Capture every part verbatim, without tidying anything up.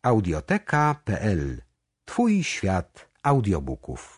audioteka kropka pe el. Twój świat audiobooków.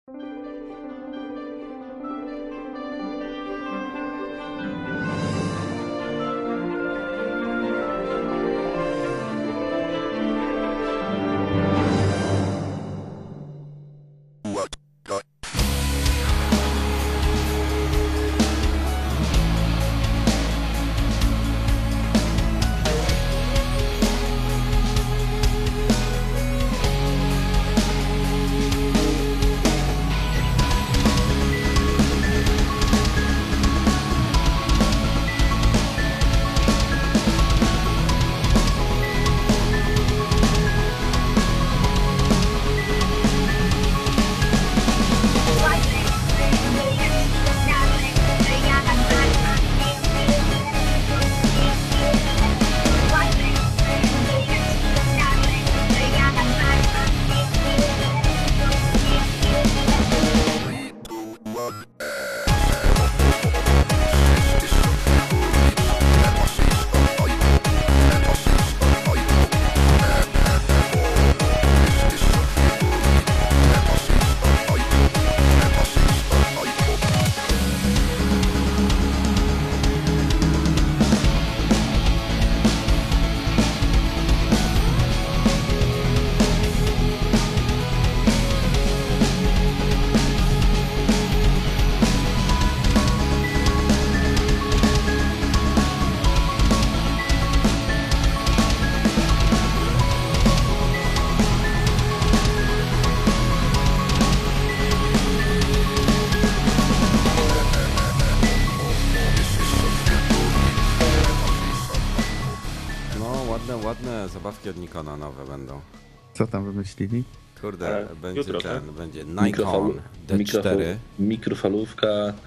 Ładne zabawki od Nikona nowe będą. Co tam wymyślili? Kurde, A, będzie jutro, ten, tak? będzie Nikon D cztery. Mikrofalówka,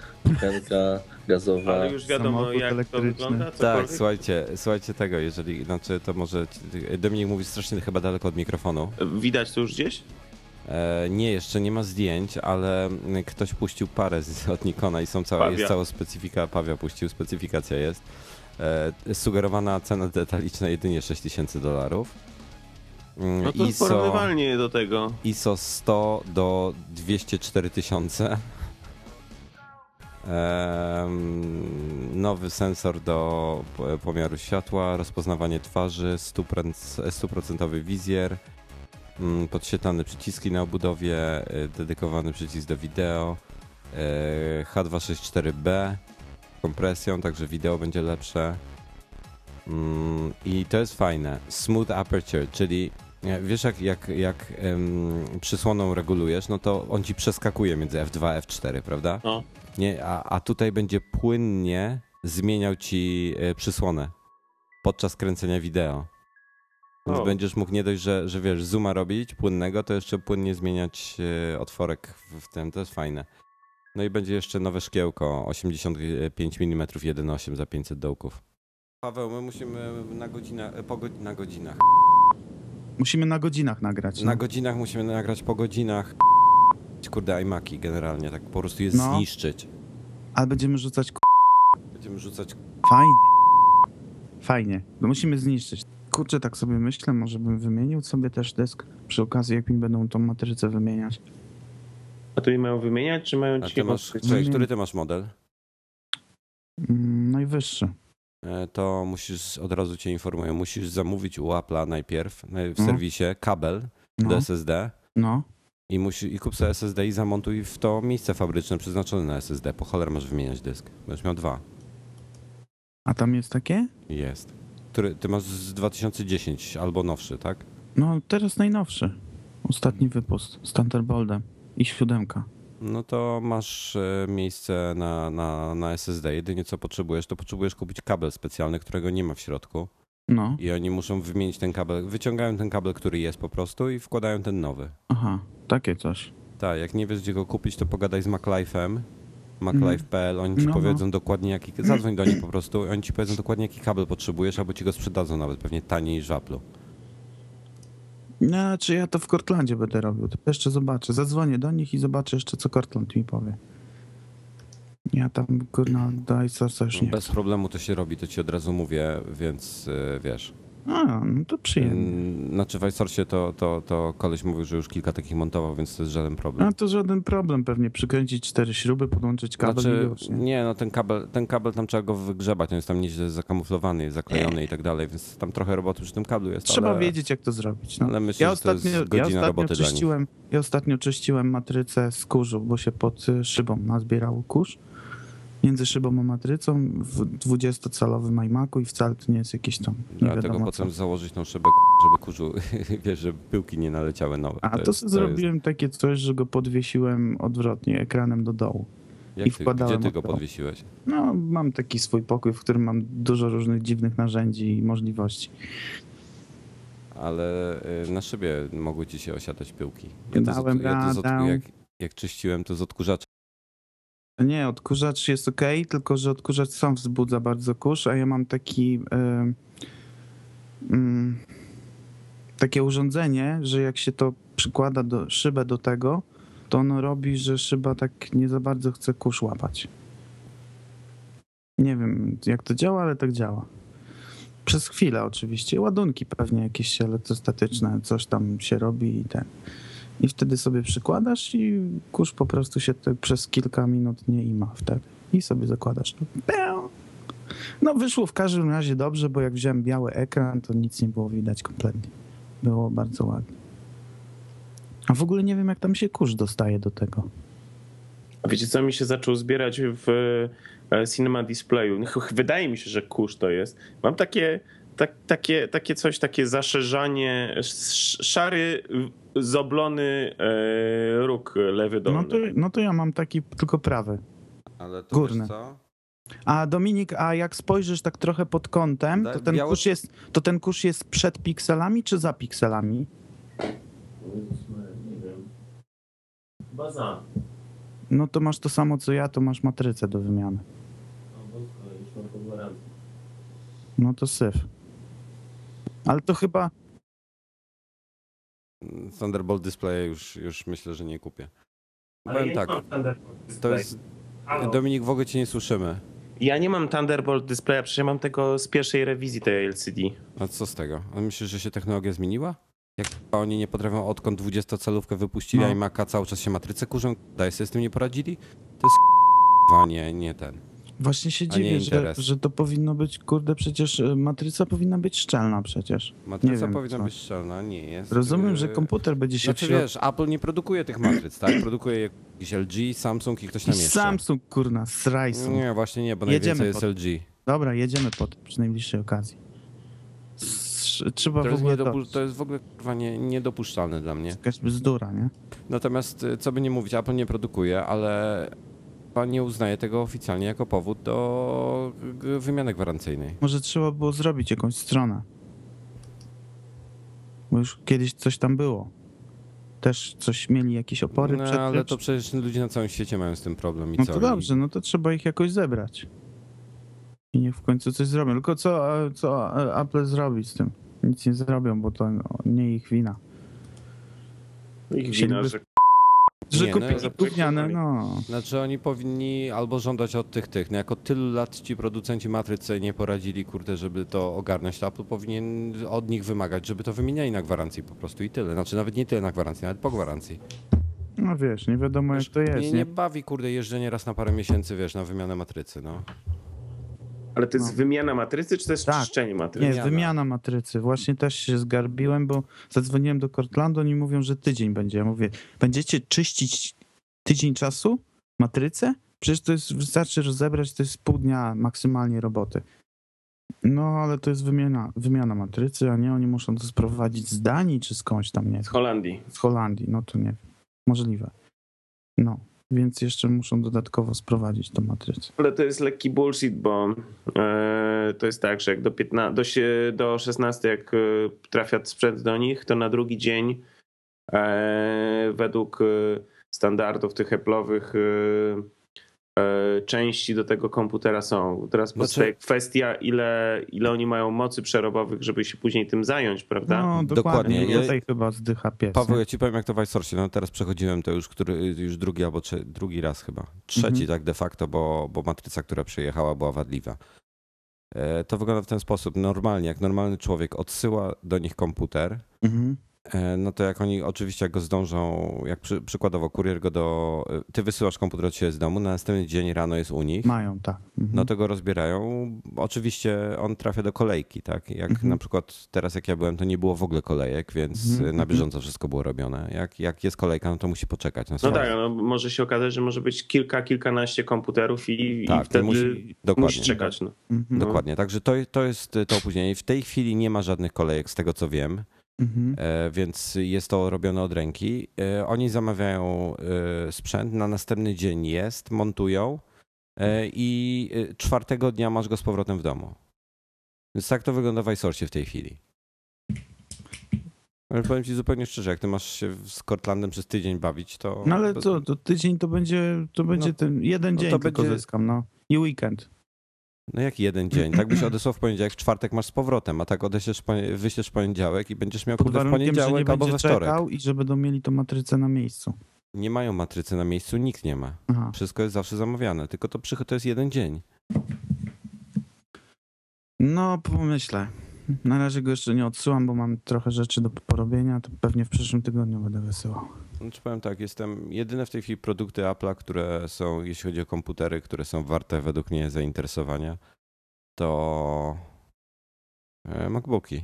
pęka gazowa. Ale już wiadomo, samochód jak to elektryczny. wygląda? Tak, Cokolwiek? słuchajcie, słuchajcie tego, jeżeli, znaczy to może, Dominik mówi strasznie chyba daleko od mikrofonu. Widać to już gdzieś? E, nie, jeszcze nie ma zdjęć, ale ktoś puścił parę z, od Nikona i są cała, jest cała specyfika, Pawia puścił, specyfikacja jest. E, sugerowana cena detaliczna jedynie sześć tysięcy dolarów. No to ISO, porównywalnie do tego. I S O sto do dwieście cztery tysiące. Um, nowy sensor do pomiaru światła, rozpoznawanie twarzy, sto procent wizjer, um, podświetlane przyciski na obudowie, dedykowany przycisk do wideo, H dwieście sześćdziesiąt cztery B, kompresją, także wideo będzie lepsze. Um, I to jest fajne. Smooth aperture, czyli wiesz jak, jak, jak um, przysłoną regulujesz, no to on ci przeskakuje między F dwa a F cztery, prawda? No. Nie, a, a tutaj będzie płynnie zmieniał ci y, przysłonę podczas kręcenia wideo. Więc O. będziesz mógł nie dość, że, że wiesz, zooma robić płynnego, to jeszcze płynnie zmieniać y, otworek w, w tym, to jest fajne. No i będzie jeszcze nowe szkiełko osiemdziesiąt pięć milimetrów jeden przecinek osiem za pięćset dołków. Paweł, my musimy na godzinach, po go, na godzinach. Musimy na godzinach nagrać. No. Na godzinach musimy nagrać po godzinach. Kurde, iMaki generalnie, tak po prostu je No. zniszczyć. Ale będziemy rzucać k... Będziemy rzucać. Fajnie. Fajnie. No musimy zniszczyć. Kurczę, tak sobie myślę, może bym wymienił sobie też dysk przy okazji, jak mi będą tą matrycę wymieniać. A to je mają wymieniać, czy mają A ci ty masz, odkryć? czekaj, który ty masz model? Mm, najwyższy. E, To musisz, od razu cię informuję, musisz zamówić u Apple'a najpierw w No. serwisie kabel No. do S S D No. i, musi, i kup sobie S S D i zamontuj w to miejsce fabryczne przeznaczone na S S D. Po cholerę masz wymieniać dysk. Będziesz miał dwa. A tam jest takie? Jest. Który, ty masz z dwa tysiące dziesięć albo nowszy, tak? No teraz najnowszy. Ostatni wypust z Thunderboltem i siódemka. No to masz e, miejsce na, na, na S S D. Jedynie co potrzebujesz, to potrzebujesz kupić kabel specjalny, którego nie ma w środku. No. I oni muszą wymienić ten kabel. Wyciągają ten kabel, który jest po prostu i wkładają ten nowy. Aha, takie coś. Tak, jak nie wiesz gdzie go kupić, to pogadaj z MacLife'em. MacLife kropka p l, oni ci No, no. powiedzą dokładnie jaki, zadzwoń do nich po prostu, oni ci powiedzą dokładnie jaki kabel potrzebujesz, albo ci go sprzedadzą nawet pewnie taniej niż w Apple'u. No, czy ja to w Cortlandzie będę robił, to jeszcze zobaczę. Zadzwonię do nich i zobaczę jeszcze, co Cortland mi powie. Ja tam, kurna, do iSource'a już nie Bez chcę. problemu to się robi, to ci od razu mówię, więc yy, wiesz. A, no to przyjemnie. Mm, Znaczy w iSource'ie to, to, to koleś mówił, że już kilka takich montował, więc to jest żaden problem. A to żaden problem, pewnie przykręcić cztery śruby, podłączyć kabel i Znaczy, już, nie? nie, no ten kabel, ten kabel tam trzeba go wygrzebać, on jest tam nieźle zakamuflowany, jest zaklejony i tak dalej, więc tam trochę roboty przy tym kablu jest, Trzeba ale, wiedzieć, jak to zrobić. No. ale myślę, Ja że to ostatnio, jest ja godzina ostatnio roboty dla nich. czyściłem, ja ostatnio czyściłem matrycę z kurzu, bo się pod y, szybą nazbierał kurz. Między szybą a matrycą w dwudziestocalowym iMacu i wcale to nie jest jakieś tam nie Dlatego wiadomo potem co. założyć tą szybę, żeby kurzu, wiesz, żeby pyłki nie naleciały nowe. A to, jest- sobie zrobiłem takie coś, że go podwiesiłem odwrotnie, ekranem do dołu. Jak i ty, wkładałem gdzie ty go od dołu. podwiesiłeś? No, mam taki swój pokój, w którym mam dużo różnych dziwnych narzędzi i możliwości. Ale y, na szybie mogły ci się osiadać pyłki. Ja to, z, Dałem ja to z odku, radę. jak, jak czyściłem, to z odkurzacza. Nie, odkurzacz jest ok, tylko że odkurzacz sam wzbudza bardzo kurz, a ja mam taki e, mm, takie urządzenie, że jak się to przykłada do szybę do tego, to ono robi, że szyba tak nie za bardzo chce kurz łapać. Nie wiem, jak to działa, ale tak działa. Przez chwilę oczywiście. Ładunki pewnie jakieś elektrostatyczne, coś tam się robi i ten. I wtedy sobie przykładasz i kurz po prostu się tak przez kilka minut nie ima wtedy. I sobie zakładasz. No wyszło w każdym razie dobrze, bo jak wziąłem biały ekran, to nic nie było widać kompletnie. Było bardzo ładnie. A w ogóle nie wiem, jak tam się kurz dostaje do tego. A wiecie co, mi się zaczął zbierać w e, Cinema Displayu. No, ch- Wydaje mi się, że kurz to jest. Mam takie, tak, takie, takie coś, takie zaszerzanie, sz- szary, zoblony e, róg lewy dolny. No to, no to ja mam taki tylko prawy. Ale to Górne. wiesz co? A Dominik, a jak spojrzysz tak trochę pod kątem, Da- to ten, biało- kurz jest, to ten kurz jest przed pikselami czy za pikselami? Nie wiem. Chyba za. No to masz to samo co ja, to masz matrycę do wymiany. No to syf. Ale to chyba... Thunderbolt Display już, już myślę, że nie kupię. Powiem tak, to jest... Dominik, w ogóle cię nie słyszymy. Ja nie mam Thunderbolt Displaya, przecież ja mam tego z pierwszej rewizji tej L C D. A co z tego? A myślisz, że się technologia zmieniła? Jak oni nie potrafią, odkąd dwudziestocalówkę wypuścili, No. a iMac'a cały czas się matrycę kurzą, daj sobie z tym nie poradzili? To jest k***a, nie, nie ten. Właśnie się A nie dziwię, że, interes. że to powinno być, kurde, przecież y, matryca powinna być szczelna przecież. Matryca Nie wiem, powinna co. być szczelna, nie jest. Rozumiem, że Yy, komputer będzie się Znaczy w środ- wiesz, Apple nie produkuje tych matryc, tak? Produkuje jakiś L G, Samsung i ktoś tam I jeszcze. Samsung, kurna, z Rajsą. Nie, właśnie nie, bo Jedziemy najwięcej jest po- L G. Dobra, jedziemy po to przy najbliższej okazji. S- Trzeba To w jest, ogóle niedopu- to... to jest w ogóle kurwa, nie, niedopuszczalne dla mnie. Jakaś bzdura, nie? Natomiast y, co by nie mówić, Apple nie produkuje, ale chyba nie uznaje tego oficjalnie jako powód do g- wymiany gwarancyjnej. Może trzeba było zrobić jakąś stronę. Bo już kiedyś coś tam było. Też coś mieli jakieś opory No, przed ale tym, to przecież ludzie na całym świecie mają z tym problem i No co? to I- dobrze, no to trzeba ich jakoś zebrać. I niech w końcu coś zrobią. Tylko co, co Apple zrobi z tym? Nic nie zrobią, bo to no, nie ich wina. Ich Chcieliby- wina, że Że Nie, no, kupili zaprojektowali. gówniane, no. Znaczy oni powinni albo żądać od tych tych, no jako tylu lat ci producenci matrycy nie poradzili, kurde, żeby to ogarnąć, to Apple powinien od nich wymagać, żeby to wymieniali na gwarancji po prostu i tyle. Znaczy nawet nie tyle na gwarancji, nawet po gwarancji. No wiesz, nie wiadomo jak to jest, Mnie nie? nie bawi, kurde, jeżdżenie raz na parę miesięcy, wiesz, na wymianę matrycy, no. Ale to jest No. wymiana matrycy, czy to jest Tak. czyszczenie matrycy? Nie, Wymiana. wymiana matrycy. Właśnie też się zgarbiłem, bo zadzwoniłem do Cortlandu, oni mówią, że tydzień będzie. Ja mówię, będziecie czyścić tydzień czasu matrycę? Przecież to jest, wystarczy rozebrać, to jest pół dnia maksymalnie roboty. No, ale to jest wymiana, wymiana matrycy, a nie oni muszą to sprowadzić z Danii czy skądś tam, nie? Z Holandii. Z Holandii, no to nie wiem. Możliwe. No, więc jeszcze muszą dodatkowo sprowadzić tą matrycę. Ale to jest lekki bullshit, bo e, to jest tak, że jak do, piętnastego, do, sie- do szesnastego jak e, trafia sprzęt do nich, to na drugi dzień e, według e, standardów tych Apple'owych e, e, części do tego komputera są. Teraz powstaje Znaczy- kwestia, ile, ile oni mają mocy przerobowych, żeby się później tym zająć, prawda? No, Dokładnie. dokładnie. Ja- Tutaj chyba zdycha pies. Paweł, nie? ja ci powiem jak to w iSource, no teraz przechodziłem to już, który, już drugi albo trze- drugi raz chyba. Trzeci Mhm. tak de facto, bo, bo matryca, która przyjechała była wadliwa. To wygląda w ten sposób. Normalnie, jak normalny człowiek odsyła do nich komputer, Mhm. no to jak oni oczywiście jak go zdążą, jak przy, przykładowo kurier go do... Ty wysyłasz komputer od siebie z domu, na następny dzień rano jest u nich. Mają, tak. Mhm. No to go rozbierają. Oczywiście on trafia do kolejki, tak? Jak Mhm. na przykład teraz jak ja byłem, to nie było w ogóle kolejek, więc Mhm. na bieżąco wszystko było robione. Jak, jak jest kolejka, no to musi poczekać na No swoje. tak, no może się okazać, że może być kilka, kilkanaście komputerów i, Tak, i wtedy musi- musi, dokładnie. czekać. No. Mhm. Dokładnie, także to, to jest to opóźnienie. W tej chwili nie ma żadnych kolejek z tego co wiem, Mhm. e, więc jest to robione od ręki. E, Oni zamawiają e, sprzęt, na następny dzień jest, montują e, i e, czwartego dnia masz go z powrotem w domu. Więc tak to wygląda w iSource w tej chwili. Ale powiem ci zupełnie szczerze, jak ty masz się z Cortlandem przez tydzień bawić, to... No ale co, to tydzień to będzie, to będzie No, ten jeden no dzień to tylko będzie- zyskam, no. I weekend. No jak jeden dzień? Tak byś odesłał w poniedziałek, w czwartek masz z powrotem, a tak odeślesz, w ponie- wyślesz w poniedziałek i będziesz miał Pod kurde w warunkiem, że nie poniedziałek albo we będzie wtorek. czekał i że będą mieli tą matrycę na miejscu. Nie mają matrycy na miejscu, nikt nie ma. Aha. Wszystko jest zawsze zamawiane, tylko to przychód to jest jeden dzień. No, pomyślę. Na razie go jeszcze nie odsyłam, bo mam trochę rzeczy do porobienia, to pewnie w przyszłym tygodniu będę wysyłał. Znaczy powiem tak, jestem jedyne w tej chwili produkty Apple'a, które są, jeśli chodzi o komputery, które są warte według mnie zainteresowania, to e, MacBooki.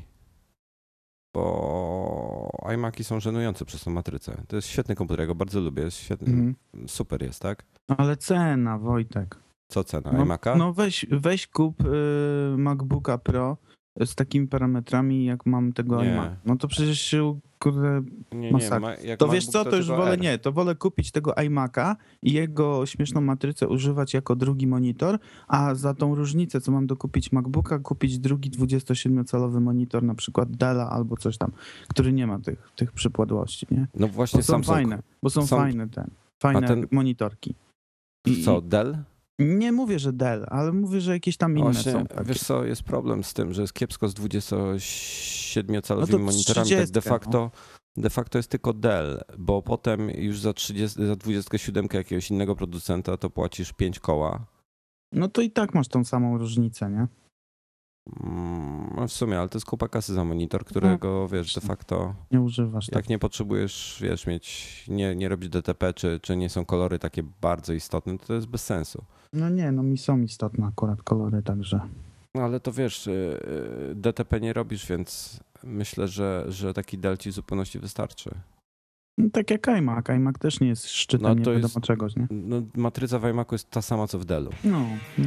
Bo iMaki są żenujące przez tą matrycę. To jest świetny komputer, ja go bardzo lubię, jest świetny, Mhm. super jest, tak? Ale cena, Wojtek. Co cena No, iMac'a? no weź, weź kup y, MacBooka Pro z takimi parametrami, jak mam tego Nie. iMac. No to przecież się, kurde, nie, nie, masakra. ma, jak to MacBook, wiesz co, to już tylko wolę R. nie, to wolę kupić tego iMac'a i jego śmieszną matrycę używać jako drugi monitor, a za tą różnicę, co mam dokupić MacBooka, kupić drugi dwudziestosiedmiocalowy monitor, na przykład Della albo coś tam, który nie ma tych, tych przypadłości, nie? No właśnie Bo są Samsung. fajne, bo są Sam- fajne ten, fajne ten- monitorki. I- Co, Dell? Nie mówię, że Dell, ale mówię, że jakieś tam inne Właśnie, są takie. wiesz co, jest problem z tym, że jest kiepsko z dwudziestosiedmiocalowymi No to monitorami, tak de trzydzieści, facto, de facto jest tylko Dell, bo potem już za, trzydzieści, za dwudziestkę siedem jakiegoś innego producenta to płacisz pięć koła. No to i tak masz tą samą różnicę, nie? Mm, no w sumie, ale to jest kupa kasy za monitor, którego wiesz, de facto Nie używasz tak. jak nie potrzebujesz, wiesz, mieć, nie, nie robić D T P, czy, czy nie są kolory takie bardzo istotne, to to jest bez sensu. No nie, no mi są istotne akurat kolory, także... No ale to wiesz, y, y, D T P nie robisz, więc myślę, że, że taki Dell ci w zupełności wystarczy. No tak jak iMac. iMac też nie jest szczytem No nie to wiadomo jest- czegoś, nie? No, matryca w iMacu jest ta sama co w Dellu. No, no.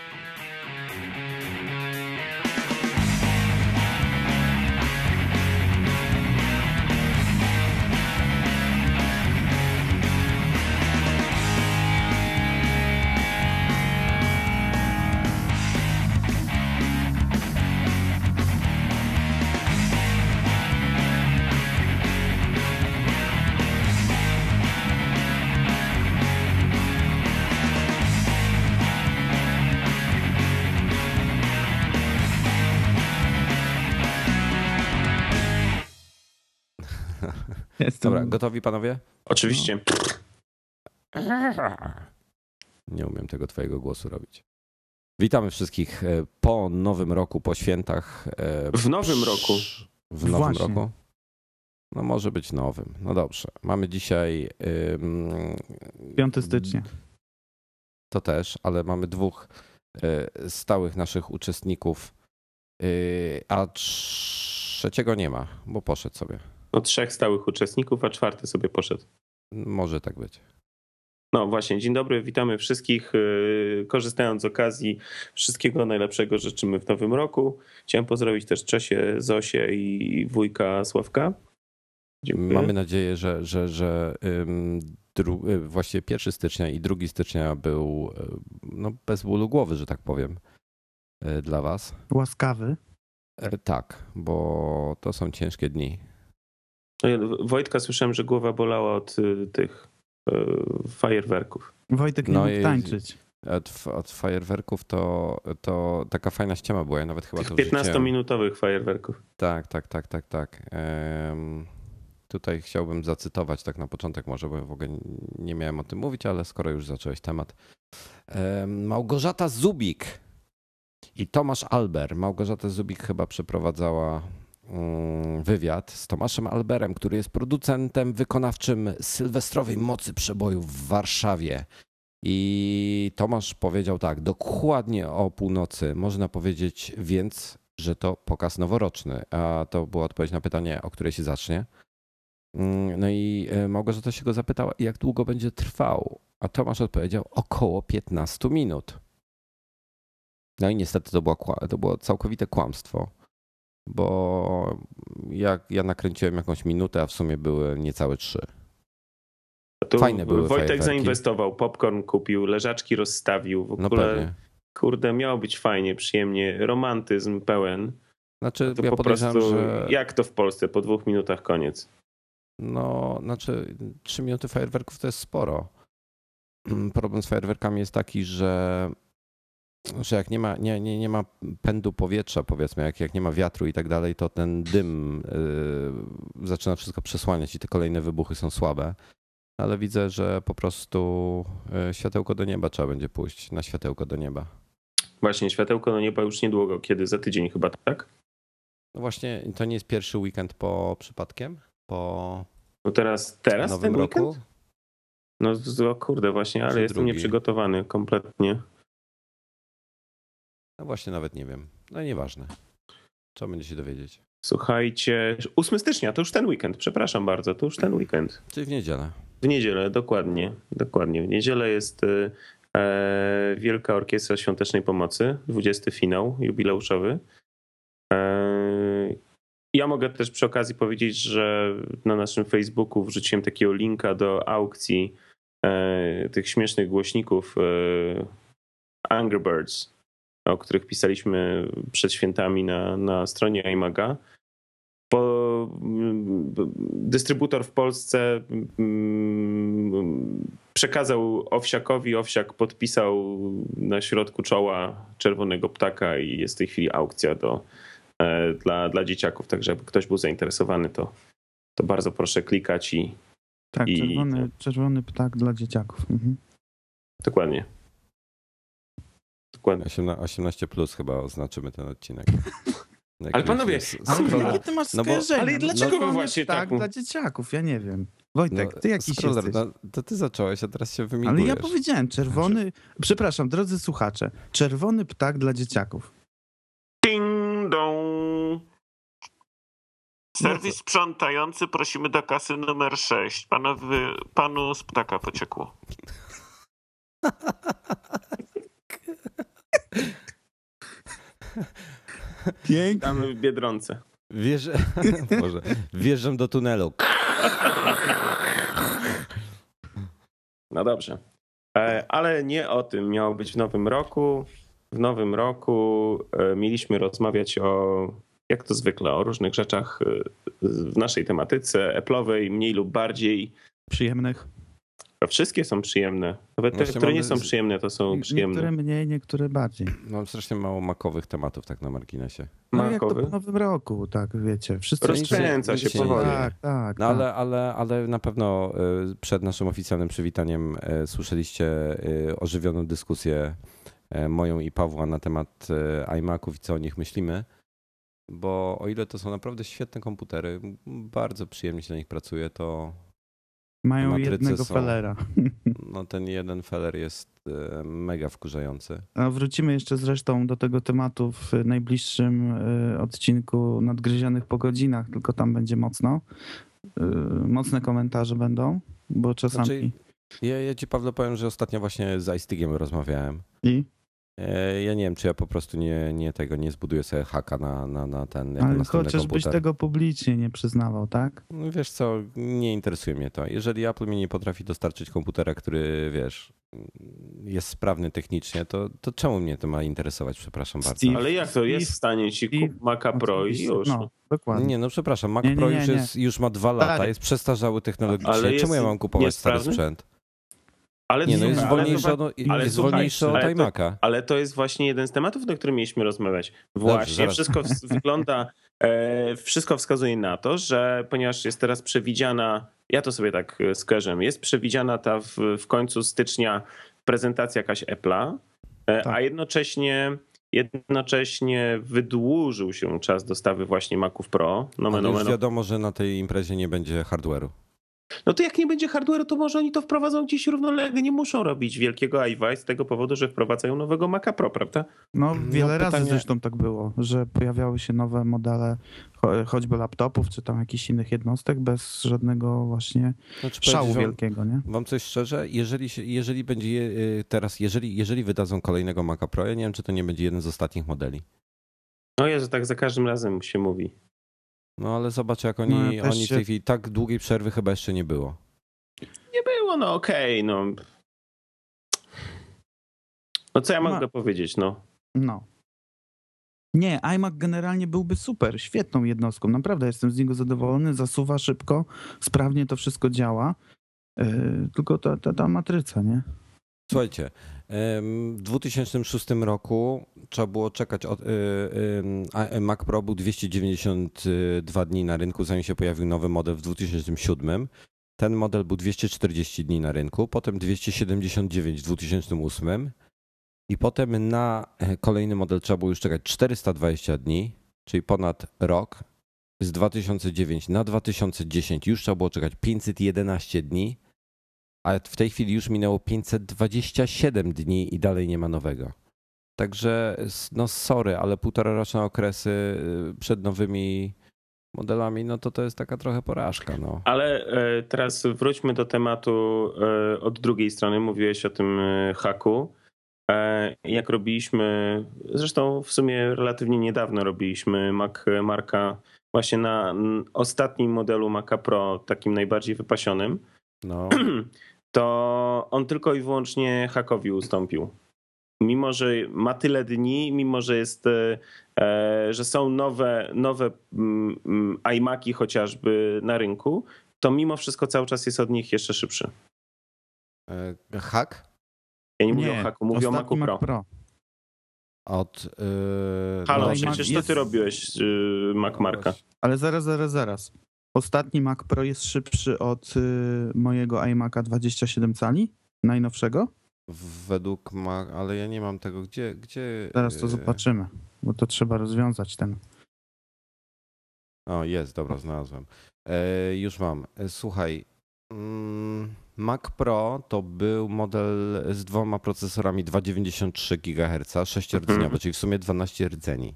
Jestem... Dobra, gotowi panowie? Oczywiście. Nie umiem tego twojego głosu robić. Witamy wszystkich e, po nowym roku, po świętach. e, W nowym roku. W nowym Właśnie. roku? No może być nowym. No dobrze. Mamy dzisiaj... ym, piątego stycznia. To też, ale mamy dwóch e, stałych naszych uczestników, e, a trzeciego nie ma, bo poszedł sobie. No trzech stałych uczestników, a czwarty sobie poszedł. Może tak być. No właśnie, dzień dobry, witamy wszystkich. Yy, Korzystając z okazji, wszystkiego najlepszego życzymy w nowym roku. Chciałem pozdrowić też Czesię, Zosię i wujka Sławka. Dziękuję. Mamy nadzieję, że, że, że ym, dru, y, właściwie pierwszego stycznia i drugiego stycznia był y, no, bez bólu głowy, że tak powiem, y, dla was. Łaskawy. E, tak, bo to są ciężkie dni. No ja Wojtka słyszałem, że głowa bolała od y, tych y, fajerwerków. Wojtek nie No mógł i- tańczyć. Od, od fajerwerków to, to taka fajna ściema była, ja nawet chyba Tych to wrzuciłem. piętnastominutowych fajerwerków. Tak, tak, tak, tak, tak. Em, tutaj chciałbym zacytować tak na początek może, bo w ogóle nie miałem o tym mówić, ale skoro już zacząłeś temat. Em, Małgorzata Zubik I Tomasz Alber, Małgorzata Zubik chyba przeprowadzała wywiad z Tomaszem Alberem, który jest producentem wykonawczym sylwestrowej Mocy Przebojów w Warszawie. I Tomasz powiedział tak, dokładnie o północy można powiedzieć więc, że to pokaz noworoczny. A to była odpowiedź na pytanie, o której się zacznie. No i Małgorzata się go zapytała, jak długo będzie trwał. A Tomasz odpowiedział, około piętnaście minut. No i niestety to było, to było całkowite kłamstwo, bo ja, ja nakręciłem jakąś minutę, a w sumie były niecałe trzy. Tu Fajne były Wojtek fajerwerki. zainwestował, popcorn kupił, leżaczki rozstawił. W No ogóle, pewnie. kurde, miało być fajnie, przyjemnie, romantyzm pełen. Znaczy, To ja po podejrzewam, prostu, że... jak to w Polsce, po dwóch minutach koniec. No, znaczy trzy minuty fajerwerków to jest sporo. Problem z fajerwerkami jest taki, że, że jak nie ma, nie, nie, nie ma pędu powietrza, powiedzmy, jak, jak nie ma wiatru i tak dalej, to ten dym yy, zaczyna wszystko przesłaniać i te kolejne wybuchy są słabe. Ale widzę, że po prostu światełko do nieba trzeba będzie pójść, na światełko do nieba. Właśnie, światełko do nieba już niedługo, kiedy? Za tydzień chyba, tak? No właśnie, to nie jest pierwszy weekend po przypadkiem? Po No teraz, teraz nowym ten roku? weekend? No o kurde właśnie, ale Czy jestem drugi? nieprzygotowany kompletnie. No właśnie, nawet nie wiem. No nieważne. Trzeba będzie się dowiedzieć. Słuchajcie, ósmego stycznia to już ten weekend, przepraszam bardzo, to już ten weekend. Czyli w niedzielę. W niedzielę, dokładnie, dokładnie. W niedzielę jest e, Wielka Orkiestra Świątecznej Pomocy, dwudziesty finał jubileuszowy. E, ja mogę też przy okazji powiedzieć, że na naszym Facebooku wrzuciłem takiego linka do aukcji e, tych śmiesznych głośników e, Angry Birds, o których pisaliśmy przed świętami na, na stronie iMaga. Po, dystrybutor w Polsce przekazał Owsiakowi, Owsiak podpisał na środku czoła czerwonego ptaka i jest w tej chwili aukcja do, dla, dla dzieciaków, także jakby ktoś był zainteresowany, to, to bardzo proszę klikać i... Tak, i, czerwony, czerwony ptak dla dzieciaków. Mhm. Dokładnie. Dokładnie. osiemnaście plus chyba oznaczymy ten odcinek. Jak Ale panowie, jest- Ale Scroller. jakie ty masz No bo- skojarzenia? ale No dlaczego czerwony wy właśnie ptak tak- dla dzieciaków, ja nie wiem. Wojtek, no, ty jakiś scroller, jesteś. no, to ty zacząłeś, a teraz się wymigujesz. Ale ja powiedziałem, czerwony... Przepraszam, drodzy słuchacze. Czerwony ptak dla dzieciaków. Ding dong. Serwis sprzątający, prosimy do kasy numer sześć. Panowie, panu z ptaka pociekło. Pięknie. Tam w Biedronce. Wierzę, Boże, wjeżdżam do tunelu. No dobrze. E, Ale nie o tym miało być w nowym roku. W nowym roku e, mieliśmy rozmawiać o, jak to zwykle, o różnych rzeczach e, w naszej tematyce Apple'owej, mniej lub bardziej. Przyjemnych. Wszystkie są przyjemne. Nawet te, Właśnie które nie mamy są z- przyjemne, to są przyjemne. Niektóre mniej, niektóre bardziej. Mam strasznie mało makowych tematów tak na marginesie. No jak to Makowy. po nowym roku, tak, wiecie. Wszyscy Rozkręca nic się się nie powoli. dzieje. Tak, tak. No tak. ale, ale, ale na pewno y, przed naszym oficjalnym przywitaniem y, słyszeliście y, ożywioną dyskusję y, moją i Pawła na temat y, iMaców i co o nich myślimy. Bo o ile to są naprawdę świetne komputery, bardzo przyjemnie się na nich pracuje, to Mają matryce jednego są- felera. no, ten jeden feller jest y, mega wkurzający. A wrócimy jeszcze zresztą do tego tematu w najbliższym y, odcinku Nadgryzionych po godzinach, tylko tam będzie mocno. Y, Mocne komentarze będą, bo czasami... Znaczy- Ja, ja ci, Pawle, powiem, że ostatnio właśnie z iStigiem rozmawiałem. I? E, Ja nie wiem, czy ja po prostu nie, nie tego, nie zbuduję sobie haka na, na, na ten jako Ale następny chociażbyś komputer. tego publicznie nie przyznawał, tak? No wiesz co, nie interesuje mnie to. Jeżeli Apple mi nie potrafi dostarczyć komputera, który, wiesz, jest sprawny technicznie, to, to czemu mnie to ma interesować, przepraszam bardzo. Steve- Ale jak to jest w stanie ci Steve- kup Maca Pro i Oczywiście. już? No, dokładnie. Nie, no przepraszam, Mac Nie, nie, Pro nie, już, nie. jest, już ma dwa lata, Stary. jest przestarzały technologicznie. Ale jest Czemu ja mam kupować stary niesprawny? sprzęt? Ale Nie, no słuchaj, jest ale wolniejszy zobacz- od, ale jest słuchaj, wolniejszy od ale to- iMac'a. Ale to jest właśnie jeden z tematów, na który mieliśmy rozmawiać. Właśnie, zaraz. wszystko w- wygląda, e, wszystko wskazuje na to, że ponieważ jest teraz przewidziana, ja to sobie tak e, skojarzę, jest przewidziana ta w, w końcu stycznia prezentacja jakaś Apple'a, e, Tak. a jednocześnie jednocześnie wydłużył się czas dostawy właśnie Maców Pro. No, Ale no, już no. wiadomo, że na tej imprezie nie będzie hardware'u. No to jak nie będzie hardware'u, to może oni to wprowadzą gdzieś równolegle. Nie muszą robić wielkiego iWa z tego powodu, że wprowadzają nowego Maca Pro, prawda? No wiele No, razy pytanie- zresztą tak było, że pojawiały się nowe modele cho- choćby laptopów, czy tam jakichś innych jednostek bez żadnego właśnie Znaczy, szału powiedzieć wam- wielkiego, nie? Wam coś szczerze, jeżeli, się, jeżeli będzie je, y, teraz, jeżeli, jeżeli wydadzą kolejnego Maca Pro, ja nie wiem, czy to nie będzie jeden z ostatnich modeli. No Jezu, tak za każdym razem się mówi. No ale zobacz, jak oni, No, ja też oni w się- tej chwili, tak długiej przerwy chyba jeszcze nie było. Nie było, no okej, no. No co ja Ma- mogę powiedzieć, no. No. Nie, iMac generalnie byłby super, świetną jednostką. Naprawdę jestem z niego zadowolony, zasuwa szybko, sprawnie to wszystko działa. Yy, tylko ta, ta, ta matryca, nie? Słuchajcie, em, w dwa tysiące szóstym roku trzeba było czekać, od, y, y, a Mac Pro był dwieście dziewięćdziesiąt dwa dni na rynku, zanim się pojawił nowy model w dwa tysiące siódmym. Ten model był dwieście czterdzieści dni na rynku, potem dwieście siedemdziesiąt dziewięć w dwa tysiące ósmym i potem na e, kolejny model trzeba było już czekać czterysta dwadzieścia dni, czyli ponad rok. Z dwa tysiące dziewiątego na dwa tysiące dziesiąty już trzeba było czekać pięćset jedenaście dni, a w tej chwili już minęło pięćset dwadzieścia siedem dni i dalej nie ma nowego. Także s- no sorry, ale półtoraroczne okresy y, przed nowymi modelami, no to to jest taka trochę porażka. No. Ale e, teraz wróćmy do tematu e, od drugiej strony. Mówiłeś o tym e, haku. E, Jak robiliśmy, zresztą w sumie relatywnie niedawno robiliśmy Mac Marka właśnie na n, ostatnim modelu Maca Pro, takim najbardziej wypasionym, No. to on tylko i wyłącznie hakowi ustąpił. Mimo że ma tyle dni, mimo że jest, e, że są nowe, nowe mm, mm, iMaki chociażby na rynku, to mimo wszystko cały czas jest od nich jeszcze szybszy. E, Hack Ja nie mówię o haku, mówię o ostatni Macu Pro. Mac Pro. od... Yy, Halo, No, przecież to jest- ty robiłeś yy, Mac Marka. Ale zaraz, zaraz, zaraz. Ostatni Mac Pro jest szybszy od y, mojego iMac'a dwadzieścia siedem cali, najnowszego. Według ma, ale ja nie mam tego, gdzie... gdzie Zaraz to yy, zobaczymy, bo to trzeba rozwiązać ten. O, jest, dobra, znalazłem. E, już mam. E, Słuchaj, mm, Mac Pro to był model z dwoma procesorami dwa przecinek dziewięćdziesiąt trzy gigaherca, sześciordzeniowy, Mhm. czyli w sumie dwanaście rdzeni.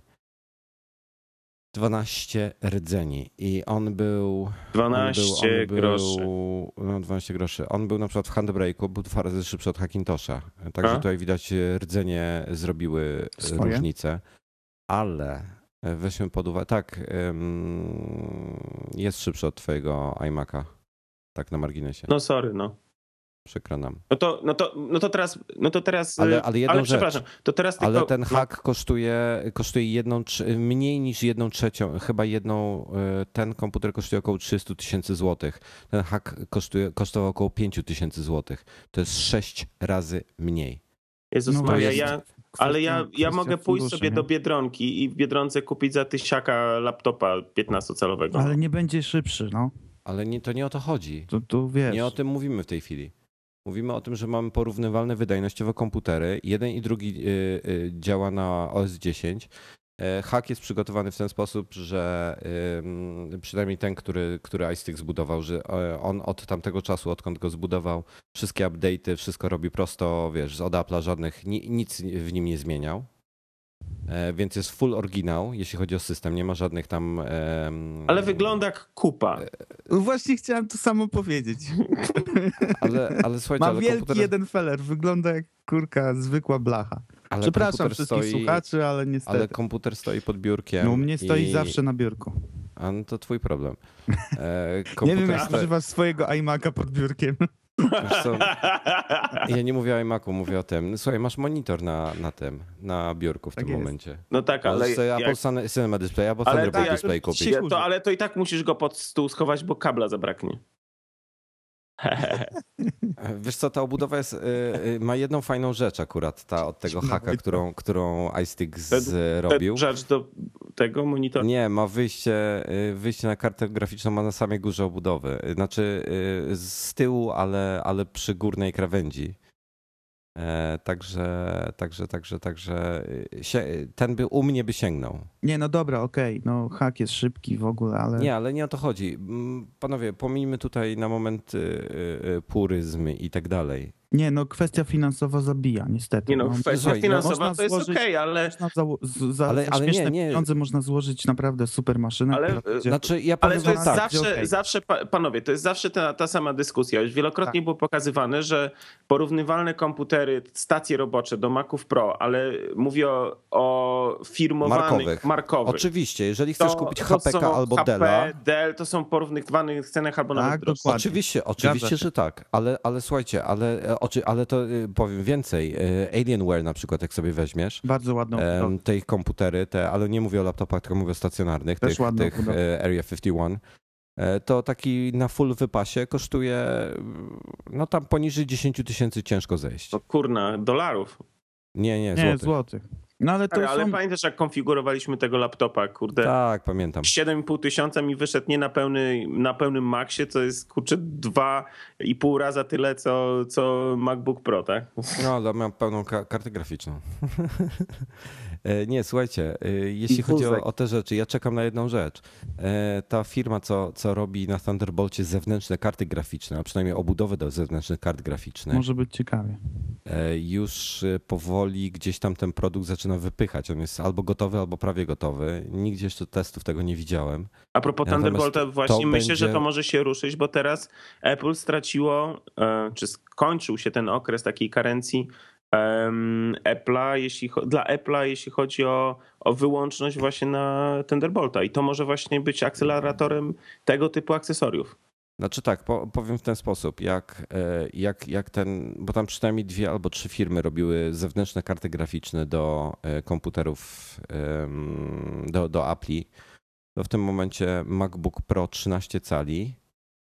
dwanaście rdzeni i on był... dwanaście on był, on groszy. Był, no dwanaście groszy. On był na przykład w Handbrake'u, był dwa razy szybszy od Hackintosha. Także A? tutaj widać, e, rdzenie zrobiły e, Swoje? różnicę. Ale e, weźmy pod uwagę, tak, ym, jest szybszy od twojego iMac'a. Tak na marginesie. No sorry, no. Przykro nam. No to, no to, no to teraz, no to teraz, Ale- yy, ale jedną ale rzecz. przepraszam, to teraz tylko... Ale ten hack kosztuje, kosztuje jedną, trze- mniej niż jedną trzecią, chyba jedną, y, ten komputer kosztuje około trzysta tysięcy złotych. Ten hack kosztuje, kosztował około pięć tysięcy złotych. To jest sześć razy mniej. Jezus No Maria, jest ja, ale ja, kwestia- ja kwestia mogę pójść funduszy, sobie nie? do Biedronki i w Biedronce kupić za tysiaka laptopa piętnastocalowego. Ale nie będzie szybszy, no. Ale nie, to nie o to chodzi. Tu, tu wiesz. Nie o tym mówimy w tej chwili. Mówimy o tym, że mamy porównywalne wydajnościowo komputery. Jeden i drugi y, y, działa na O S dziesięć. E, Hack jest przygotowany w ten sposób, że ym, przynajmniej ten, który, który iStick zbudował, że e, on od tamtego czasu, odkąd go zbudował, wszystkie update'y, wszystko robi prosto, wiesz, od Apple'a żadnych, ni, nic w nim nie zmieniał. E, Więc jest full oryginał, jeśli chodzi o system, nie ma żadnych tam... em, Ale wygląda jak kupa. Właśnie chciałem to samo powiedzieć. Ale, ale słuchajcie, Ma ale wielki komputer, jeden feller, wygląda jak kurka, zwykła blacha. ale Przepraszam komputer wszystkich stoi, słuchaczy, ale niestety. ale komputer stoi pod biurkiem. No u mnie stoi i... zawsze na biurku. A no to twój problem. E, Nie komputer wiem, jak stoi- używasz swojego iMac'a pod biurkiem. Wiesz co, ja nie mówię o iMacu, mówię o tym. Słuchaj, masz monitor na, na tym, na biurku w Tak tym jest. momencie. No tak, ale... Możesz sobie jak- Apple Cine- Cinema Display albo Ale Thunderbolt to jak- Display kupić. się- to, ale to i tak musisz go pod stół schować, bo kabla zabraknie. Wiesz co, ta obudowa jest, y, y, ma jedną fajną rzecz akurat, ta od tego haka, Nawet to. którą, którą iStick Ten- zrobił. Rzecz do tego monitora. Nie, ma wyjście, y, wyjście na kartę graficzną, ma na samej górze obudowy. Znaczy y, z tyłu, ale, ale przy górnej krawędzi. E, także, także, także, także się, ten by u mnie by sięgnął. Nie, no dobra, okej, no hak jest szybki w ogóle, ale... Nie, ale nie o to chodzi. Mm, Panowie, pomijmy tutaj na moment y, y, puryzm i tak dalej. Nie, no kwestia finansowa zabija, niestety. Nie no, kwestia słuchaj, no, finansowa można to jest złożyć- okej, ale, Można za, z- za, Ale- za ale śmieszne nie, nie. pieniądze można złożyć naprawdę super maszynę, Ale, która e, będzie... Znaczy, ja ale powiem to jest wam tak. zawsze, okej. zawsze, pa- panowie, to jest zawsze ta, ta sama dyskusja. Już wielokrotnie Tak. było pokazywane, że porównywalne komputery, stacje robocze do Maców Pro, ale mówię o, o firmowanych, Markowych. markowych. Oczywiście, jeżeli chcesz To- kupić to H P K są albo H P, Della. Dell to są porównywane w cenach albo Tak, nawet droższe. dokładnie. Oczywiście, oczywiście, się. że tak, ale, ale słuchajcie, ale, e, oczy- ale to y, powiem więcej. E, Alienware na przykład, jak sobie weźmiesz, Bardzo ładną em, budowę. te ich komputery, te, ale nie mówię o laptopach, tylko mówię o stacjonarnych, Też tych, ładną tych budowę. e, Area pięćdziesiąt jeden, e, to taki na full wypasie kosztuje, mm, no tam poniżej dziesięć tysięcy ciężko zejść. To kurna, dolarów. Nie, nie, Nie, złotych. złotych. No ale to Ale, ale są... pamiętasz, jak konfigurowaliśmy tego laptopa, kurde, Tak, pamiętam. siedem i pół tysiąca mi wyszedł nie na, pełny, na pełnym Maxie, to jest kurczę dwa i pół raza tyle, co, co MacBook Pro, tak? No, ale mam pełną ka- kartę graficzną. E, Nie, słuchajcie, e, jeśli I chodzi o, wózek. o te rzeczy, ja czekam na jedną rzecz. E, Ta firma, co, co robi na Thunderbolcie zewnętrzne karty graficzne, a przynajmniej obudowę do zewnętrznych kart graficznych, Może być ciekawie. e, już e, powoli gdzieś tam ten produkt zaczyna wypychać. On jest albo gotowy, albo prawie gotowy. Nigdzie jeszcze testów tego nie widziałem. A propos Natomiast Thunderbolta, właśnie to myślę, że będzie- to może się ruszyć, bo teraz Apple straciło, e, czy skończył się ten okres takiej karencji em, Apple'a, jeśli, cho- dla Apple'a, jeśli chodzi o, o wyłączność właśnie na Thunderbolta. I to może właśnie być akceleratorem tego typu akcesoriów. Znaczy tak, po, powiem w ten sposób, jak, e, jak, jak ten, bo tam przynajmniej dwie albo trzy firmy robiły zewnętrzne karty graficzne do e, komputerów, em, do, do Apple'i, to w tym momencie MacBook Pro trzynaście cali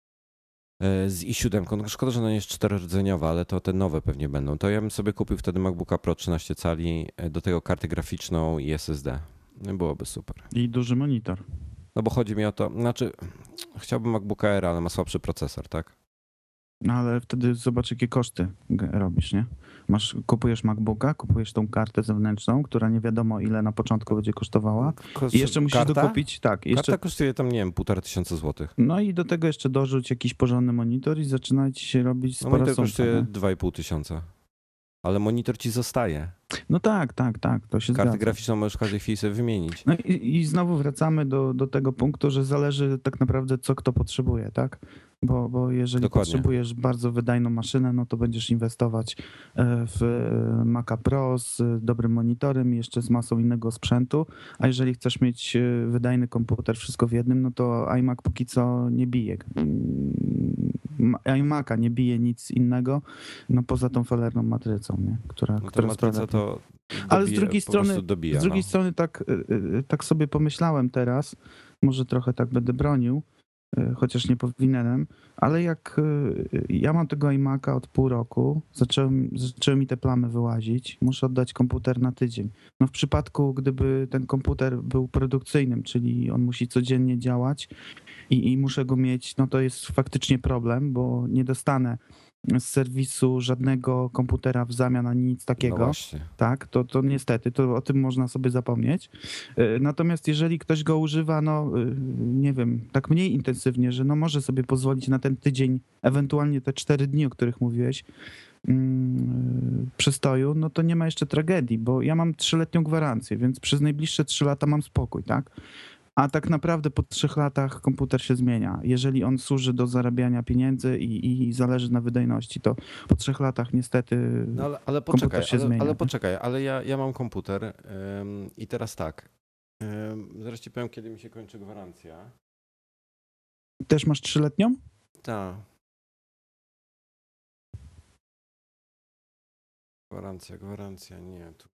e, z i siedem, no szkoda, że ona nie jest czterordzeniowa, ale to te nowe pewnie będą, to ja bym sobie kupił wtedy MacBooka Pro trzynaście cali, e, do tego kartę graficzną i S S D. No, byłoby super. I duży monitor. No bo chodzi mi o to, znaczy chciałbym MacBooka Air, ale ma słabszy procesor, tak? No ale wtedy zobacz, jakie koszty g- robisz, nie? Masz, kupujesz MacBooka, kupujesz tą kartę zewnętrzną, która nie wiadomo ile na początku będzie kosztowała. I jeszcze musisz Karta? dokupić, tak, jeszcze, Karta kosztuje tam, nie wiem, półtora tysiąca złotych. no i do tego jeszcze dorzuć jakiś porządny monitor i zaczyna ci się robić No spora monitor sumka, kosztuje nie? dwa i pół tysiąca. Ale monitor ci zostaje. No tak, tak, tak, to się Kartę zgadza. graficzną możesz w każdej chwili sobie wymienić. No i, i znowu wracamy do, do tego punktu, że zależy tak naprawdę co kto potrzebuje, tak? Bo, bo jeżeli Dokładnie. potrzebujesz bardzo wydajną maszynę, no to będziesz inwestować e, w e, Maca Pro z dobrym monitorem i jeszcze z masą innego sprzętu, a jeżeli chcesz mieć e, wydajny komputer, wszystko w jednym, no to iMac póki co nie bije. Mm, iMaca nie bije nic innego, no poza tą cholerną matrycą, nie? Która, No to która matryca sprawia- to Ale z dobija, drugiej po prostu strony- dobija, z drugiej no. strony tak, y, y, tak sobie pomyślałem teraz, może trochę tak będę bronił, y, chociaż nie powinienem, ale jak y, ja mam tego iMac'a od pół roku, zaczęły, zaczęły mi te plamy wyłazić, muszę oddać komputer na tydzień. No w przypadku, gdyby ten komputer był produkcyjnym, czyli on musi codziennie działać i, i muszę go mieć, no to jest faktycznie problem, bo nie dostanę z serwisu żadnego komputera w zamian ani nic No takiego. właśnie. Tak, to, to niestety, to o tym można sobie zapomnieć. Y, Natomiast jeżeli ktoś go używa, no y, nie wiem, tak mniej intensywnie, że no może sobie pozwolić na ten tydzień, ewentualnie te cztery dni, o których mówiłeś, mm, przystoju, no to nie ma jeszcze tragedii, bo ja mam trzyletnią gwarancję, więc przez najbliższe trzy lata mam spokój, tak? A tak naprawdę po trzech latach komputer się zmienia. Jeżeli on służy do zarabiania pieniędzy i, i zależy na wydajności, to po trzech latach niestety No ale, ale komputer poczekaj, się ale, zmienia. ale poczekaj, ale ja, ja mam komputer ym, i teraz tak. Ym, zaraz ci powiem, kiedy mi się kończy gwarancja. Też masz trzyletnią? Tak. Gwarancja, gwarancja, nie. Tu.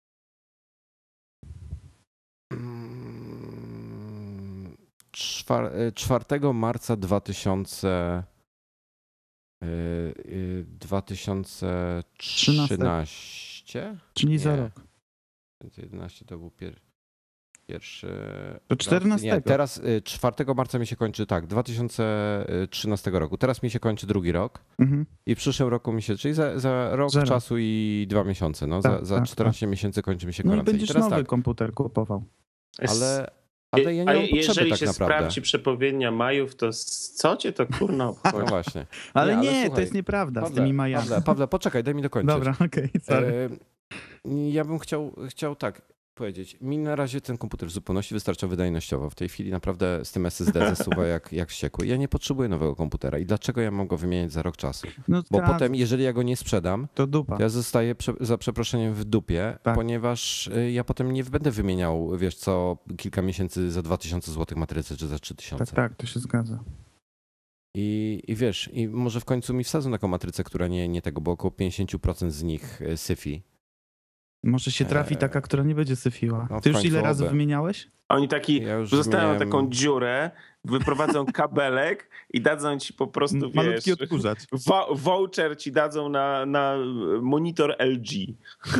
Mm, czwar- y, czwartego marca dwa tysiące y, y, dwa tysiące trzynaście? Czyli za Nie. rok. jedenaście to był pier... Pierwszy. Do czternastego. Nie, teraz y, czwartego marca mi się kończy, tak, dwa tysiące trzynastego roku. Teraz mi się kończy drugi rok Mhm. i w przyszłym roku mi się, czyli za, za rok Za rok. czasu i dwa miesiące, no, Tak, za, za tak, czternaście miesięcy kończy mi się No i gwarancja. I będziesz teraz nowy tak, komputer kupował. ale, ale ja nie A mam potrzeby jeżeli tak się naprawdę. sprawdzi przepowiednia Majów, to z- co cię to kurna No obchodzi? właśnie. Ale Nie, nie, ale to słuchaj, jest nieprawda z Pawle, tymi majami. Pawle, Pawle, poczekaj, daj mi dokończyć. Dobra, okej, sorry. E, ja bym chciał, chciał tak powiedzieć. Mi na razie ten komputer w zupełności wystarcza wydajnościowo. W tej chwili naprawdę z tym S S D zesuwa jak, jak wściekły. Ja nie potrzebuję nowego komputera. I dlaczego ja mam go wymieniać za rok czasu? No Bo tak, potem, jeżeli ja go nie sprzedam, to dupa. to ja zostaję prze, za przeproszeniem w dupie, Tak. ponieważ y, ja potem nie będę wymieniał, wiesz co, kilka miesięcy za dwa tysiące złotych matrycy czy za trzy tysiące. Tak, tak, to się zgadza. I, I wiesz, i może w końcu mi wsadzą taką matrycę, która nie, nie tego, bo około pięćdziesiąt procent z nich y, syfi. Może się trafi Eee, taka, która nie będzie syfiła. no w Ty już końcu ile razy oby. wymieniałeś? A oni taki Ja już zostawią miałem- taką dziurę, wyprowadzą kabelek i dadzą ci po prostu, Malutki wiesz, odkurzacz. wo- voucher ci dadzą na, na monitor L G.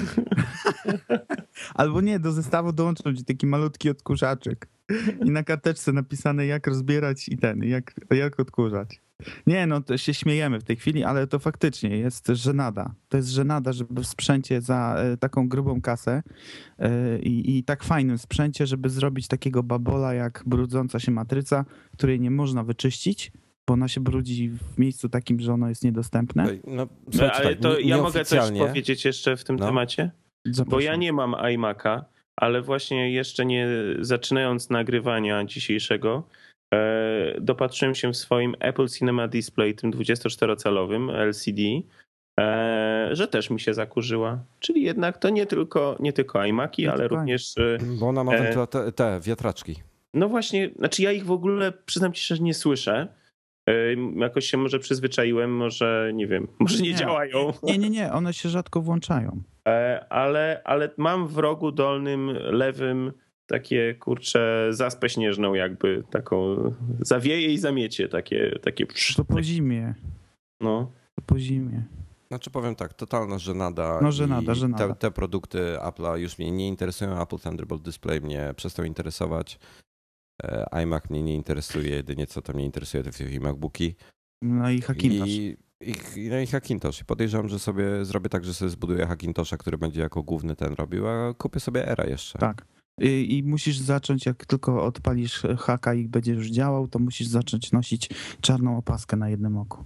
Albo nie, do zestawu dołączą ci taki malutki odkurzaczek. I na karteczce napisane jak rozbierać i ten, jak, jak odkurzać. Nie, no to się śmiejemy w tej chwili, ale to faktycznie jest żenada. To jest żenada, żeby w sprzęcie za e, taką grubą kasę e, i, i tak fajnym sprzęcie, żeby zrobić takiego babola jak brudząca się matryca, której nie można wyczyścić, bo ona się brudzi w miejscu takim, że ono jest niedostępne. Ej, No, No, słuchajcie, ale tak, to nie- ja mogę coś nieoficjalnie- powiedzieć jeszcze w tym No. temacie? Bo Zapraszam. ja nie mam iMac'a, ale właśnie jeszcze nie zaczynając nagrywania dzisiejszego, e, dopatrzyłem się w swoim Apple Cinema Display, tym dwudziestoczterocalowym L C D, e, że też mi się zakurzyła. Czyli jednak to nie tylko, nie tylko iMac'i, Nie ale tylko również... E, Bo ona ma E, wentyla- te, te wiatraczki. no właśnie, znaczy ja ich w ogóle, przyznam ci szczerze, nie słyszę. E, jakoś się może przyzwyczaiłem, może nie wiem, może nie, Nie. działają. Nie, nie, nie, one się rzadko włączają. E, ale, ale mam w rogu dolnym, lewym takie, kurcze, zaspę śnieżną jakby, taką zawieje i zamiecie, takie, takie psz, To po zimie, no. to po zimie. Znaczy powiem tak, totalna żenada. No, żenada, i żenada. Te, te produkty Apple'a już mnie nie interesują. Apple Thunderbolt Display mnie przestał interesować. E, iMac mnie nie interesuje. Jedynie co to mnie interesuje to i MacBooki. No i Hackintosh. I, i, no i Hackintosh. I podejrzewam, że sobie zrobię tak, że sobie zbuduję Hackintosha, który będzie jako główny ten robił, a kupię sobie Era jeszcze. Tak. I, I musisz zacząć, jak tylko odpalisz haka i będzie już działał, to musisz zacząć nosić czarną opaskę na jednym oku.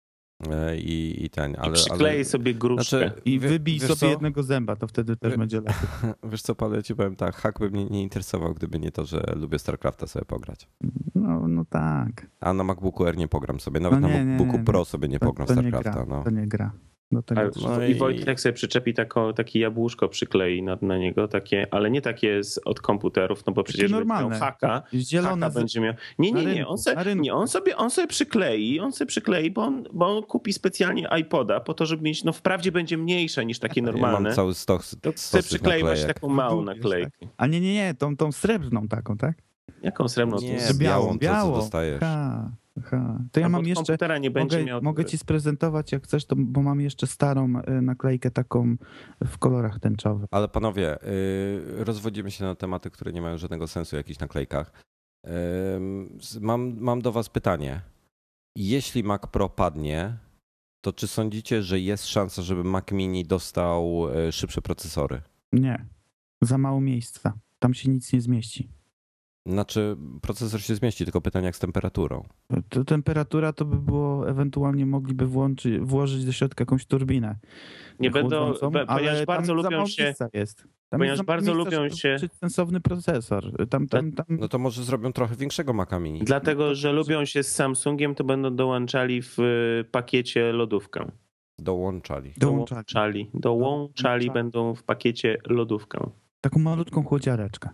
E, I, i ten, ale... I przyklei ale, sobie gruszkę. znaczy, I wie- wybij wiesz sobie co? jednego zęba, to wtedy też Wy- będzie lepiej. Wiesz co, Paweł, ja ci powiem tak, hack by mnie nie interesował, gdyby nie to, że lubię StarCrafta sobie pograć. No, no tak. A na MacBooku Air nie pogram sobie, nawet No nie, na nie, MacBooku nie, Pro sobie nie To, pogram to nie StarCrafta. gra, No. to nie gra. Do tego Ale, No I i- Wojtek sobie przyczepi taką, takie jabłuszko przyklei na, na niego, takie, ale nie takie z, od komputerów, no bo przecież będzie normalne. miał haka. Zielone Haka z... będzie miał. Nie, nie, na nie. rynku, On, na se, rynku. nie on, sobie, on sobie przyklei, on sobie przyklei, bo on, bo on kupi specjalnie iPoda po to, żeby mieć, no wprawdzie będzie mniejsze niż takie Ja normalne. mam cały stok, To sobie stos tych przyklei właśnie naklejek. taką małą Lubisz, naklejkę. A nie, nie, nie, tą, tą srebrną taką, tak? Jaką srebrną? Nie, to jest? białą, to, co białą. dostajesz. Ha, ha. To ja Albo mam od jeszcze... komputera nie będzie Mogę, miał. mogę ci sprezentować, jak chcesz, to, bo mam jeszcze starą y, naklejkę taką w kolorach tęczowych. Ale panowie, yy, rozwodzimy się na tematy, które nie mają żadnego sensu w jakichś naklejkach. Yy, z- mam, mam do was pytanie. Jeśli Mac Pro padnie, to czy sądzicie, że jest szansa, żeby Mac Mini dostał yy, szybsze procesory? Nie, za mało miejsca. Tam się nic nie zmieści. Znaczy, procesor się zmieści, tylko pytanie jak z temperaturą. To temperatura to by było, ewentualnie mogliby włączyć, włożyć do środka jakąś turbinę. Nie będą, chłodzącą, be- ponieważ ale bardzo tam za lubią mało się. miejsca jest. Tam ponieważ jest za mało bardzo miejsca, lubią żeby się- włączyć sensowny procesor. Tam, tam, tam... No to może zrobią trochę większego Maca Mini. Dlatego, że lubią się z Samsungiem, to będą dołączali w y, pakiecie lodówkę. Dołączali. Dołączali. Dołączali, dołączali Dołączali. będą w pakiecie lodówkę. Taką malutką chłodziareczkę.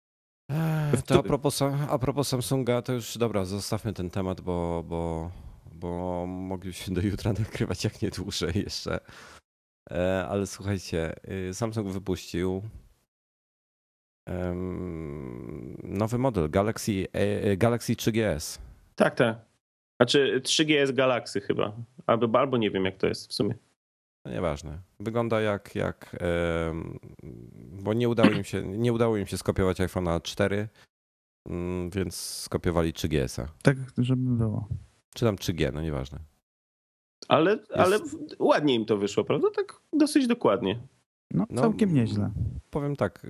Ech, To a propos, Sam- a propos Samsunga, to już dobra, zostawmy ten temat, bo, bo, bo moglibyśmy do jutra nagrywać jak nie dłużej jeszcze. E, Ale słuchajcie, y, Samsung wypuścił em, nowy model Galaxy, e, Galaxy trzy G S. Tak, tak. Znaczy trzy G S Galaxy chyba. Albo, albo nie wiem jak to jest w sumie. No nieważne. Wygląda jak, jak em, bo nie udało im się, nie udało im się skopiować iPhone'a cztery, mm, więc skopiowali trzy G S a. Tak, żeby było. Czy tam trzy G, no nieważne. Ale, ale ładnie im to wyszło, prawda? Tak dosyć dokładnie. No, No, całkiem nieźle. Powiem tak.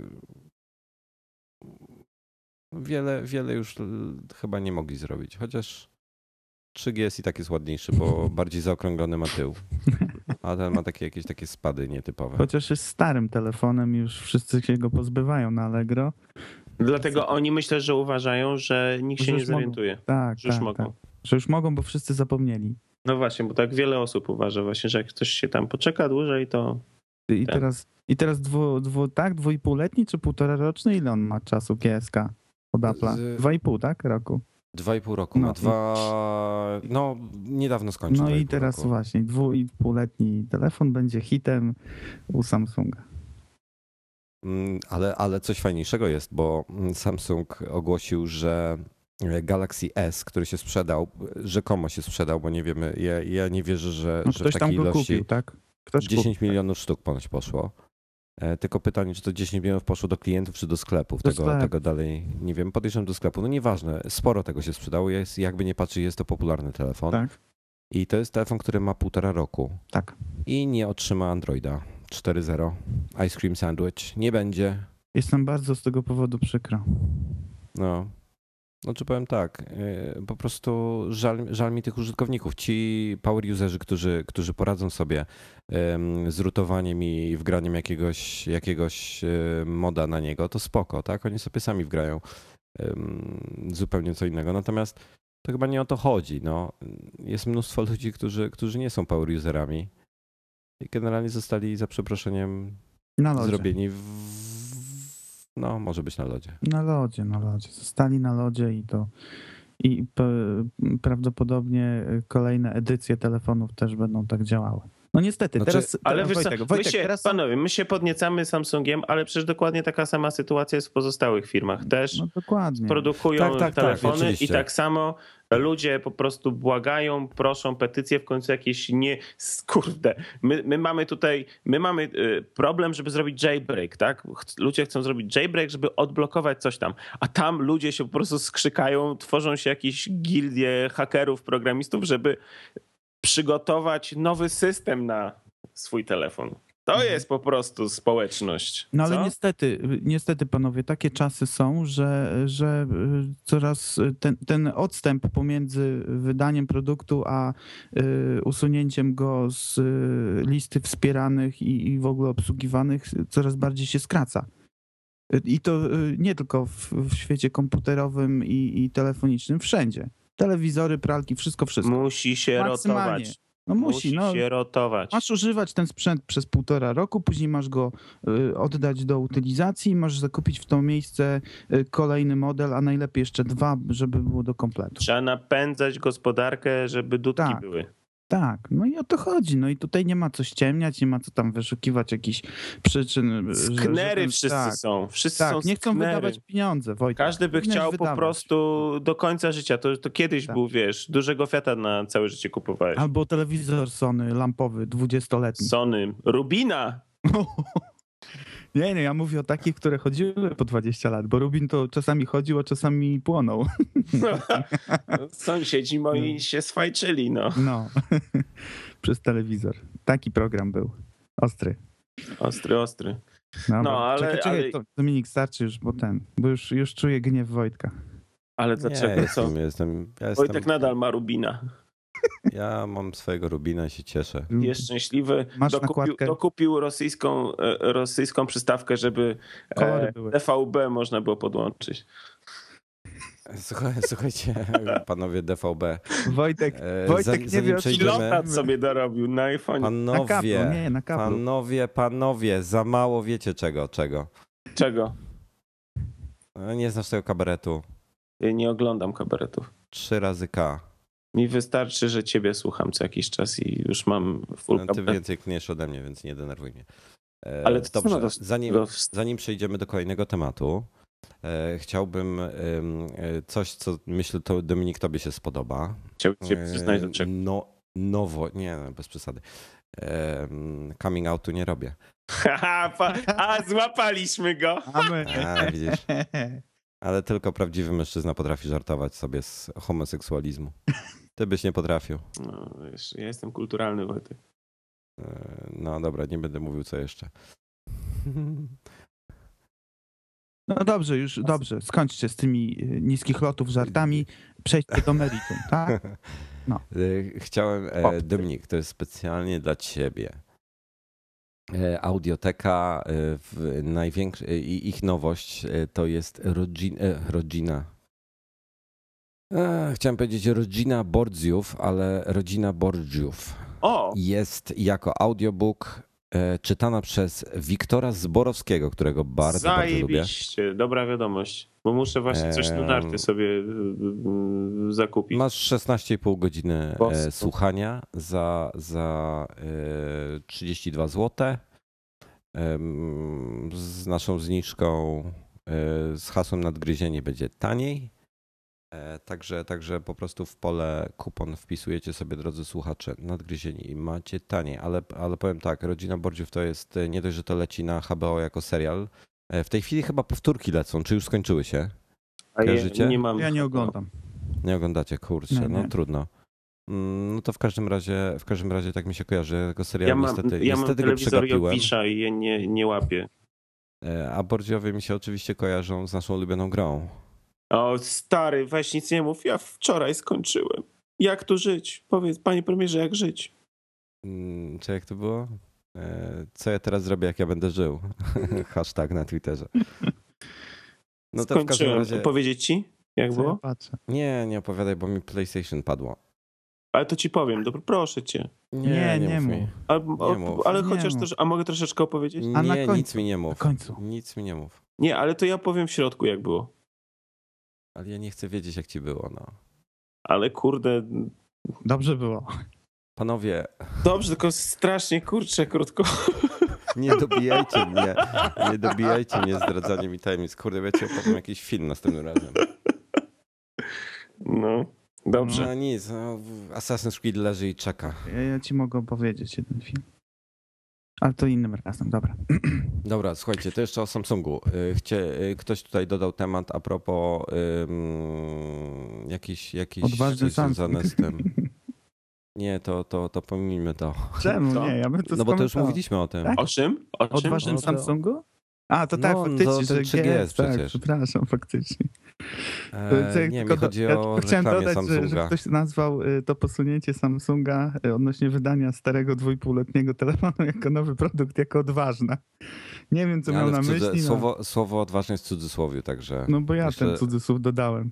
Wiele, wiele już l- chyba nie mogli zrobić, chociaż trzy G S i tak jest ładniejszy, bo bardziej zaokrąglony ma tył. A ten ma takie jakieś takie spady nietypowe. Chociaż jest starym telefonem, już wszyscy się go pozbywają na Allegro. Dlatego oni myślę, że uważają, że nikt Że się nie już mogą. zorientuje. Tak, Że już tak, mogą. tak. Że już mogą, bo wszyscy zapomnieli. No właśnie, bo tak wiele osób uważa właśnie, że jak ktoś się tam poczeka dłużej, to I Tak. teraz, i teraz dwu, dwu, tak, dwuipółletni czy półtora roczny? Ile on ma czasu G S K od Apple'a? Z- Dwa i pół, tak? Roku. Dwa i pół roku No ma. i- Dwa. No, niedawno skończył. No dwa i pół teraz roku. właśnie dwu i półletni telefon będzie hitem u Samsunga. Mm, Ale, ale coś fajniejszego jest, bo mm, Samsung ogłosił, że Galaxy S, który się sprzedał, rzekomo się sprzedał, bo nie wiemy, ja, ja nie wierzę, że, No że w ktoś tam takiej go ilości kupił, tak? Ktoś dziesięć kupił. milionów sztuk ponoć poszło. E, Tylko pytanie, czy to dziesięć milionów poszło do klientów, czy do sklepów. Do Tego, sklepu. tego dalej nie wiem. Podejrzewam do sklepu. No nieważne, sporo tego się sprzedało. Jest, jakby nie patrzeć, jest to popularny telefon. Tak, I to jest telefon, który ma półtora roku tak. i nie otrzyma Androida cztery zero. Ice Cream Sandwich nie będzie. Jestem bardzo z tego powodu przykro. No, znaczy powiem tak, yy, po prostu żal, żal mi tych użytkowników. Ci power userzy, którzy, którzy poradzą sobie ym, z rutowaniem i wgraniem jakiegoś, jakiegoś yy, moda na niego, to spoko, tak? Oni sobie sami wgrają ym, zupełnie co innego. Natomiast to chyba nie o to chodzi. No. Jest mnóstwo ludzi, którzy, którzy nie są power userami i generalnie zostali za przeproszeniem Na lodzie. zrobieni w... No, może być na lodzie. Na lodzie, na lodzie. Zostali na lodzie i to i p- prawdopodobnie kolejne edycje telefonów też będą tak działały. No niestety, Znaczy, teraz, Ale teraz wiesz co, Wojtek, my Wojtek, się, teraz są- panowie, my się podniecamy Samsungiem, ale przecież dokładnie taka sama sytuacja jest w pozostałych firmach. Też No dokładnie. produkują Tak, tak, tak, telefony oczywiście. i tak samo ludzie po prostu błagają, proszą petycje, w końcu jakieś nie... Kurde, my, my mamy tutaj, my mamy y, problem, żeby zrobić jailbreak, tak? Ch- Ludzie chcą zrobić jailbreak, żeby odblokować coś tam, a tam ludzie się po prostu skrzykają, tworzą się jakieś gildie hakerów, programistów, żeby przygotować nowy system na swój telefon. To jest po prostu społeczność. No ale co? niestety, niestety panowie, takie czasy są, że, że y, coraz ten, ten odstęp pomiędzy wydaniem produktu a y, usunięciem go z y, listy wspieranych i, i w ogóle obsługiwanych coraz bardziej się skraca. Y, I to y, nie tylko w, w świecie komputerowym i, i telefonicznym, wszędzie. Telewizory, pralki, wszystko, wszystko. Musi się Maksymalnie. rotować. No musi, no. się rotować. Masz używać ten sprzęt przez półtora roku, później masz go y, oddać do utylizacji, masz zakupić w to miejsce y, kolejny model, a najlepiej jeszcze dwa, żeby było do kompletu. Trzeba napędzać gospodarkę, żeby dudki Tak. były. Tak, no i o to chodzi. No i tutaj nie ma co ściemniać, nie ma co tam wyszukiwać jakichś przyczyn. że- że Sknery ten- wszyscy tak, są. Wszyscy tak, są nie chcą sknery. wydawać pieniądze, Wojtek. Każdy by Powinieneś chciał wydawać. po prostu do końca życia. To, to kiedyś Tak. był, wiesz, dużego Fiata na całe życie kupowałeś. Albo telewizor Sony lampowy, dwudziestoletni. Sony. Rubina! Nie, nie, ja mówię o takich, które chodziły po dwadzieścia lat, bo Rubin to czasami chodził, a czasami płonął. Sąsiedzi moi No. się swajczyli, no. No, przez telewizor. Taki program był. Ostry. Ostry, ostry. Dobra. No, ale- Czekaj, czekaj, ale- to Dominik, starczy już, bo ten, bo już, już czuję gniew Wojtka. Ale Nie, dlaczego? Co? jestem, jestem, ja, Wojtek jestem, nadal ma Rubina. ja mam swojego Rubina i się cieszę. Jest szczęśliwy. Masz Dokupił, nakładkę? dokupił rosyjską, e, rosyjską przystawkę, żeby Kolory e, były. D V B można było podłączyć. Słuchaj, słuchajcie, panowie D V B. Wojtek, e, Wojtek zanim- nie wie, o czym przejdziemy- Pilota sobie dorobił na iPhone. Na kablu, Panowie, nie, na kablu. panowie, panowie, za mało wiecie czego, czego. Czego? E, Nie znasz tego kabaretu. Ja nie oglądam kabaretów. Trzy razy K. Mi wystarczy, że ciebie słucham co jakiś czas i już mam full No, ty kabaret. więcej kniesz ode mnie, więc nie denerwuj mnie. E, Ale to co dobrze, ma do- zanim, do- zanim przejdziemy do kolejnego tematu, e, chciałbym em, e, coś, co myślę, to Dominik tobie się spodoba. Chciałbym się przyznać do E, czego. No, nowo, nie, no, bez przesady. em, coming outu nie robię. Haha, pa- A, złapaliśmy go. A my. A, widzisz. Ale tylko prawdziwy mężczyzna potrafi żartować sobie z homoseksualizmu. Ty byś nie potrafił. No, wiesz, ja jestem kulturalny, Wojtek. E, No dobra, nie będę mówił co jeszcze. No dobrze, już dobrze. Skończcie z tymi y, niskich lotów żartami. Przejdźcie do meritum, tak? E, Chciałem, e, Dominik, to jest specjalnie dla ciebie. E, Audioteka, e, w największy, e, i ich nowość e, to jest rodzina, e, rodzina. E, chciałem powiedzieć rodzina Bordziów, ale rodzina Bordziów O! jest jako audiobook e, czytana przez Wiktora Zborowskiego, którego bardzo, bardzo lubię. Zajebiście, dobra wiadomość. Bo muszę właśnie coś na Em, narty sobie y, y, y, zakupić. Masz szesnaście i pół godziny e, Bosko. słuchania za, za e, trzydzieści dwa złote. Em, z naszą zniżką e, z hasłem nadgryzienie będzie taniej. E, Także, także po prostu w pole kupon wpisujecie sobie, drodzy słuchacze, nadgryzieni i macie taniej. Ale, ale powiem tak, Rodzina Bordziów to jest e, nie dość, że to leci na H B O jako serial. E, W tej chwili chyba powtórki lecą. Czy już skończyły się? A ja kojarzycie? nie mam. Ja nie oglądam. Nie oglądacie, kurczę, Nie, no nie. trudno. Mm, No to w każdym razie, w każdym razie tak mi się kojarzy. Ja tego serialu Ja mam, niestety, ja mam niestety go telewizor przegapiłem. Jowisza i je nie, nie łapię. E, A Bordziowie mi się oczywiście kojarzą z naszą ulubioną grą. O, stary, weź nic nie mów. Ja wczoraj skończyłem. Jak tu żyć? Powiedz, panie premierze, jak żyć? Mm, Czy jak to było? E, Co ja teraz zrobię, jak ja będę żył? Hashtag na Twitterze. No to w każdym Skończyłem. razie... Powiedzieć ci, jak Co ja było? patrzę. Nie, nie opowiadaj, bo mi PlayStation padło. Ale to ci powiem, dobra, proszę cię. Nie, nie mów mów. mi. A, Nie o, mów. ale Nie chociaż mów. też, a mogę troszeczkę opowiedzieć? A na Nie, końcu, nic mi nie mów. na końcu. Nic mi nie mów. Nie, ale to ja powiem w środku, jak było. Ale ja nie chcę wiedzieć, jak ci było, no. Ale kurde, Dobrze było. Panowie, dobrze, tylko strasznie kurczę, krótko. nie dobijajcie mnie. Nie dobijajcie mnie zdradzaniem mi tajemnic. Kurde, ja ci opowiem jakiś film następnym razem. No, dobrze. No nic, no, Assassin's Creed leży i czeka. Ja, ja ci mogę opowiedzieć jeden film. Ale to innym razem, dobra. Dobra, słuchajcie, to jeszcze o Samsungu. Y, Chcie, y, ktoś tutaj dodał temat a propos ym, jakiś, jakiś Odważny coś Samsung. związane z tym. Nie, to, to, to pomijmy to. Czemu Co? nie? Ja bym to No bo to już skomentował. mówiliśmy o tym. Tak? O czym? O czym? Odważnym No to- Samsungu? A, to tak, No, faktycznie, to ten że trzy G G S, jest tak, przecież. przepraszam, faktycznie. E, Co ja nie, tylko mi do- chodzi ja o tylko chciałem reklamie dodać, że, że Samsunga. ktoś nazwał y, to posunięcie Samsunga y, odnośnie wydania starego dwójpółletniego telefonu jako nowy produkt, jako odważne. Nie wiem, co miał Ale na w cudze- myśli. No, słowo, słowo odważne jest w cudzysłowie, także... no bo ja jeszcze- ten cudzysłów dodałem.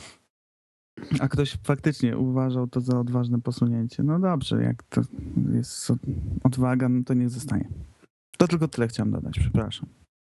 A ktoś faktycznie uważał to za odważne posunięcie. No dobrze, jak to jest od- odwaga, no to niech zostanie. To tylko tyle chciałem dodać, przepraszam.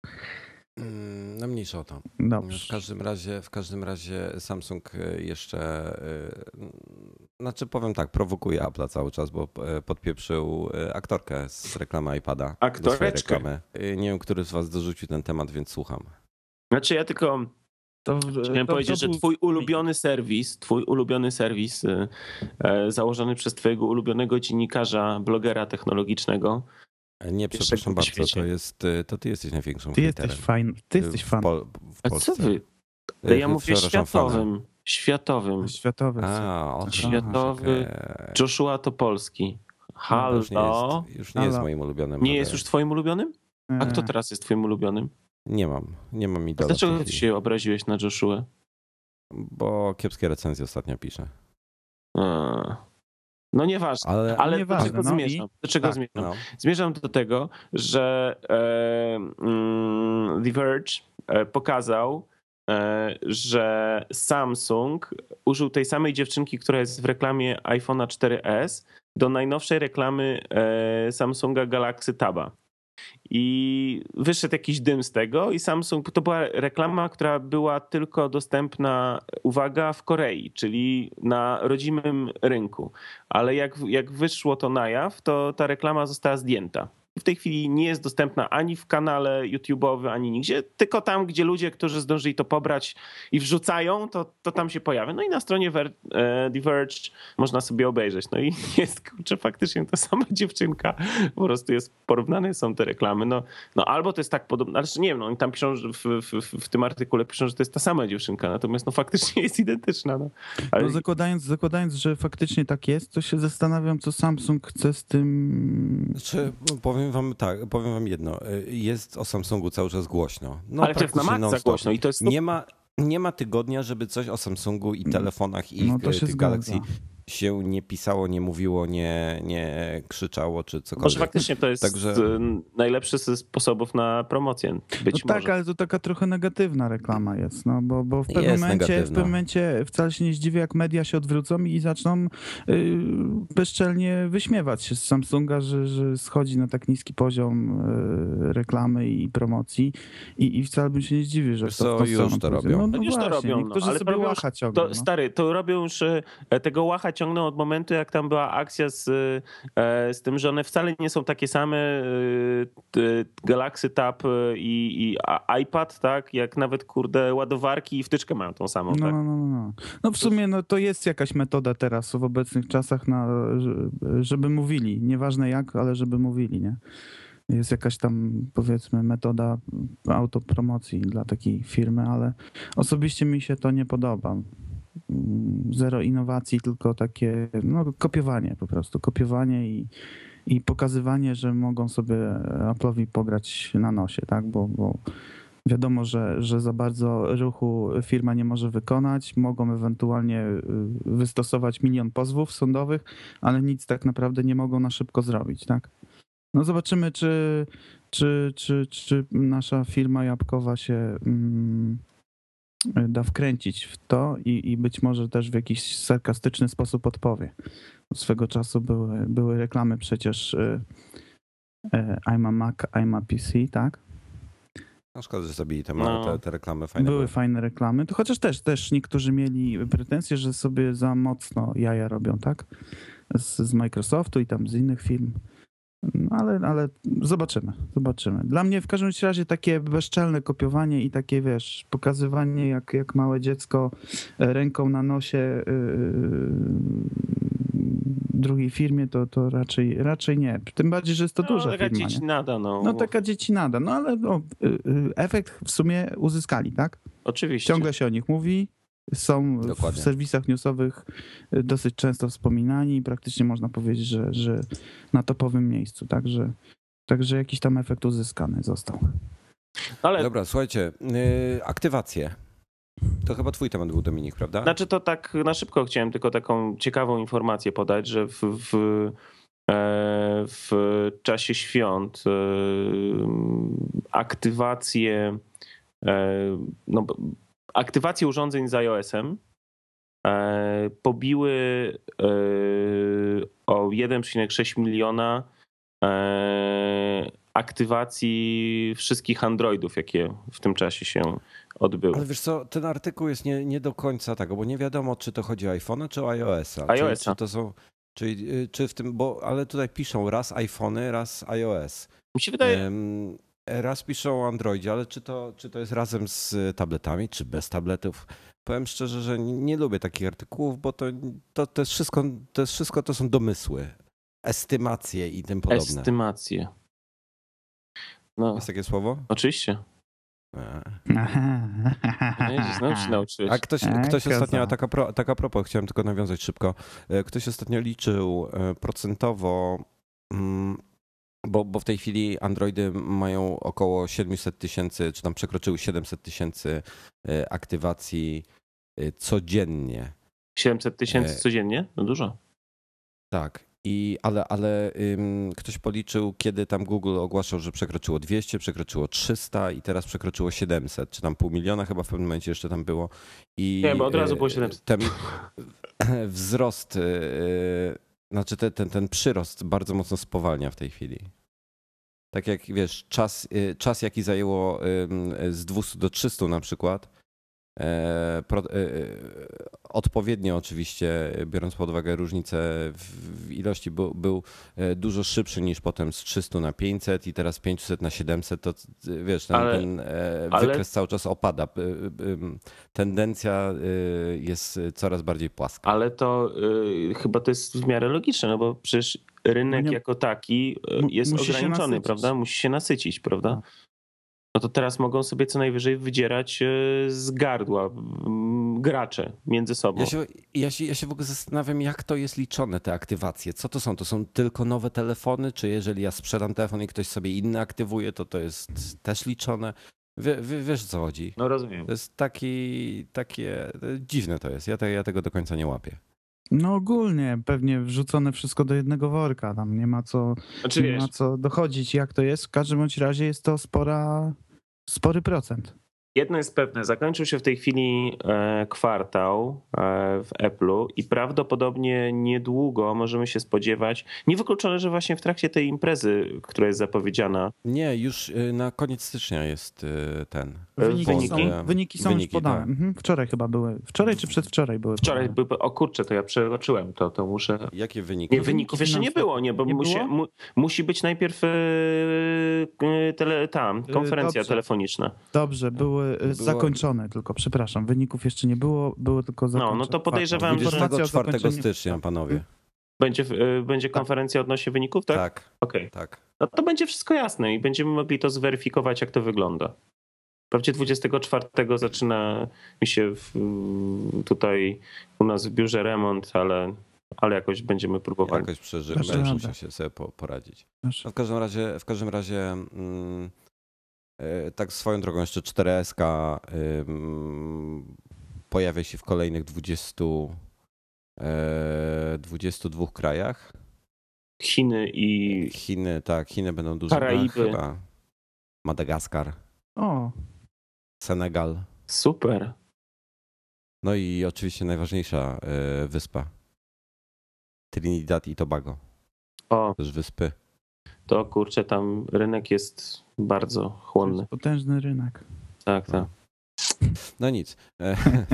Mm, No mniejsza o to. Dobrze. W każdym razie, w każdym razie Samsung y, jeszcze, y, znaczy powiem tak, prowokuje Apple'a cały czas, bo y, podpieprzył y, aktorkę z reklamy iPada. do swojej Aktoreczkę. reklamy. Y, Nie wiem, który z was dorzucił ten temat, więc słucham. Znaczy ja tylko To, chciałem to- powiedzieć, to że był- twój ulubiony serwis, twój ulubiony serwis y, e, założony przez twojego ulubionego dziennikarza, blogera technologicznego. E, Nie, Jeszcze przepraszam w bardzo, świecie. to jest, y, to ty jesteś największą Ty jesteś hejterem. fajny, ty jesteś w, fan. Pol- w A Polsce. co wy? Y, Ja mówię przepraszam, światowym. fanem. Światowym. Światowy. A, o to Światowy okej. Joshua Topolski. No, to Halo. już nie jest, już nie jest Halo. moim ulubionym. Nie ale jest już twoim ulubionym? A kto E, teraz jest twoim ulubionym? Nie mam, nie mam A idola. w dlaczego tej ty chwili. się obraziłeś na Joshua? Bo kiepskie recenzje ostatnio piszę. A. No nieważne. Ale, Ale nieważne, do czego no i- zmierzam? Do czego tak, zmierzam? no. Zmierzam do tego, że e, mm, The Verge e, pokazał, e, że Samsung użył tej samej dziewczynki, która jest w reklamie iPhone'a cztery S do najnowszej reklamy e, Samsunga Galaxy Taba. I wyszedł jakiś dym z tego i Samsung, to była reklama, która była tylko dostępna, uwaga, w Korei, czyli na rodzimym rynku. Ale jak, jak wyszło to na jaw, to ta reklama została zdjęta. w tej chwili nie jest dostępna ani w kanale YouTube'owym, ani nigdzie, tylko tam, gdzie ludzie, którzy zdążyli to pobrać i wrzucają, to, to tam się pojawia. No i na stronie Ver- The Verge można sobie obejrzeć. No i jest, kurczę, faktycznie ta sama dziewczynka. Po prostu jest porównane są te reklamy. No, no albo to jest tak podobne, ale nie wiem, no oni tam piszą, że w, w, w tym artykule piszą, że to jest ta sama dziewczynka, natomiast no faktycznie jest identyczna. No. Ale... No zakładając, zakładając, że faktycznie tak jest, to się zastanawiam, co Samsung chce z tym... Znaczy, powiem wam tak, powiem wam jedno. Jest o Samsungu cały czas głośno. No, ale to jest na maksa głośno i to jest... Nie ma, nie ma tygodnia, żeby coś o Samsungu i telefonach i no to się tych zgadza. Galaxy się nie pisało, nie mówiło, nie, nie krzyczało czy cokolwiek. Może faktycznie to jest Także... najlepszy ze sposobów na promocję. Być no może. tak, ale to taka trochę negatywna reklama jest, no bo, bo w pewnym Jest momencie, w negatywna. pewnym momencie wcale się nie zdziwię, jak media się odwrócą i zaczną yy, bezczelnie wyśmiewać się z Samsunga, że, że schodzi na tak niski poziom yy, reklamy i promocji i, i wcale bym się nie zdziwił, że Wiesz to, co, to już to robią. No, No no już to właśnie, robią, niektórzy no, ale sobie robią łacha już, ciągną. to, no. Stary, to robią już, e, tego łacha ciągną od momentu, jak tam była akcja z, e, z tym, że one wcale nie są takie same, e, t, Galaxy Tab i, i a- iPad, tak, jak nawet, kurde, ładowarki i wtyczkę mają tą samą, No, tak? no, no, no. No w sumie no, to jest jakaś metoda teraz w obecnych czasach, na, żeby mówili. Nieważne jak, ale żeby mówili, nie? Jest jakaś tam, powiedzmy, metoda autopromocji dla takiej firmy, ale osobiście mi się to nie podoba. Zero innowacji, tylko takie no, kopiowanie po prostu. Kopiowanie i, i pokazywanie, że mogą sobie Apple'owi pograć na nosie, tak? Bo, bo wiadomo, że, że za bardzo ruchu firma nie może wykonać. Mogą ewentualnie wystosować milion pozwów sądowych, ale nic tak naprawdę nie mogą na szybko zrobić, tak? No zobaczymy, czy, czy, czy, czy nasza firma jabłkowa się mm, da wkręcić w to i, i być może też w jakiś sarkastyczny sposób odpowie. Swego czasu były, były reklamy przecież y, y, I'm a Mac, I'm a P C, tak? No szkoda, że zabili te, No. te, te reklamy fajne. Były były. fajne reklamy, to chociaż też, też niektórzy mieli pretensje, że sobie za mocno jaja robią, tak? Z, z Microsoftu i tam z innych firm. No ale, ale zobaczymy, zobaczymy. Dla mnie w każdym razie takie bezczelne kopiowanie i takie, wiesz, pokazywanie jak, jak małe dziecko ręką na nosie yy, drugiej firmie, to, to raczej, raczej nie. Tym bardziej, że jest to no, duża taka firma. dzieci Nie? nada, no. No taka dzieci nada, no ale no, yy, efekt w sumie uzyskali, tak? Oczywiście. Ciągle się o nich mówi, są Dokładnie. w serwisach newsowych dosyć często wspominani i praktycznie można powiedzieć, że, że na topowym miejscu, także, także jakiś tam efekt uzyskany został. Ale Dobra, słuchajcie, yy, aktywacje. To chyba twój temat był, Dominik, prawda? znaczy to tak na szybko chciałem tylko taką ciekawą informację podać, że w, w, e, w czasie świąt e, aktywacje e, no, aktywacje urządzeń z iOS-em e, pobiły e, o jeden przecinek sześć miliona e, aktywacji wszystkich Androidów, jakie w tym czasie się odbyły. Ale wiesz co, ten artykuł jest nie, nie do końca tak, bo nie wiadomo, czy to chodzi o iPhone'a, czy o iOS-a. iOS-a. Czy, czy to są, czyli, y, czy w tym, bo, ale tutaj piszą raz iPhony, raz iOS. Mi się wydaje, Ym, raz piszą o Androidzie, ale czy to, czy to jest razem z tabletami, czy bez tabletów? Powiem szczerze, że nie, nie lubię takich artykułów, bo to, to, to, jest wszystko, to jest wszystko to są domysły, estymacje i tym podobne. estymacje. No, Jest takie słowo? oczywiście. E. Widzisz, znowu się nauczyłeś. A ktoś, E, ktoś koza. ostatnio, taka, pro, taka propos, chciałem tylko nawiązać szybko, E, ktoś ostatnio liczył e, procentowo, mm, bo, bo w tej chwili Androidy mają około siedemset tysięcy, czy tam przekroczyły siedemset tysięcy e, aktywacji e, codziennie. siedemset tysięcy E, codziennie? No dużo. Tak. I, ale ale ym, ktoś policzył, kiedy tam Google ogłaszał, że przekroczyło dwieście, przekroczyło trzysta i teraz przekroczyło siedemset, czy tam pół miliona chyba w pewnym momencie jeszcze tam było. I Nie, bo od razu y, było siedemset. Ten wzrost, y, znaczy ten, ten, ten przyrost bardzo mocno spowalnia w tej chwili. Tak jak wiesz, czas, y, czas jaki zajęło y, z dwieście do trzystu na przykład, E, pro, e, odpowiednio oczywiście, biorąc pod uwagę różnicę w, w ilości, był, był dużo szybszy niż potem z trzystu na pięćset i teraz z pięćset na siedemset, to wiesz, ten, ale, ten e, ale... wykres cały czas opada. E, e, tendencja e, jest coraz bardziej płaska. Ale to y, chyba to jest w miarę logiczne, no bo przecież rynek Nie, jako taki y, jest musi się ograniczony, nasycić. prawda? Musi się nasycić, prawda? No. No to teraz mogą sobie co najwyżej wydzierać y, z gardła y, gracze między sobą. Ja się, ja, się, ja się w ogóle zastanawiam, jak to jest liczone, te aktywacje. Co to są? To są tylko nowe telefony? Czy jeżeli ja sprzedam telefon i ktoś sobie inny aktywuje, to to jest też liczone? Wie, wie, wiesz, o co chodzi? No rozumiem. To jest taki, takie, dziwne to jest. Ja, te, ja tego do końca nie łapię. No ogólnie pewnie wrzucone wszystko do jednego worka, tam nie ma co, Znaczy, nie wiesz, ma co dochodzić jak to jest. W każdym bądź razie jest to spora, spory procent. jedno jest pewne, zakończył się w tej chwili e, kwartał e, w Apple'u i prawdopodobnie niedługo możemy się spodziewać, niewykluczone, że właśnie w trakcie tej imprezy, która jest zapowiedziana. Nie, już na koniec stycznia jest ten. Wyniki, Wyniki? są, wyniki są Wyniki, już podane. tak. Mhm. Wczoraj chyba były. Wczoraj czy przedwczoraj były Wczoraj, podane. by, o kurczę, to ja przeoczyłem, to, to muszę... Jakie wyniki? Nie, wyników jeszcze nie było, nie, bo Nie musi, było? mu, musi być najpierw e, tele, tam, konferencja Dobrze. telefoniczna. Dobrze, były Było- zakończone tylko, przepraszam. Wyników jeszcze nie było, było tylko zakończone. no to podejrzewam, że- Informacja o dwudziestego czwartego zakończeniu- stycznia, panowie. Będzie, e, będzie konferencja odnośnie wyników, tak? Tak, Okej. tak. No to będzie wszystko jasne i będziemy mogli to zweryfikować, jak to wygląda. Wprawdzie dwudziestego czwartego zaczyna mi się w, tutaj u nas w biurze remont, ale, ale jakoś będziemy próbowali. Jakoś przeży... Dasz będziesz radę. musiał się sobie po- poradzić. Proszę. No w każdym razie, w każdym razie mm, e, tak swoją drogą jeszcze cztery S ym, pojawia się w kolejnych dwudziestu, e, dwudziestu dwóch krajach. Chiny i Chiny, tak, Chiny będą duże. Karaiby. Chyba Madagaskar, O, Senegal. super. No i oczywiście najważniejsza e, wyspa. Trinidad i Tobago. O, Też wyspy. to kurczę, tam rynek jest bardzo to chłonny. jest potężny rynek. Tak, tak. No nic. E,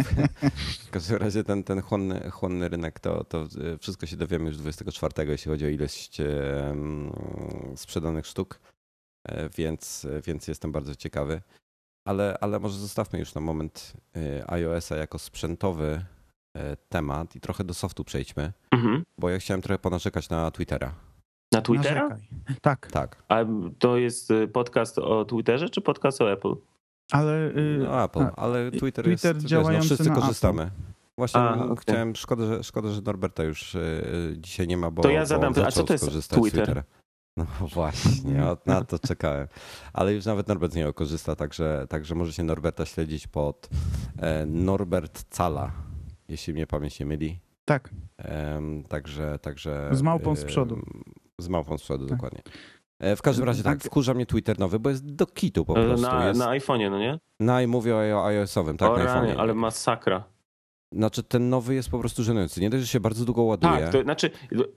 W każdym razie ten, ten chłonny, chłonny rynek, to, to wszystko się dowiemy już dwudziestego czwartego, jeśli chodzi o ilość em, sprzedanych sztuk, E, więc, więc jestem bardzo ciekawy. Ale, ale może zostawmy już na moment e, iOS-a jako sprzętowy e, temat i trochę do softu przejdźmy, Mhm. bo ja chciałem trochę ponarzekać na Twittera. Na Twittera? Narzekaj. Tak, Tak, A to jest y, podcast o Twitterze czy podcast o Apple? ale y, no Apple, a, ale Twitter, Twitter jest, wiesz, no działający wszyscy na korzystamy. Właśnie A, okej. chciałem, szkoda że, szkoda, że Norberta już y, dzisiaj nie ma, bo, To ja bo zadam on pytanie, a co zaczął to jest skorzystać z Twitter? Twittera. No właśnie, o- na to czekałem. Ale już nawet Norbert z niego korzysta, także, także możecie Norberta śledzić pod e, Norbert Cala, jeśli mnie pamięć nie myli. tak. Em, także, także. Z małpą z em, przodu. Z małpą z przodu, Tak. dokładnie. E, W każdym razie tak, Tak. wkurza mnie Twitter nowy, bo jest do kitu po E, prostu. Na, jest, na iPhone'ie, no nie? no i mówię o iOS-owym, tak, o na rany, iPhone'ie. ale masakra. Znaczy ten nowy jest po prostu żenujący. Nie dość, że się bardzo długo ładuje. Tak, to znaczy,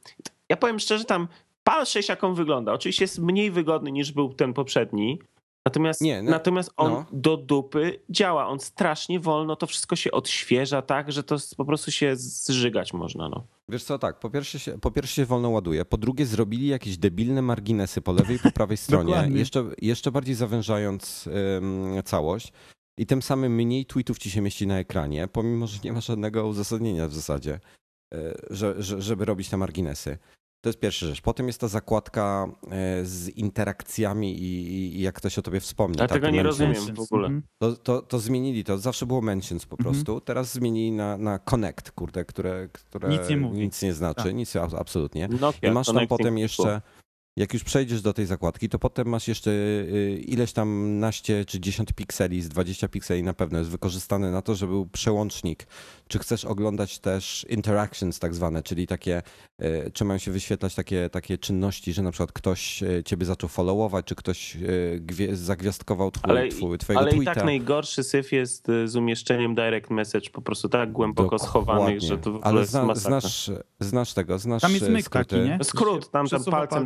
ja powiem szczerze, tam pal sześć jak on wygląda. Oczywiście jest mniej wygodny niż był ten poprzedni. Natomiast, Nie, no- natomiast on no. do dupy działa. On strasznie wolno, to wszystko się odświeża tak, że to po prostu się zżygać można. No. Wiesz co, tak, po pierwsze, się, po pierwsze się wolno ładuje, po drugie zrobili jakieś debilne marginesy po lewej i po prawej stronie, Dokładnie. jeszcze, jeszcze bardziej zawężając ym, całość i tym samym mniej tweetów ci się mieści na ekranie, pomimo, że nie ma żadnego uzasadnienia w zasadzie, y, że, że, żeby robić te marginesy. To jest pierwsza rzecz. Potem jest ta zakładka y, z interakcjami i, i jak ktoś o tobie wspomni. Ja tak, tego nie mentions. rozumiem w ogóle. Mhm. To, to, to zmienili, to zawsze było mentions po Mhm. prostu. Teraz zmienili na, na connect, kurde, które, które Nic nie mówi. nic nie znaczy, Tak. nic a- absolutnie. Nokia, I masz tam Connecting potem People. jeszcze, jak już przejdziesz do tej zakładki, to potem masz jeszcze y, ileś tam naście czy dziesiąt pikseli, z dwadzieścia pikseli na pewno jest wykorzystane na to, żeby był przełącznik. Czy chcesz oglądać też interactions tak zwane, czyli takie, y, czy mają się wyświetlać takie, takie czynności, że na przykład ktoś y, ciebie zaczął followować, czy ktoś y, gwie, zagwiazdkował twój, Ale, twój, twojego ale i tweeta. tak najgorszy syf jest y, z umieszczeniem direct message po prostu tak głęboko schowanych, Dokładnie. że to w ogóle Ale jest zna, masakra. znasz, znasz tego, znasz Tam jest e, myk taki, skróty. nie? Skrót, tam, tam Przesuwa palcem do góry,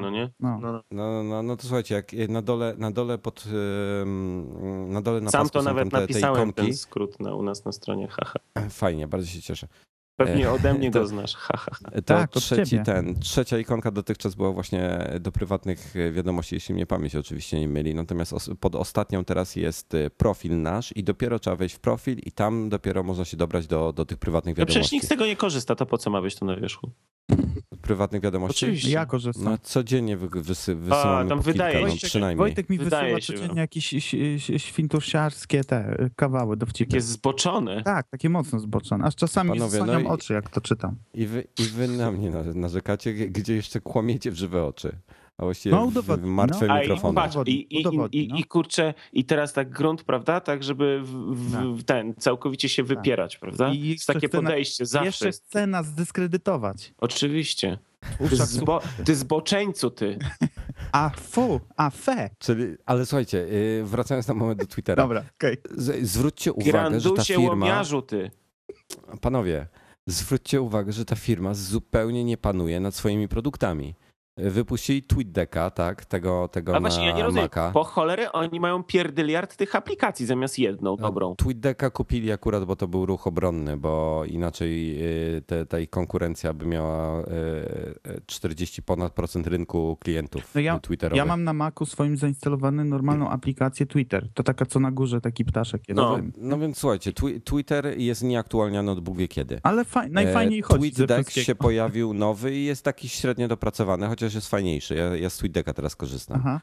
no nie? No. No, no. No, no, no to słuchajcie, jak na dole, na dole pod ym, na dole na Sam pasku to są nawet tam te, te napisałem ikonki. ten skrót na, u nas na stronie, haha. Fajnie, bardzo się cieszę. Pewnie ode mnie to- go znasz, haha. To Tak, od trzeci ciebie. ten, trzecia ikonka dotychczas była właśnie do prywatnych wiadomości, jeśli mnie pamięć oczywiście nie myli. Natomiast os- pod ostatnią teraz jest y, profil nasz i dopiero trzeba wejść w profil i tam dopiero można się dobrać do, do tych prywatnych No przecież wiadomości. nikt z tego nie korzysta, to po co ma być to na wierzchu? Prywatnych wiadomości? Oczywiście. Ja korzystam. No codziennie wy, wysy, wysyłamy tam po wydaje kilka, no, się. przynajmniej. Wojtek mi Wydaje wysyła się, codziennie no. jakieś ś- ś- świntusiarskie te y, kawały dowcipy. Takie zboczone. Tak, takie mocno zboczone. Aż czasami Panowie, zasłaniam no i- oczy, jak to czytam. I wy, I wy na mnie na- narzekacie, g- gdzie jeszcze kłamiecie w żywe oczy. A właściwie No, w, w udowodnij, martwe no. A i mikrofony. patrz, Udowodnij, i, i, udowodnij, i, no. i kurczę, i teraz tak grunt, prawda? Tak, żeby w, w, Tak. w ten całkowicie się wypierać, prawda? I Jest takie jeszcze chce na- podejście zawsze. Jeszcze Jest. chce nas zdyskredytować. Oczywiście. Ty, Uszach zbo, ty zboczeńcu, ty. A fu, a fe. Czyli, ale słuchajcie, yy, wracając na moment do Twittera. Dobra, okej. Z, zwróćcie uwagę, że ta Grandusie firma... łomiarzu, ty. Panowie, zwróćcie uwagę, że ta firma zupełnie nie panuje nad swoimi produktami. Wypuścili TweetDecka, tak, tego, tego A właśnie, ja nie na rozumiem. Maca. Po cholerę oni mają pierdyliard tych aplikacji zamiast jedną dobrą. TweetDecka kupili akurat, bo to był ruch obronny, bo inaczej y, te, ta ich konkurencja by miała y, y, czterdzieści ponad procent rynku klientów No ja- twitterowych. Ja mam na Macu swoim zainstalowaną normalną aplikację Twitter. To taka, co na górze, taki ptaszek jest. No. No więc słuchajcie, twi- Twitter jest nieaktualniany od Bóg wie kiedy. Ale faj, najfajniej chodzi ze TweetDeck wszystkiego. się pojawił nowy i jest taki średnio dopracowany, chociaż jest fajniejszy. Ja, ja z TweetDecka teraz korzystam. Aha.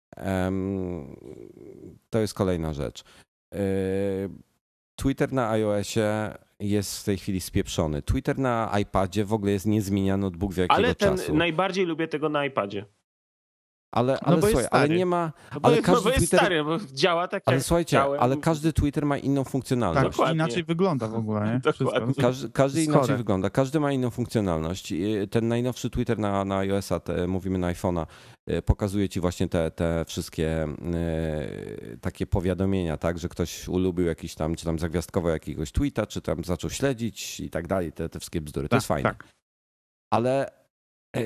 Em, to jest kolejna rzecz. E, Twitter na iOSie jest w tej chwili spieprzony. Twitter na iPadzie w ogóle jest niezmieniany od Bóg wie jakiego Ale ten czasu. najbardziej lubię tego na iPadzie. Ale, ale bo jest słuchaj, ale stary. nie ma... No bo, Ale no każdy bo jest Twitter- stary, bo działa tak Ale jak słuchajcie, chciałem. ale każdy Twitter ma inną Tak, funkcjonalność. Dokładnie. inaczej wygląda w ogóle, nie? Dokładnie. Wszystko. Każdy, każdy jest inaczej chore. wygląda, każdy ma inną funkcjonalność. I ten najnowszy Twitter na, na iOS-a, te, mówimy na iPhone'a, e, pokazuje ci właśnie te, te wszystkie e, takie powiadomienia, tak, że ktoś ulubił jakiś tam, czy tam zagwiazdkowo jakiegoś tweeta, czy tam zaczął śledzić i tak dalej, te, te wszystkie bzdury. To Tak, jest fajne. tak. Ale e,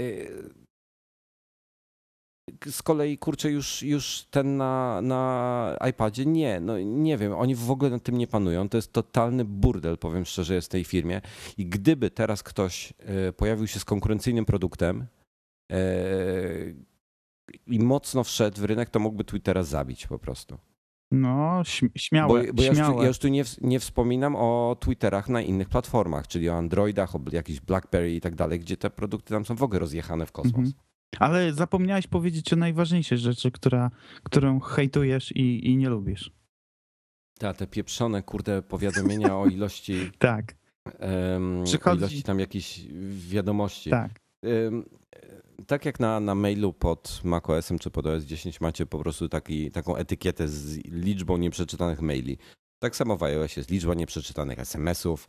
z kolei, kurczę, już, już ten na, na iPadzie nie, no nie wiem, oni w ogóle nad tym nie panują. To jest totalny burdel, powiem szczerze, jest w tej firmie. I gdyby teraz ktoś e, pojawił się z konkurencyjnym produktem e, i mocno wszedł w rynek, to mógłby Twittera zabić po prostu. No, śm- śmiałe, Bo, bo ja, już tu, śmiałe. ja już tu nie, w- nie wspominam o Twitterach na innych platformach, czyli o Androidach, o jakichś BlackBerry i tak dalej, gdzie te produkty tam są w ogóle rozjechane w kosmos. Mhm. Ale zapomniałeś powiedzieć o najważniejszej rzeczy, która, którą hejtujesz i, i nie lubisz. Ta, te pieprzone, kurde, powiadomienia o ilości, Tak, em, o Przychodzi- ilości tam jakichś wiadomości. tak. Em, tak jak na, na mailu pod macOS-em czy pod O S dziesięć macie po prostu taki, taką etykietę z liczbą nieprzeczytanych maili. Tak samo w iOSie jest liczba nieprzeczytanych es em esów.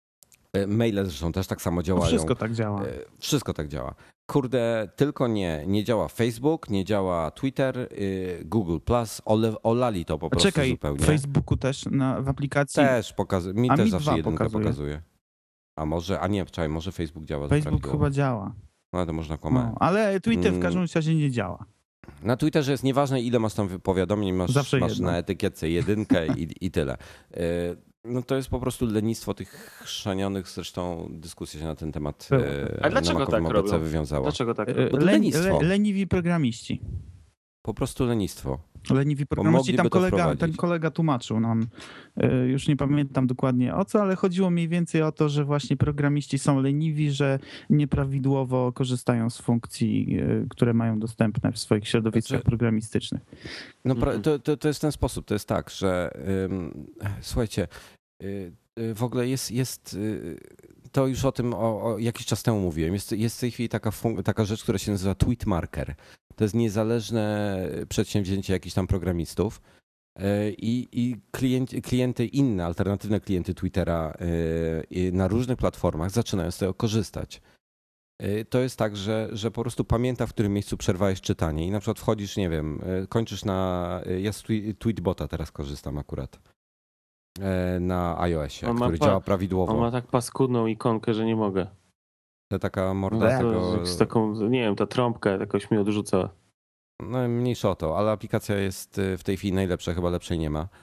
E, Maile zresztą też tak samo No działają. wszystko tak działa. E, Wszystko tak działa. Kurde, tylko nie, nie działa Facebook, nie działa Twitter, y, Google Plus, ole, olali to po prostu Czekaj, zupełnie. w Facebooku też na, w aplikacji Też pokazuje, mi A też mi zawsze dwa jedynka pokazuje. pokazuje. A może, a nie, czekaj, może Facebook działa. Facebook prawidłowo. chyba działa. No to można kłamać. No, ale Twitter w Mm. każdym razie nie działa. Na Twitterze jest nieważne, ile masz tam powiadomień, masz, Zawsze masz jedno. na etykietce jedynkę i, i tyle. Y, No to jest po prostu lenistwo tych chrzanionych, zresztą dyskusja się na ten temat Było. y, A dlaczego na Makowym tak O B C robią? wywiązała. Dlaczego tak? E, Bo to Len, lenistwo. le, leniwi programiści. Po prostu lenistwo. Leniwi programiści. mogliby Tam to kolega, wprowadzić. ten kolega tłumaczył nam, e, już nie pamiętam dokładnie o co, ale chodziło mniej więcej o to, że właśnie programiści są leniwi, że nieprawidłowo korzystają z funkcji, e, które mają dostępne w swoich środowiskach Znaczy- programistycznych. No pra- Mhm. to, to, to jest ten sposób, to jest tak, że ym, słuchajcie, y, y, w ogóle jest, jest y, to już o tym o, o jakiś czas temu mówiłem, jest, jest w tej chwili taka, fun- taka rzecz, która się nazywa Tweet Marker. To jest niezależne przedsięwzięcie jakichś tam programistów y, i, i klienci, klienty, inne alternatywne klienty Twittera y, y, na różnych platformach zaczynają z tego korzystać. Y, To jest tak, że, że po prostu pamięta, w którym miejscu przerwałeś czytanie i na przykład wchodzisz, nie wiem, y, kończysz na... y, Ja z Twi- Tweetbota teraz korzystam akurat y, na iOSie, On ma który pa- działa On prawidłowo. ma tak paskudną ikonkę, że nie mogę. To taka morda Bleh. tego... Z taką, nie wiem, ta trąbka jakoś mi odrzuca. No mniejsza o to, ale aplikacja jest w tej chwili najlepsza, chyba lepszej nie ma.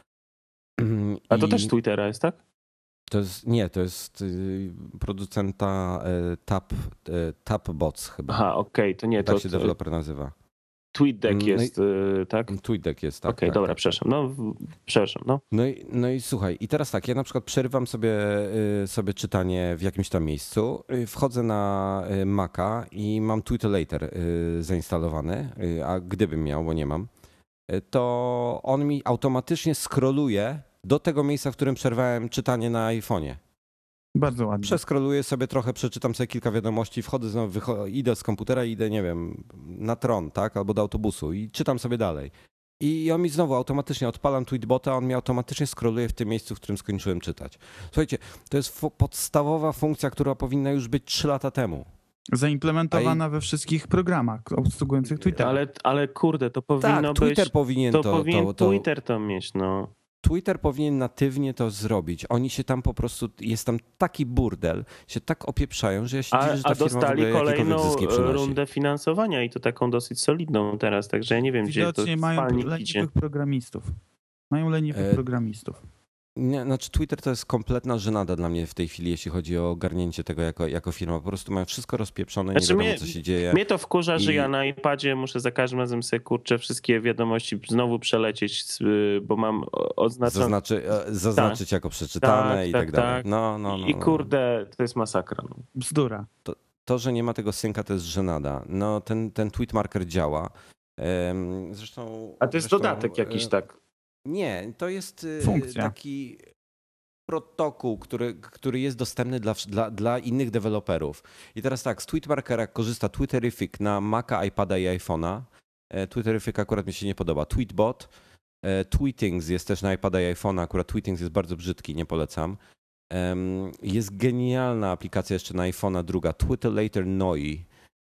A to I też Twittera jest, tak? To jest, nie, to jest y, producenta y, Tap, y, Tapbots chyba. Aha, okej, okay, to nie, Tak to, się to deweloper nazywa. TweetDeck No i- jest, y, tak? TweetDeck jest, tak. Okej, tak, dobra, tak, przepraszam. No, w- przepraszam, no. No i, no i słuchaj, i teraz tak, ja na przykład przerywam sobie, y, sobie czytanie w jakimś tam miejscu, y, wchodzę na y, Maca i mam Twitter y, zainstalowany, y, a gdybym miał, bo nie mam, y, to on mi automatycznie scrolluje do tego miejsca, w którym przerwałem czytanie na iPhone'ie. Bardzo ładnie. Przeskroluję sobie trochę, przeczytam sobie kilka wiadomości, wchodzę znowu, wycho- idę z komputera i idę, nie wiem, na tron, tak, albo do autobusu i czytam sobie dalej. I on mi znowu automatycznie odpalam tweetbota, on mi automatycznie scrolluje w tym miejscu, w którym skończyłem czytać. Słuchajcie, to jest fo- podstawowa funkcja, która powinna już być trzy lata temu. Zaimplementowana we wszystkich programach obsługujących Twittera. Ale, ale kurde, to powinno Tak, być... Twitter powinien to, to, powinien to, to, Twitter to mieć, no. Twitter powinien natywnie to zrobić. Oni się tam po prostu, jest tam taki burdel, się tak opieprzają, że ja się A, dziwię, że ta a firma w dostali ogóle jakiekolwiek kolejną zyski e, przynosi. rundę finansowania i to taką dosyć solidną teraz, także ja nie wiem, gdzie to Widocznie mają spalnik idzie. leniwych programistów. Mają leniwych E, programistów. Nie, znaczy Twitter to jest kompletna żenada dla mnie w tej chwili, jeśli chodzi o ogarnięcie tego jako, jako firma. Po prostu mają wszystko rozpieprzone, Znaczy nie wiadomo mnie- co się dzieje. Mnie to wkurza, że I- ja na iPadzie muszę za każdym razem sobie kurczę wszystkie wiadomości znowu przelecieć, y, bo mam o- oznaczone. Zaznaczy, e, zaznaczyć jako przeczytane Tak, i tak, tak dalej. tak. No, no, no, I no. kurde, to jest masakra. No. Bzdura. To, że nie ma tego synka, to jest żenada. No, ten, ten tweet marker działa. Em, Zresztą. A to jest zresztą, dodatek jakiś, e, tak. Nie, to jest e, Funkcja. taki protokół, który, który jest dostępny dla, wsz- dla, dla innych deweloperów. I teraz tak, z Tweetmarkera korzysta Twitterific na Maca, iPada i iPhone'a. E, Twitterific akurat mi się nie podoba. Tweetbot, e, Tweetings jest też na iPada i iPhone'a. Akurat Tweetings jest bardzo brzydki, nie polecam. Em, Jest genialna aplikacja jeszcze na iPhone'a, druga, Twitter Later Noi.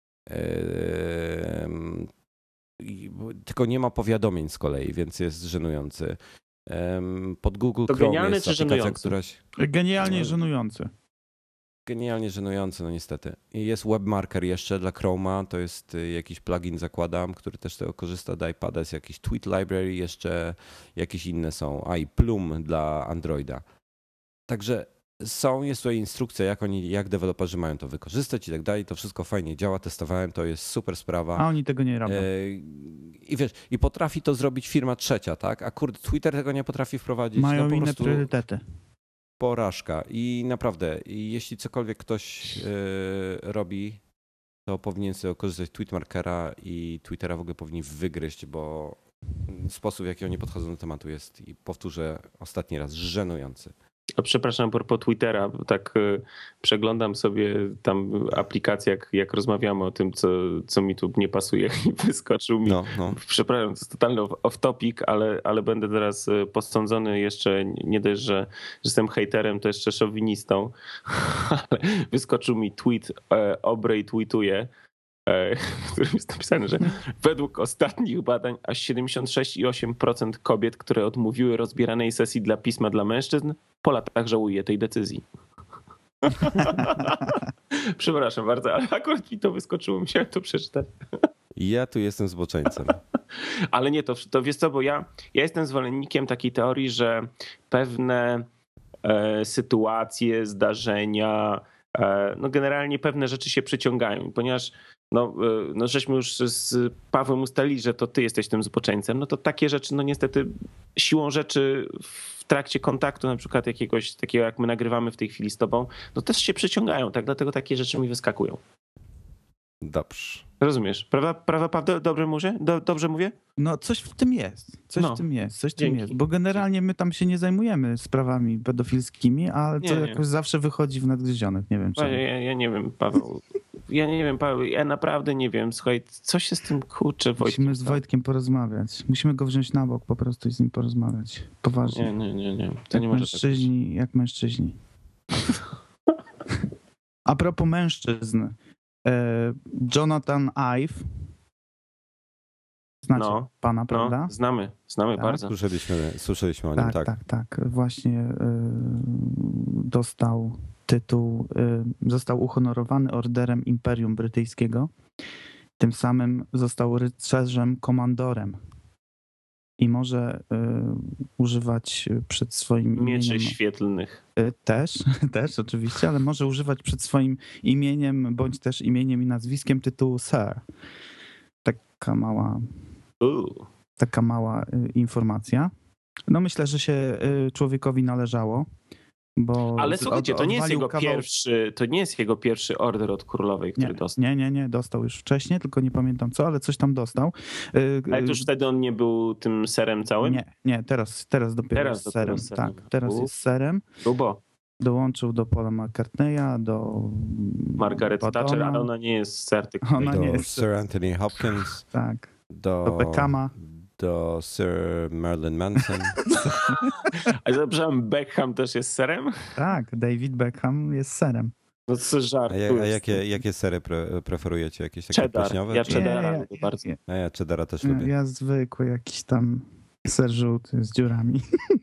Em, i- Tylko nie ma powiadomień z kolei, więc jest żenujący. Em, Pod Google To Chrome genialny jest czy aplikacja, żenujący? któraś Genialnie No. żenujący. genialnie żenujący, no niestety. I jest webmarker jeszcze dla Chroma, to jest y, jakiś plugin, zakładam, który też z tego korzysta do iPada, jest jakiś Tweet Library, jeszcze jakieś inne są, a i Plum dla Androida. Także są, jest tutaj instrukcja, jak oni, jak deweloperzy mają to wykorzystać i tak dalej, to wszystko fajnie działa, testowałem, to jest super sprawa. A oni tego nie robią. E, I wiesz, i potrafi to zrobić firma trzecia, tak? A kurde, Twitter tego nie potrafi wprowadzić. Mają no po inne prostu priorytety. porażka. I naprawdę, i jeśli cokolwiek ktoś e, robi, to powinien sobie korzystać z Tweetmarkera i Twittera w ogóle powinni wygryźć, bo sposób, w jaki oni podchodzą do tematu jest, i powtórzę ostatni raz, żenujący. A przepraszam, a propos Twittera, bo tak y, przeglądam sobie tam aplikację, jak, jak rozmawiamy o tym, co, co mi tu nie pasuje i wyskoczył mi. No, no. Przepraszam, to jest totalny off topic, ale, ale będę teraz y, posądzony jeszcze, nie dość, że, że jestem hejterem, to jeszcze szowinistą, ale wyskoczył mi tweet, e, Obrej tweetuje, e, w którym jest napisane, że według ostatnich badań aż siedemdziesiąt sześć przecinek osiem procent kobiet, które odmówiły rozbieranej sesji dla pisma dla mężczyzn, po latach żałuje tej decyzji. Przepraszam bardzo, ale akurat mi to wyskoczyło, musiałem to przeczytać. Ja tu jestem zboczeńcem. Ale nie, to, to wiesz co, bo ja, ja jestem zwolennikiem takiej teorii, że pewne e, sytuacje, zdarzenia, e, no generalnie pewne rzeczy się przyciągają, ponieważ no, e, no żeśmy już z Pawłem ustalili, że to ty jesteś tym zboczeńcem, no to takie rzeczy, no niestety siłą rzeczy w trakcie kontaktu, na przykład jakiegoś takiego, jak my nagrywamy w tej chwili z tobą, no też się przyciągają, tak? Dlatego takie rzeczy mi wyskakują. Dobrze. Rozumiesz? Prawda, prawda, prawda? Dobrze mówię? Do, dobrze mówię? No coś w tym jest. Coś No. w tym jest. Coś w tym Dzięki. jest. Bo generalnie my tam się nie zajmujemy sprawami pedofilskimi, ale to Nie, nie. jakoś zawsze wychodzi w nadgryzionych. Nie wiem Ja, czemu. ja, ja nie wiem, Paweł. Ja nie wiem, Paweł, ja naprawdę nie wiem. Słuchaj, co się z tym kurczę, Wojtkiem? Musimy z Wojtkiem porozmawiać. Musimy go wziąć na bok po prostu i z nim porozmawiać. Poważnie. Nie, nie, nie, nie. To jak nie może tak być. mężczyźni, jak mężczyźni. A propos mężczyzn. e, Jonathan Ive. Znacie No, pana, prawda? No, znamy, znamy Tak. bardzo. Słyszeliśmy, słyszeliśmy o nim, tak, tak. tak, tak. Właśnie e, dostał tytuł y, został uhonorowany orderem Imperium Brytyjskiego. Tym samym został rycerzem komandorem i może y, używać przed swoim Mieczy imieniem... świetlnych. Y, też, też oczywiście, ale może używać przed swoim imieniem bądź też imieniem i nazwiskiem tytułu Sir. Taka mała, Uuu. taka mała y, informacja. No myślę, że się y, człowiekowi należało. Bo Ale z- słuchajcie, to nie jest odwalił jego kawał- pierwszy, to nie jest jego pierwszy order od królowej, który Nie, dostał. nie, nie, nie, dostał już wcześniej, tylko nie pamiętam co, ale coś tam dostał. Y, Ale to już y, wtedy on nie był tym serem całym? Nie, nie, teraz, teraz dopiero Teraz jest dopiero serem. z serem. Tak, teraz U. jest serem. Grubo. Dołączył do Paula McCartneya, do Margaret Battona. Thatcher, ale ona nie jest ser, tylko Ona do nie jest. Sir Anthony Hopkins, Tak, do, do Beckhama. do Sir Marilyn Manson. A przepraszam, Beckham też jest serem? tak, David Beckham jest serem. No co żart. A, ja, a jakie, jakie sery pre, preferujecie? Jakieś takie Cheddar. pleśniowe? Ja czy- cheddara Nie, lubię bardzo. ja, A ja cheddara też ja, lubię. ja zwykły jakiś tam ser żółty z dziurami.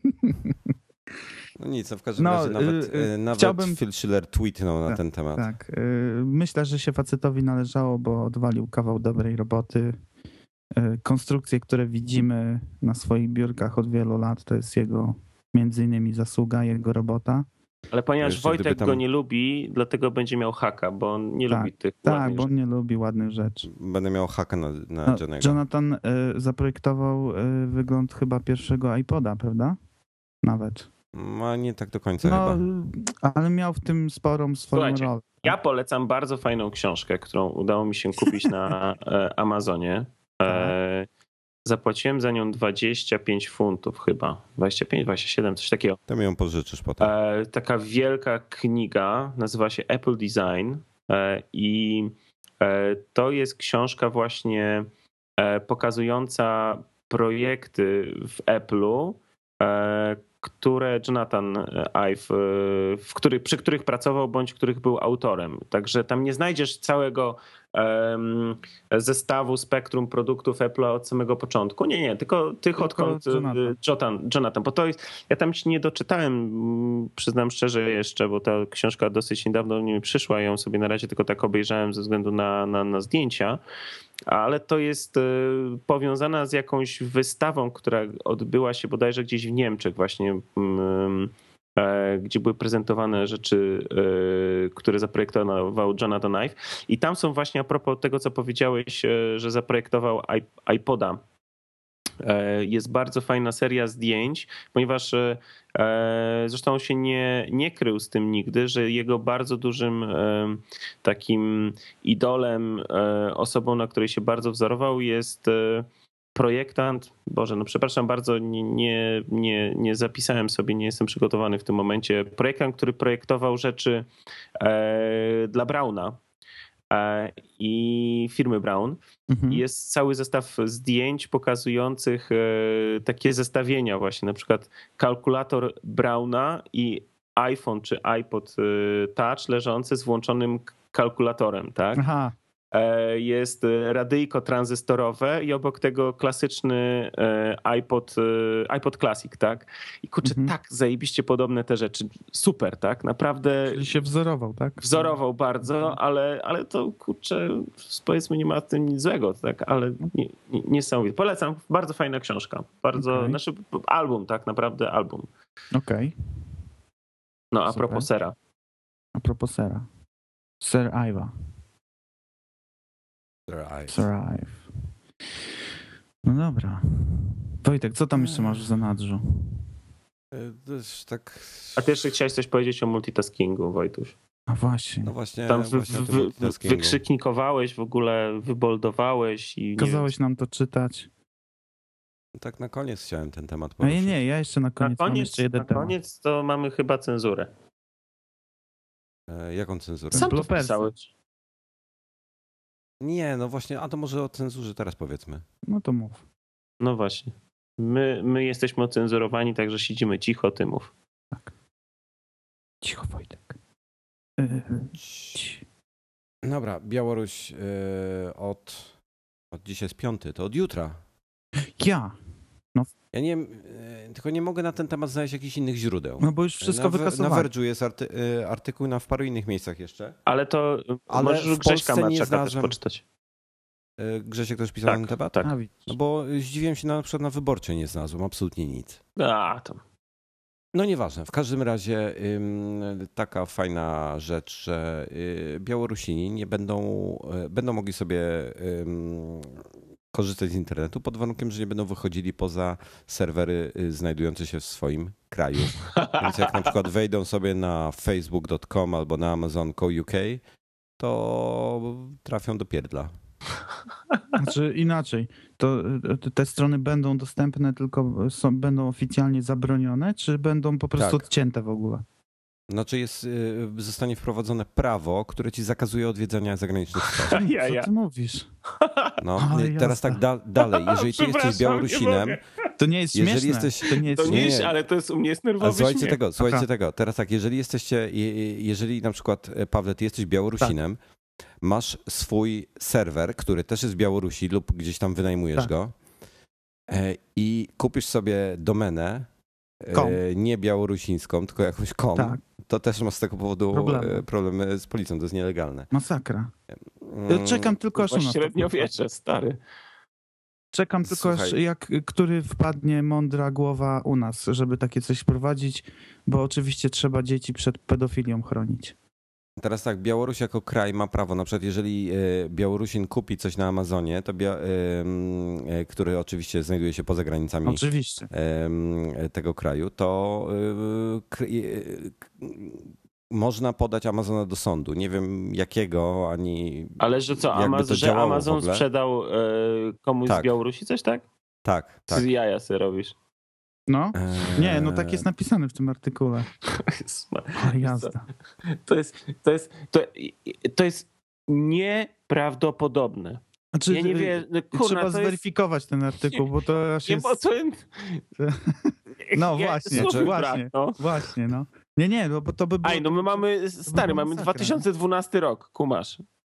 No nic, no w każdym No, razie nawet, y, y, y, nawet chciałbym- Phil Schiller tweetnął na Tak, ten temat. Tak, y, myślę, że się facetowi należało, bo odwalił kawał dobrej roboty. Y, Konstrukcje, które widzimy na swoich biurkach od wielu lat, to jest jego między innymi zasługa, jego robota. Ale ponieważ Jeszcze Wojtek gdyby tam- go nie lubi, dlatego będzie miał haka, bo on nie Tak, lubi tych Tak, ładnych bo on rzeczy. nie lubi ładnych rzeczy. Będę miał haka na, na No, Johnego. Jonathan y, zaprojektował y, wygląd chyba pierwszego iPoda, prawda? Nawet. No nie tak do końca No, chyba. y, ale miał w tym sporą swoją Słuchajcie, rolę. Ja polecam bardzo fajną książkę, którą udało mi się kupić na e, Amazonie. E, zapłaciłem za nią dwadzieścia pięć funtów chyba. dwadzieścia pięć, dwadzieścia siedem, coś takiego. To mi ją pożyczysz potem. E, taka wielka kniga, nazywa się Apple Design e, i e, to jest książka właśnie e, pokazująca projekty w Apple'u, e, które Jonathan Ive, e, w których, przy których pracował bądź których był autorem. Także tam nie znajdziesz całego em, zestawu, spektrum produktów Apple'a od samego początku. Nie, nie, tylko tych Tylko odkąd e, Jonathan. Jonathan, Jonathan, bo to jest, ja tam się nie doczytałem, mm, przyznam szczerze jeszcze, bo ta książka dosyć niedawno mi przyszła, ją sobie na razie tylko tak obejrzałem ze względu na, na, na zdjęcia, ale to jest e, powiązana z jakąś wystawą, która odbyła się bodajże gdzieś w Niemczech właśnie, mm, e, gdzie były prezentowane rzeczy, e, które zaprojektował Jonathan Ive. I tam są właśnie a propos tego, co powiedziałeś, e, że zaprojektował i- iPoda. E, Jest bardzo fajna seria zdjęć, ponieważ e, zresztą on się nie, nie krył z tym nigdy, że jego bardzo dużym e, takim idolem, e, osobą, na której się bardzo wzorował, jest e, projektant, Boże, no przepraszam bardzo, nie, nie, nie, nie zapisałem sobie, nie jestem przygotowany w tym momencie, projektant, który projektował rzeczy e, dla Brauna e, i firmy Braun. Mhm. Jest cały zestaw zdjęć pokazujących e, takie zestawienia właśnie, na przykład kalkulator Brauna i iPhone czy iPod e, Touch leżący z włączonym k- kalkulatorem, tak? Aha, E, Jest e, radyjko tranzystorowe i obok tego klasyczny e, iPod, e, iPod Classic, tak? I kurczę, Mhm. tak zajebiście podobne te rzeczy. Super, tak? Naprawdę czyli się wzorował, tak? wzorował bardzo, ale, ale to kurczę, powiedzmy nie ma w tym nic złego, tak? Ale nie, nie, niesamowite. Polecam, bardzo fajna książka. Bardzo, Okej. znaczy album, tak naprawdę album. Okej, No a Super. propos sera. a propos sera. Sir Iva. Sir Ive. Sir Ive. No dobra. Wojtek, co tam jeszcze masz w zanadrzu? Y, to już tak... A ty jeszcze chciałeś coś powiedzieć o multitaskingu, Wojtuś. A właśnie. No właśnie, Tam wy, właśnie o tym wy, multitaskingu. wykrzyknikowałeś w ogóle, wyboldowałeś i nie Kazałeś nam to czytać. Tak na koniec chciałem ten temat A nie, poruszyć. nie, ja jeszcze na na koniec, mam koniec, jeszcze jeden na temat. koniec to mamy chyba cenzurę. E, Jaką cenzurę? Sam to Blopersy. wpisałeś. Nie, no właśnie, a to może o cenzurze teraz powiedzmy. No to mów. No właśnie. My, my jesteśmy ocenzurowani, także siedzimy cicho, ty mów. Cicho, Wojtek. Yy, ci- Dobra, Białoruś e, od, od dzisiaj jest piąty, to od jutra. Ja. Ja nie, e, tylko nie mogę na ten temat znaleźć jakichś innych źródeł. No bo już wszystko na, Na wykasowali. Verge'u jest arty, e, artykuł na w paru innych miejscach jeszcze. Ale to Ale możesz w Grześka Polsce nie Marczaka też znalazłem- poczytać. E, Grzesiek też pisał Tak, na ten temat? tak. A, widzisz. No bo zdziwiłem się, na przykład na Wyborczej nie znalazłem absolutnie nic. A, to. No nieważne. W każdym razie ym, taka fajna rzecz, że y, Białorusini nie będą, y, będą mogli sobie ym, korzystać z internetu pod warunkiem, że nie będą wychodzili poza serwery y, znajdujące się w swoim kraju. Więc jak na przykład wejdą sobie na facebook kropka com albo na amazon kropka co uk, to trafią do pierdla. Znaczy inaczej, to y, te strony będą dostępne, tylko są, będą oficjalnie zabronione, czy będą po prostu Tak. odcięte w ogóle? Znaczy jest, y, zostanie wprowadzone prawo, które ci zakazuje odwiedzania zagranicznych stron. Ja, Co ja. ty mówisz? No, Ale y, teraz jasne. tak da, dalej. Jeżeli ty jesteś Przepraszam, Białorusinem, nie To nie jest Jeżeli śmieszne. jesteś- To nie jest To Nie, nie śmieszne. jest, nie. ale to jest u mnie jest ale nerwowy słuchajcie śmiech. tego, słuchajcie Aha. tego. Teraz tak, jeżeli jesteście, je- je- jeżeli na przykład, e, Pawle, ty jesteś Białorusinem, masz swój serwer, który też jest w Białorusi lub gdzieś tam wynajmujesz Tak. go e, i kupisz sobie domenę, e, Com. nie białorusińską, tylko jakąś kom, Tak. to też masz z tego powodu Problemy. e, problemy z policją, to jest nielegalne. Masakra. Mm, Czekam tylko aż u Chyba nas to średniowiecze, stary. Czekam tylko, aż Słuchaj. jak, który wpadnie mądra głowa u nas, żeby takie coś wprowadzić, bo oczywiście trzeba dzieci przed pedofilią chronić. Teraz tak, Białoruś jako kraj ma prawo, na przykład jeżeli e, Białorusin kupi coś na Amazonie, to bia, e, m, e, który oczywiście znajduje się poza granicami Oczywiście. em, tego kraju, to y, k- y, k- można podać Amazona do sądu. Nie wiem jakiego, ani... Ale że co, Jakby Amaz to że działało w Amazon ogóle? sprzedał e, komuś Tak. z Białorusi coś, tak? Tak, tak. Ty jaja sobie robisz. No. Nie, no Eee, tak jest napisane w tym artykule. Ale jazda. To jest, to jest, to, to jest nieprawdopodobne. Znaczy, Ja nie wiem, no, kurna, trzeba to jest... zweryfikować ten artykuł, bo to aż Nie, jest... bo to... No Ja- właśnie, słuchaj, właśnie, brat, no. właśnie, no. Nie, nie, no bo to by było... Aj, no my mamy, stary, była mamy masakra. dwa tysiące dwunasty rok, kumasz.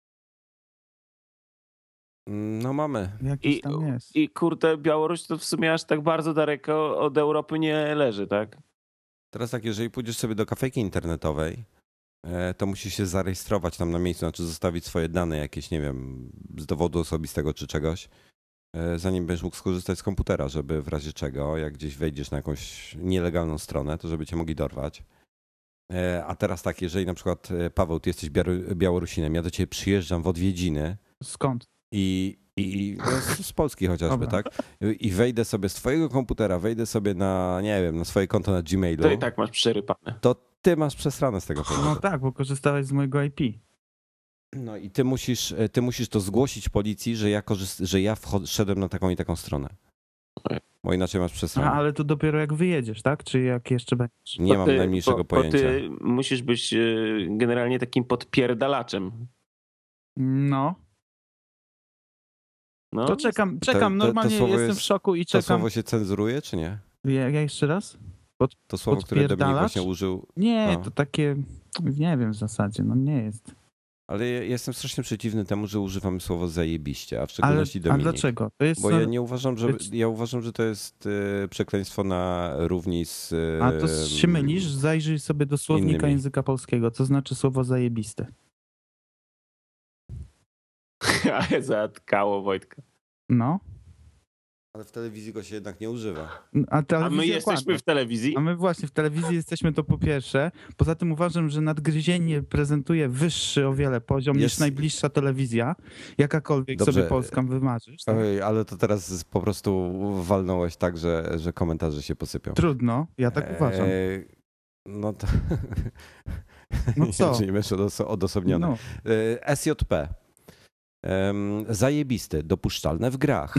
No mamy. Jakiś I, tam jest. I kurde, Białoruś to w sumie aż tak bardzo daleko od Europy nie leży, tak? Teraz tak, jeżeli pójdziesz sobie do kafejki internetowej, e, to musisz się zarejestrować tam na miejscu, znaczy zostawić swoje dane jakieś, nie wiem, z dowodu osobistego czy czegoś, e, zanim będziesz mógł skorzystać z komputera, żeby w razie czego, jak gdzieś wejdziesz na jakąś nielegalną stronę, to żeby cię mogli dorwać. E, A teraz tak, jeżeli na przykład, e, Paweł, ty jesteś Biaru- Białorusinem, ja do ciebie przyjeżdżam w odwiedziny Skąd? i, i no z, z Polski chociażby, Dobra. tak? I wejdę sobie z twojego komputera, wejdę sobie na, nie wiem, na swoje konto na Gmailu, To i tak masz przerypane. to ty masz przesrane z tego powodu. No tak, bo korzystałeś z mojego I P. No i ty musisz, ty musisz to zgłosić policji, że ja, korzyst- że ja wchod- wszedłem na taką i taką stronę. Bo inaczej masz A, przesrane. ale to dopiero jak wyjedziesz, tak? Czy jak jeszcze będziesz? Nie Bo mam ty- najmniejszego bo, pojęcia. Bo ty musisz być e, generalnie takim podpierdalaczem. No, No, to czekam, czekam. to- to Normalnie słowo jestem jest- w szoku i To czekam. słowo się cenzuruje, czy nie? Ja, ja jeszcze raz? To słowo, które Dominik Podpierdalacz? właśnie użył. Nie, No. to takie, nie wiem w zasadzie, no nie jest. Ale ja jestem strasznie przeciwny temu, że używamy słowo zajebiście, a w Ale, szczególności a Dominik. dlaczego? To jest, Bo ja nie uważam, że Być- ja uważam, że to jest e, przekleństwo na równi z. e, a to się mylisz? Zajrzyj sobie do słownika innymi. języka polskiego. Co znaczy słowo zajebiste? Ale zatkało Wojtka. No, Ale w telewizji go się jednak nie używa. a, A telewizja my jesteśmy kłamie. w telewizji? A my właśnie w telewizji jesteśmy to po pierwsze. Poza tym uważam, że nadgryzienie prezentuje wyższy o wiele poziom Jest- niż najbliższa telewizja, jakakolwiek Dobrze. sobie Polską wymarzysz. Tak? Oj, ale to teraz po prostu walnąłeś tak, że, że komentarze się posypią. Trudno, ja tak uważam. Eee, no to. No co? Czyli będziesz odoso- odosobniony. No. Eee, S J P. Em, zajebisty, dopuszczalne w grach.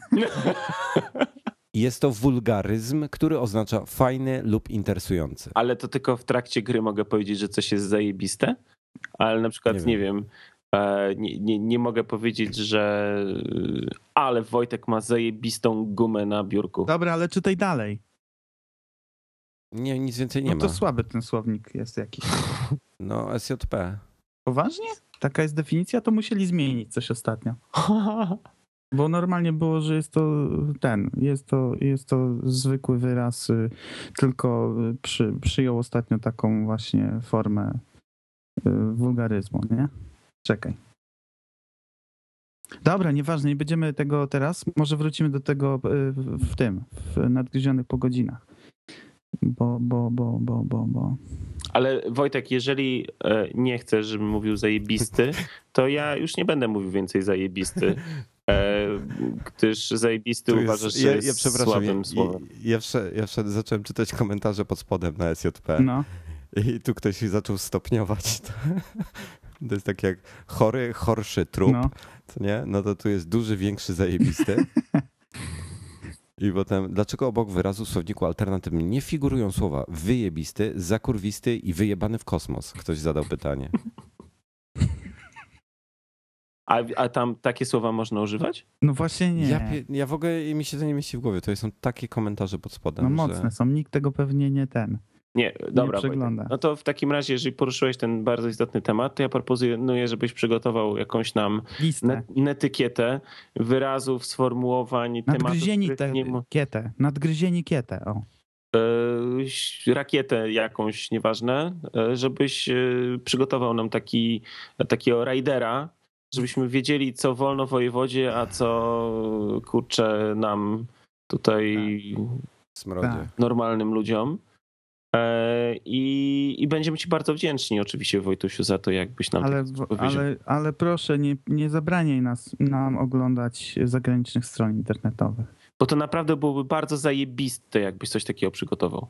Jest to wulgaryzm, który oznacza fajny lub interesujący. Ale to tylko w trakcie gry mogę powiedzieć, że coś jest zajebiste? Ale na przykład, Nie nie wiem. wiem, e, nie, nie, nie mogę powiedzieć, że e, ale Wojtek ma zajebistą gumę na biurku. Dobra, ale czytaj dalej. Nie, nic więcej nie No to ma. słaby ten słownik jest jakiś. No, S J P. Poważnie? Taka jest definicja? To musieli zmienić coś ostatnio. Bo normalnie było, że jest to ten, jest to, jest to zwykły wyraz, y, tylko y, przy, przyjął ostatnio taką właśnie formę y, wulgaryzmu, nie? Czekaj. Dobra, nieważne, nie będziemy tego teraz. Może wrócimy do tego y, w, w tym, w nadgryzionych po godzinach. Bo, bo, bo, bo, bo, bo. Ale Wojtek, jeżeli e, nie chcesz, żebym mówił zajebisty, to ja już nie będę mówił więcej zajebisty. E, gdyż zajebisty Tu jest- uważasz, że ja, jest ja przepraszam, słabym ja, słowem. ja, ja, wszedł, ja wszedł, zacząłem czytać komentarze pod spodem na S J P No. i tu ktoś zaczął stopniować. To, to jest tak jak chory, chorszy trup, No. co nie? No to tu jest duży, większy, zajebisty. I potem, dlaczego obok wyrazu w słowniku alternatywnym nie figurują słowa wyjebisty, zakurwisty i wyjebany w kosmos? Ktoś zadał pytanie. A, a tam takie słowa można używać? No właśnie nie. Ja, pie- ja w ogóle mi się to nie mieści w głowie. To są takie komentarze pod spodem. No że... mocne są, nikt tego pewnie nie ten. Nie, dobra. przegląda. Wojtek. No to w takim razie, jeżeli poruszyłeś ten bardzo istotny temat, to ja proponuję, żebyś przygotował jakąś nam Listę. net, netykietę wyrazów, sformułowań, tematów, Nadgryzieni których tę nie mo- kietę. Nadgryzieni kietę, o. e, rakietę jakąś, nieważne, e, żebyś e, przygotował nam taki, takiego rajdera, żebyśmy wiedzieli, co wolno wojewodzie, a co kurczę nam tutaj Smrodzie. Tak. normalnym ludziom. E, I, I będziemy ci bardzo wdzięczni oczywiście, Wojtusiu, za to, jakbyś nam Ale, tak w- powiedział. ale, ale proszę, nie, nie zabraniaj nas, nam oglądać zagranicznych stron internetowych. Bo to naprawdę byłoby bardzo zajebiste, jakbyś coś takiego przygotował.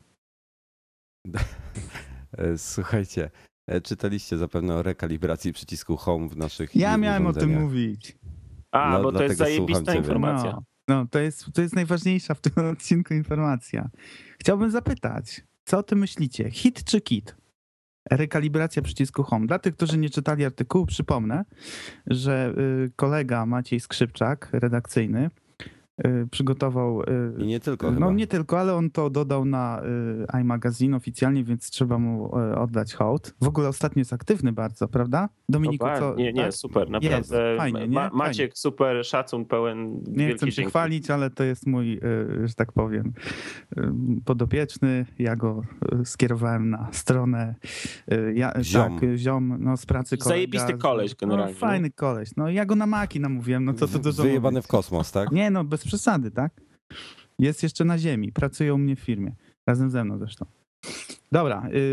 E, Słuchajcie, e, czytaliście zapewne o rekalibracji przycisku Home w naszych Ja miałem o tym urządzeniach. mówić. A, No, bo to jest dlatego słucham zajebista ciebie. informacja. No, no to, jest, to jest najważniejsza w tym odcinku informacja. Chciałbym zapytać, co o tym myślicie? Hit czy kit? Rekalibracja przycisku Home. Dla tych, którzy nie czytali artykułu, przypomnę, że y, kolega Maciej Skrzypczak, redakcyjny, y, przygotował... y, I nie tylko No chyba. nie tylko, ale on to dodał na y, iMagazine oficjalnie, więc trzeba mu y, oddać hołd. W ogóle ostatnio jest aktywny bardzo, prawda? Dominiku, Opa, co? nie, nie, tak? super, naprawdę. fajnie, nie? Ma, Maciek, super, szacun pełen. Nie wielkie chcę się dzięki. chwalić, ale to jest mój, y, że tak powiem, y, podopieczny. Ja go y, skierowałem na stronę. y, Ja, Ziom. Tak, ziom, no z pracy kolega. Zajebisty koleś generalnie, No, fajny koleś. No ja go na maki namówiłem, no co tu dużo Wyjebany mówić. w kosmos, tak? Nie no, bez przesady, tak? Jest jeszcze na ziemi. Pracuje u mnie w firmie. Razem ze mną zresztą. Dobra. Y,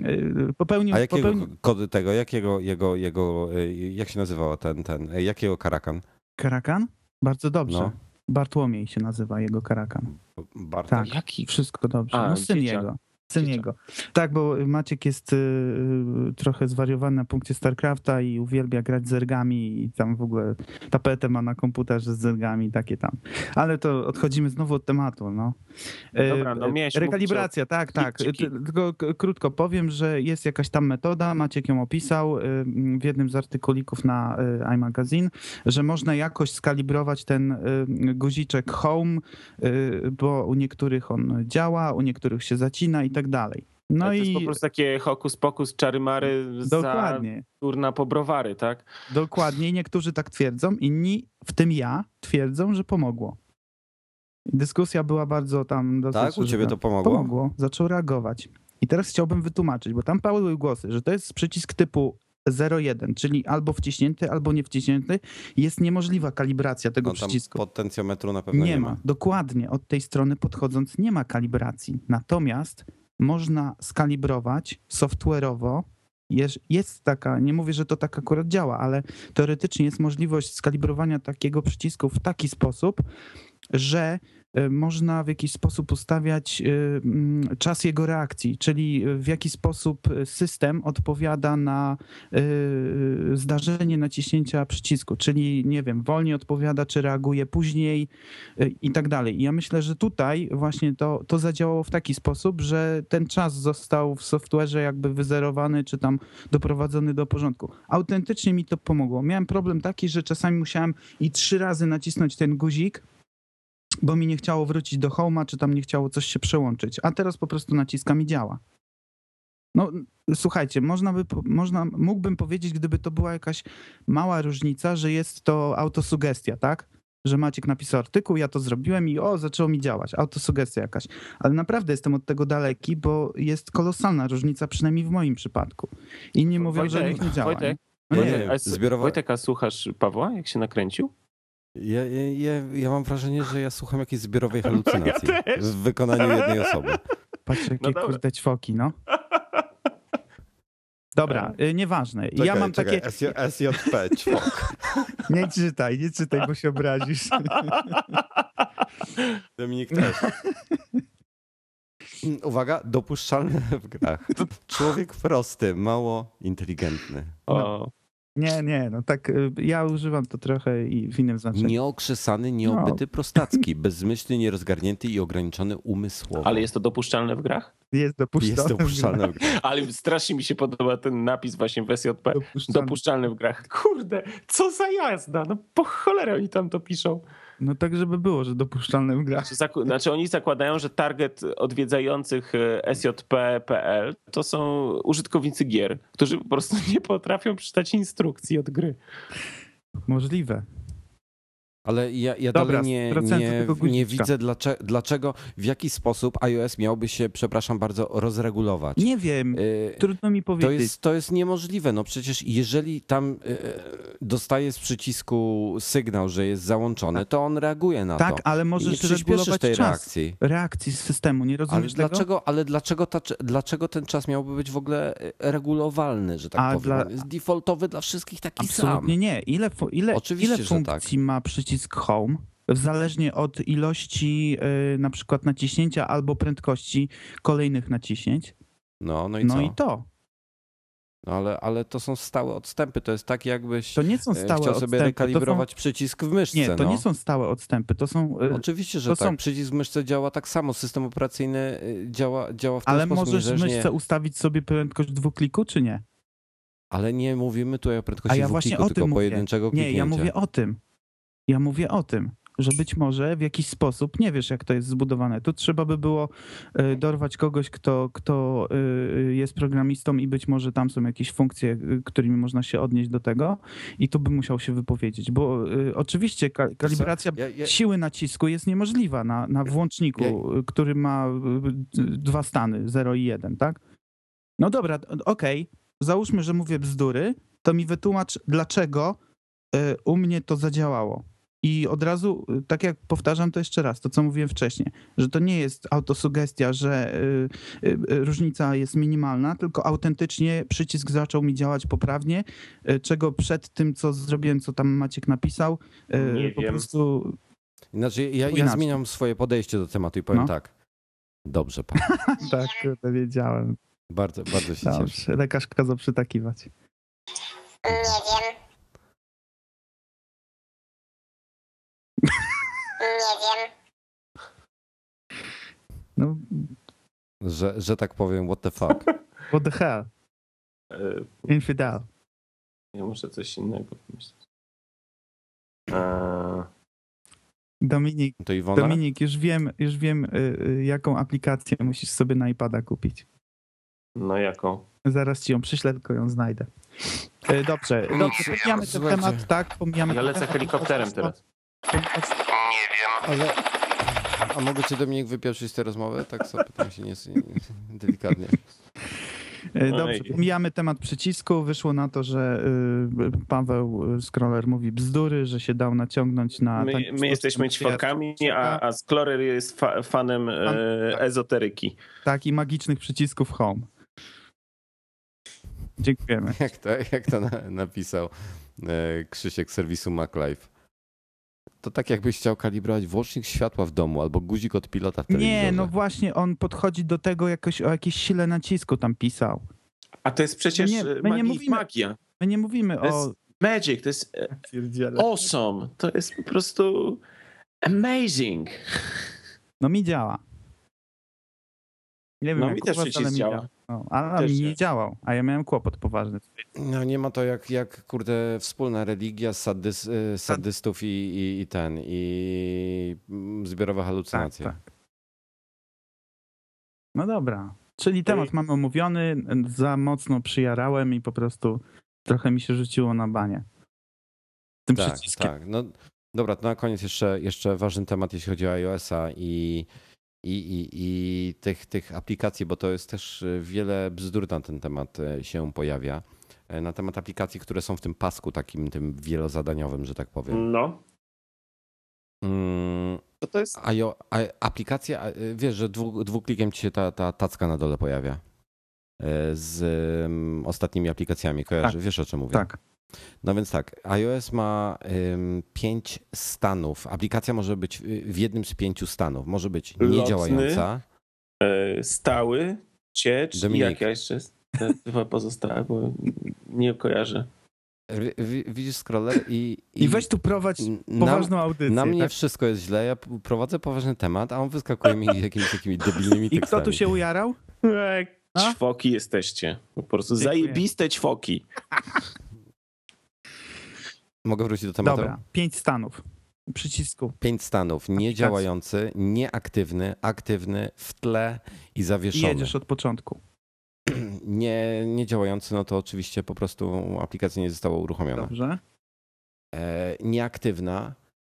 y, popełnił... A jakiego popełnił... kody tego, jakiego, jego, jego, e, jak się nazywał ten, ten, e, jakiego karakan? Karakan? Bardzo dobrze. No. Bartłomiej się nazywa jego karakan. Bartek? Tak, Jaki? wszystko dobrze. A, No syn dzieciak. jego. Syn Dzieciak. jego. Tak, bo Maciek jest y, y, trochę zwariowany na punkcie StarCrafta i uwielbia grać z zergami i tam w ogóle tapetę ma na komputerze z zergami, takie tam. Ale to odchodzimy znowu od tematu, no. No dobra, no miałeś Rekalibracja, tak, tak. Klik czy kit? Ty- Tylko k- krótko powiem, że jest jakaś tam metoda, Maciek ją opisał y, w jednym z artykulików na y, iMagazine, że można jakoś skalibrować ten y, guziczek Home, y, bo u niektórych on działa, u niektórych się zacina i tak dalej. No to i jest po prostu takie hokus pokus, czary mary za dokładnie, kurna pobrowary, tak? dokładnie. Niektórzy tak twierdzą, inni, w tym ja, twierdzą, że pomogło. Dyskusja była bardzo tam dosyć... Tak? U ciebie żywna. to pomogło? Pomogło, zaczął reagować. I teraz chciałbym wytłumaczyć, bo tam padły głosy, że to jest przycisk typu zero jeden, czyli albo wciśnięty, albo nie wciśnięty. Jest niemożliwa kalibracja tego No tam przycisku. potencjometru na pewno Nie, nie ma. ma. Dokładnie. Od tej strony podchodząc nie ma kalibracji. Natomiast można skalibrować software'owo. Jest, jest taka, nie mówię, że to tak akurat działa, ale teoretycznie jest możliwość skalibrowania takiego przycisku w taki sposób, że y, można w jakiś sposób ustawiać y, mm, czas jego reakcji, czyli w jaki sposób system odpowiada na y, zdarzenie naciśnięcia przycisku, czyli nie wiem, wolniej odpowiada, czy reaguje później y, i tak dalej. I ja myślę, że tutaj właśnie to, to zadziałało w taki sposób, że ten czas został w software'ze jakby wyzerowany, czy tam doprowadzony do porządku. Autentycznie mi to pomogło. Miałem problem taki, że czasami musiałem i trzy razy nacisnąć ten guzik, bo mi nie chciało wrócić do Home'a, czy tam nie chciało coś się przełączyć. A teraz po prostu naciskam i działa. No słuchajcie, można by, można, mógłbym powiedzieć, gdyby to była jakaś mała różnica, że jest to autosugestia, tak? że Maciek napisał artykuł, ja to zrobiłem i o, zaczęło mi działać, autosugestia jakaś. Ale naprawdę jestem od tego daleki, bo jest kolosalna różnica, przynajmniej w moim przypadku. Inni mówią, Wojtek, że u nich nie działa. Wojtek, No nie, Wojtek, A s- zbiorowa- Wojtek, a słuchasz Pawła, jak się nakręcił? Ja, ja, ja, ja mam wrażenie, że ja słucham jakiejś zbiorowej halucynacji Ja też. w wykonaniu jednej osoby. Patrz, jakie No dobra. kurde ćwoki, no. Dobra, y, nieważne. ja mam takie... S J P, ćwok. Nie czytaj, nie czytaj, bo się obrazisz. Dominik też. Uwaga, dopuszczalne w grach. Człowiek prosty, mało inteligentny. O, Nie, nie, no tak, y, ja używam to trochę i w innym znaczeniu. Nieokrzesany, nieobyty prostacki, bezmyślny, nierozgarnięty i ograniczony umysłowo. ale jest to dopuszczalne w grach? Jest dopuszczalne. Jest dopuszczalne w grach. Ale strasznie mi się podoba ten napis właśnie w S J P. Dopuszczalne. Dopuszczalny w grach. Kurde, co za jazda. No po cholerę oni tam to piszą. No tak, żeby było, że dopuszczalne w grach. Znaczy, zaku- znaczy oni zakładają, że target odwiedzających e, S J P kropka P L to są użytkownicy gier, którzy po prostu nie potrafią przeczytać instrukcji od gry. Możliwe. Ale ja, ja Dobra, dalej nie, procenty nie, tego nie guziczka. widzę, dlaczego, dlaczego, w jaki sposób iOS miałby się, przepraszam bardzo, rozregulować. Nie wiem, Y, trudno mi To powiedzieć. jest, to jest niemożliwe. No przecież jeżeli tam y, dostaje z przycisku sygnał, że jest załączony, to on reaguje na Tak, to. ale I nie możesz przyspieszysz regulować tej czas reakcji. reakcji z systemu, nie Ale rozumiesz tego? dlaczego, ale dlaczego, ta, dlaczego ten czas miałby być w ogóle regulowalny, że tak A powiem? dla- On jest defaultowy dla wszystkich taki sam. Absolutnie nie. Ile, fu- ile, Oczywiście, ile że funkcji ma przycisk Home? Zależnie od ilości y, na przykład naciśnięcia albo prędkości kolejnych naciśnięć. No, no i No co? i to. No ale, ale to są stałe odstępy. To jest tak, jakbyś To nie są e, stałe chciał sobie odstępy. rekalibrować przycisk w To myszce. są, nie, to no. nie są stałe odstępy. To są. y, Oczywiście, że to tak. są- Przycisk w myszce działa tak samo. System operacyjny y, działa, działa w ten Ale sposób. możesz w niezależnie- myszce ustawić sobie prędkość dwukliku, czy nie? Ale nie mówimy tutaj o A prędkości ja właśnie dwukliku, o tylko tym mówię. pojedynczego Nie, kliknięcia. ja mówię o tym. Ja mówię o tym, że być może w jakiś sposób, nie wiesz jak to jest zbudowane, tu trzeba by było y, dorwać kogoś, kto, kto y, jest programistą i być może tam są jakieś funkcje, y, którymi można się odnieść do tego i tu by musiał się wypowiedzieć, bo y, oczywiście ka- kalibracja Ja, ja, siły nacisku jest niemożliwa na, na włączniku, y, który ma y, y, dwa stany, zero i jeden, tak? No dobra, okej, załóżmy, że mówię bzdury, to mi wytłumacz, dlaczego y, u mnie to zadziałało. I od razu, y, tak jak powtarzam to jeszcze raz, to co mówiłem wcześniej, że to nie jest autosugestia, że y, y, y, różnica jest minimalna, tylko autentycznie przycisk zaczął mi działać poprawnie, y, czego przed tym, co zrobiłem, co tam Maciek napisał, y, Nie po wiem. prostu... Znaczy, ja, ja Inaczej. zmieniam swoje podejście do tematu i powiem No. tak. Dobrze, pan. Tak, to wiedziałem. Bardzo, bardzo się cieszę. Dobrze, lekarz kazał przytakiwać. Nie wiem. Nie wiem. No, Że, że tak powiem, what the fuck. what the hell? E, Infidel. Ja muszę coś innego pomyśleć. E, Dominik, To Iwona? Dominik, już wiem, już wiem, y, y, jaką aplikację musisz sobie na iPada kupić. no jaką? Zaraz ci ją przyślę, tylko ją znajdę. Y, Dobrze, Nic, dobrze, pomijamy ten słuchajcie. temat, tak, pomijamy Ja ten lecę temat. helikopterem teraz. Ale... A mogę cię, Dominik, wypieprzyć z tej rozmowy? Tak sobie pytam się nie, nie, delikatnie. Y, Dobrze, Ojej. pomijamy temat przycisku. Wyszło na to, że y, Paweł y, Scroller mówi bzdury, że się dał naciągnąć na... My, tani my jesteśmy sposób ćwokami, a, a Sklorer jest fa fanem e, ezoteryki. Tak, i magicznych przycisków Home. Dziękujemy. Jak to, jak to na, napisał e, Krzysiek z serwisu MacLife. To tak jakbyś chciał kalibrować włącznik światła w domu albo guzik od pilota w telewizorze. Nie, no właśnie, on podchodzi do tego jakoś o jakiejś sile nacisku tam pisał. A to jest przecież My nie- e, my nie magi- mówimy- magia. My nie mówimy To o... jest magic, to jest e, Pierdziele. awesome. To jest po prostu amazing. No mi działa. Nie wiem, No jak mi u też was, przycisk ale mi działa. No, ale Też mi działa. nie działał, a ja miałem kłopot poważny. No nie ma to jak, jak kurde, wspólna religia sadys, y, sadystów i, i, i ten, i mm, zbiorowe halucynacje. Tak, tak. No dobra. Czyli temat mamy omówiony, za mocno przyjarałem i po prostu trochę mi się rzuciło na banie. Tym Tak, przyciskiem. tak. No, Dobra, to na koniec jeszcze, jeszcze ważny temat, jeśli chodzi o iOS-a i, i, i, i tych, tych aplikacji, bo to jest też wiele bzdur na ten temat się pojawia. Na temat aplikacji, które są w tym pasku takim tym wielozadaniowym, że tak powiem. No. Mm, To to jest... a, jo, a aplikacja, wiesz, że dwu, dwuklikiem ci się ta, ta tacka na dole pojawia z um, ostatnimi aplikacjami. Kojarzy, Tak. Wiesz, o czym mówię? Tak. No więc tak, iOS ma um, pięć stanów. Aplikacja może być w jednym z pięciu stanów. Może być Lotny, niedziałająca. e, stały, ciecz Dominik. i jaka jeszcze jest? Te dwa pozostałe, bo nie kojarzę. W- w- Widzisz scroller i... I weź tu prowadź na, poważną audycję. na mnie tak? wszystko jest źle, ja p- prowadzę poważny temat, a on wyskakuje mi jakimiś takimi debilnymi I tekstami. kto tu się ujarał? Jak A? ćwoki jesteście. Po prostu Dziękuję. zajebiste ćwoki. Mogę wrócić do tematu? Dobra, pięć stanów. Przycisku. Pięć stanów. Niedziałający, nieaktywny, aktywny, w tle i I zawieszony. jedziesz od początku. Nie, niedziałający, no to oczywiście po prostu aplikacja nie została uruchomiona. Dobrze. E, nieaktywna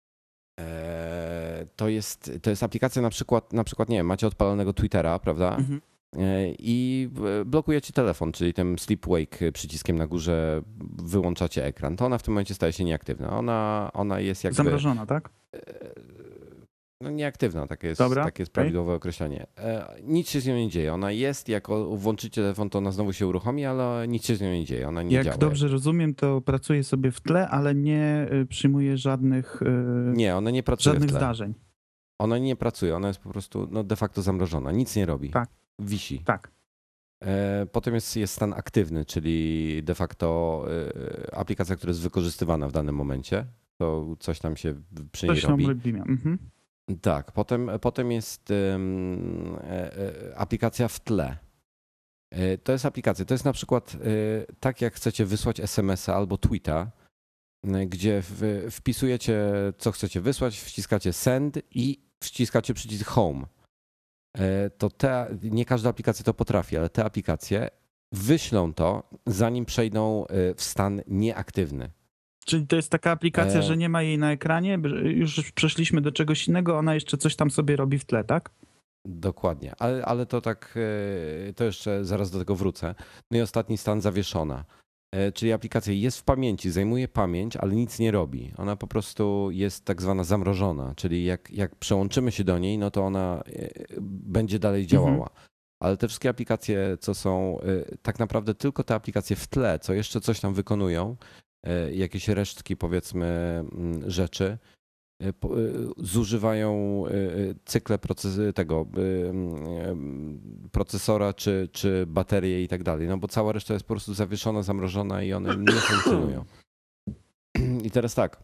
e, to, jest, to jest aplikacja na przykład, na przykład, nie wiem, macie odpalonego Twittera, prawda? Mhm. E, I blokuje ci telefon, czyli tym sleep wake przyciskiem na górze wyłączacie ekran. To ona w tym momencie staje się nieaktywna. Ona, ona jest jakby... Zamrożona, tak? No nieaktywna, takie jest, Dobra, takie jest okej. prawidłowe określenie. E, nic się z nią nie dzieje. Ona jest, jak o- włączycie telefon, to ona znowu się uruchomi, ale nic się z nią nie dzieje. Ona nie Jak działa. dobrze rozumiem, to pracuje sobie w tle, ale nie y, przyjmuje żadnych, y, Nie, ona nie pracuje żadnych w tle. zdarzeń. Ona nie pracuje, ona jest po prostu no, de facto zamrożona. Nic nie robi. Tak. Wisi. Tak. E, potem jest, jest stan aktywny, czyli de facto e, aplikacja, która jest wykorzystywana w danym momencie. To coś tam się przy niej Coś tam robi. olbrzymia. Mhm. Tak, potem, potem jest um, e, e, aplikacja w tle. E, to jest aplikacja, to jest na przykład e, tak jak chcecie wysłać es em es a albo tweeta, e, gdzie w, wpisujecie co chcecie wysłać, wciskacie send i wciskacie przycisk home. E, to te, nie każda aplikacja to potrafi, ale te aplikacje wyślą to, zanim przejdą e, w stan nieaktywny. Czyli to jest taka aplikacja, E. że nie ma jej na ekranie, już przeszliśmy do czegoś innego, ona jeszcze coś tam sobie robi w tle, tak? Dokładnie, ale, ale to tak, e, to jeszcze zaraz do tego wrócę. No i ostatni stan zawieszona, E, czyli aplikacja jest w pamięci, zajmuje pamięć, ale nic nie robi. Ona po prostu jest tak zwana zamrożona, czyli jak, jak przełączymy się do niej, no to ona e, będzie dalej działała. Ale te wszystkie aplikacje, co są, e, tak naprawdę tylko te aplikacje w tle, co jeszcze coś tam wykonują, e, jakieś resztki powiedzmy mm, rzeczy, e, po- e, zużywają e, cykle proces tego e, m, procesora czy, czy baterie i tak dalej, no bo cała reszta jest po prostu zawieszona, zamrożona i one nie funkcjonują. I teraz tak.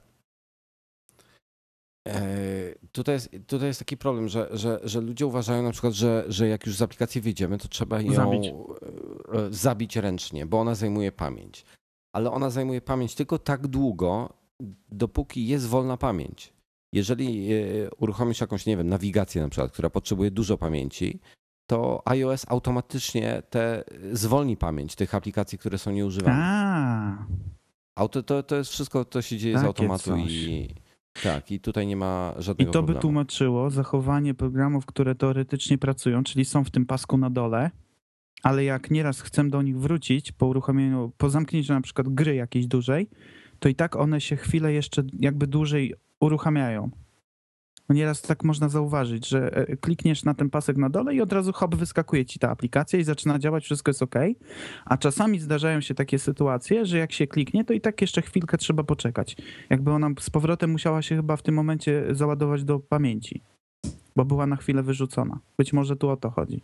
E, Tutaj jest, tutaj jest taki problem, że, że, że ludzie uważają na przykład, że, że jak już z aplikacji wyjdziemy, to trzeba ją Zabić. e, zabić ręcznie, bo ona zajmuje pamięć. Ale ona zajmuje pamięć tylko tak długo, dopóki jest wolna pamięć. Jeżeli e, uruchomisz jakąś, nie wiem, nawigację na przykład, która potrzebuje dużo pamięci, to iOS automatycznie te zwolni pamięć tych aplikacji, które są nieużywane. A, Auto, to, to jest wszystko, to się dzieje z Takie automatu coś. i tak, i tutaj nie ma i żadnego to by problemu. tłumaczyło zachowanie programów, które teoretycznie pracują, czyli są w tym pasku na dole, ale jak nieraz chcę do nich wrócić po uruchomieniu, po zamknięciu na przykład gry jakiejś dużej, to i tak one się chwilę jeszcze jakby dłużej uruchamiają. No nieraz tak można zauważyć, że e, klikniesz na ten pasek na dole i od razu hop, wyskakuje ci ta aplikacja i zaczyna działać, wszystko jest ok. A czasami zdarzają się takie sytuacje, że jak się kliknie, to i tak jeszcze chwilkę trzeba poczekać. Jakby ona z powrotem musiała się chyba w tym momencie załadować do pamięci, bo była na chwilę wyrzucona. Być może tu o to chodzi.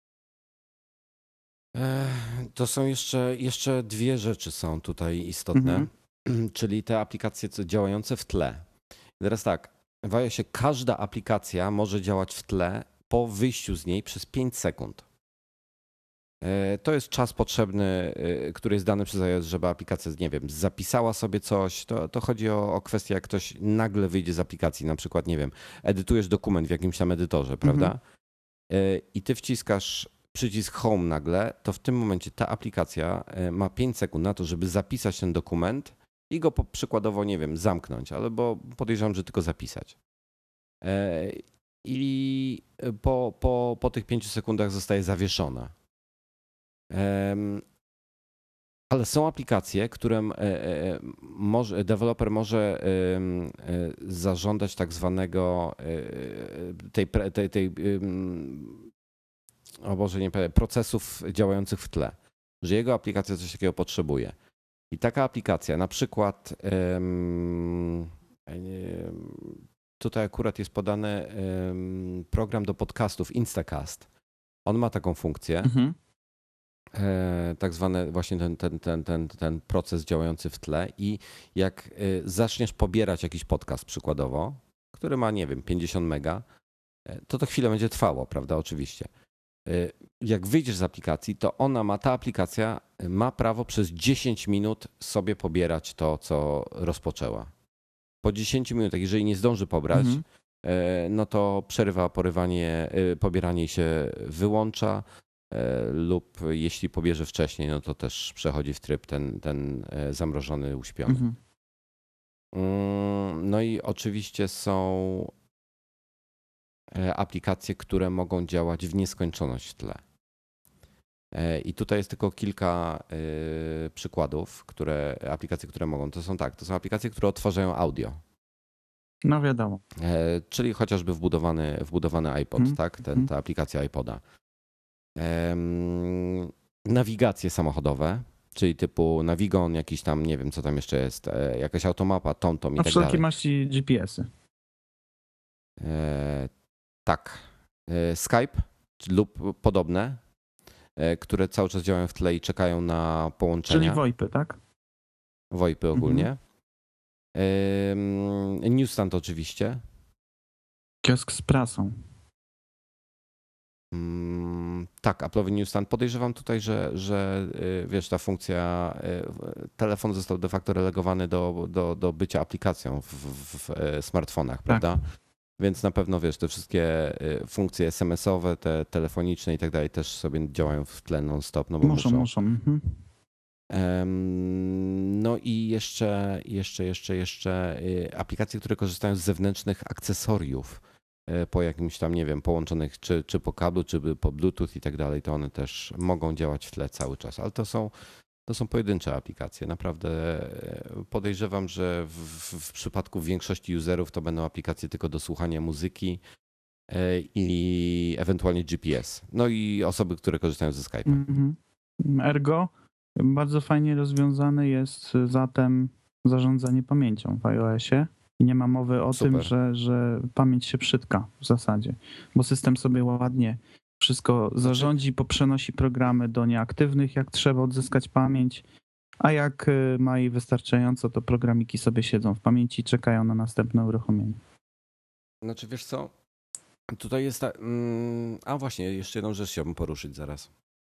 E, To są jeszcze, jeszcze dwie rzeczy są tutaj istotne, czyli te aplikacje co działające w tle. I teraz tak, w iOSie każda aplikacja może działać w tle po wyjściu z niej przez pięć sekund. E, To jest czas potrzebny, e, który jest dany przez iOS, żeby aplikacja, nie wiem, zapisała sobie coś. To, to chodzi o, o kwestię, jak ktoś nagle wyjdzie z aplikacji, na przykład, nie wiem, edytujesz dokument w jakimś tam edytorze, prawda? E, I ty wciskasz przycisk Home nagle, to w tym momencie ta aplikacja e, ma pięć sekund na to, żeby zapisać ten dokument i go po, przykładowo, nie wiem, zamknąć, albo podejrzewam, że tylko zapisać. I po, po, po tych pięciu sekundach zostaje zawieszona. Ale są aplikacje, którym może, deweloper może zażądać tak zwanego tej, tej, tej o Boże, nie powiem, procesów działających w tle, że jego aplikacja coś takiego potrzebuje. I taka aplikacja, na przykład tutaj akurat jest podany program do podcastów Instacast. On ma taką funkcję. Mhm. Tak zwany właśnie ten, ten, ten, ten, ten proces działający w tle i jak zaczniesz pobierać jakiś podcast przykładowo, który ma, nie wiem, pięćdziesiąt mega, to to chwilę będzie trwało, prawda, oczywiście. Jak wyjdziesz z aplikacji, to ona ma, ta aplikacja ma prawo przez dziesięć minut sobie pobierać to, co rozpoczęła. Po dziesięciu minutach, jeżeli nie zdąży pobrać, mhm. no to przerywa porywanie, pobieranie się wyłącza, lub jeśli pobierze wcześniej, no to też przechodzi w tryb ten, ten zamrożony, uśpiony. Mhm. No i oczywiście są aplikacje, które mogą działać w nieskończoność w tle. I tutaj jest tylko kilka przykładów, które, aplikacje, które mogą. To są tak, to są aplikacje, które odtwarzają audio. No wiadomo. Czyli chociażby wbudowany, wbudowany iPod, mhm. tak? Ten, ta aplikacja iPoda. Nawigacje samochodowe, czyli typu Navigon, jakiś tam, nie wiem co tam jeszcze jest, jakaś automapa, TomTom i tak dalej. A wszelkie maści G P S-y. E, tak. E, Skype lub podobne, e, które cały czas działają w tle i czekają na połączenia. Czyli VoIPy, tak? VoIPy ogólnie. Mhm. E, Newsstand oczywiście. Kiosk z prasą. Tak, Apple'owy Newsstand. Podejrzewam tutaj, że, że wiesz, ta funkcja, telefon został de facto relegowany do, do, do bycia aplikacją w, w smartfonach, tak. Prawda? Więc na pewno, wiesz, te wszystkie funkcje es em esowe, te telefoniczne i tak dalej też sobie działają w tle non-stop. No bo muszą, muszą. muszą. Mhm. No i jeszcze, jeszcze, jeszcze, jeszcze aplikacje, które korzystają z zewnętrznych akcesoriów po jakimś tam, nie wiem, połączonych czy, czy po kablu, czy po Bluetooth i tak dalej, to one też mogą działać w tle cały czas, ale to są, to są pojedyncze aplikacje. Naprawdę podejrzewam, że w, w przypadku większości userów to będą aplikacje tylko do słuchania muzyki i ewentualnie G P S. No i osoby, które korzystają ze Skype'a. Mm-hmm. Ergo bardzo fajnie rozwiązane jest zatem zarządzanie pamięcią w iOSie. I nie ma mowy o Super. tym, że, że pamięć się przytka w zasadzie, bo system sobie ładnie wszystko zarządzi, poprzenosi programy do nieaktywnych, jak trzeba odzyskać pamięć, a jak ma jej wystarczająco, to programiki sobie siedzą w pamięci i czekają na następne uruchomienie. Znaczy wiesz co, tutaj jest ta... A właśnie, jeszcze jedną rzecz chciałbym poruszyć zaraz.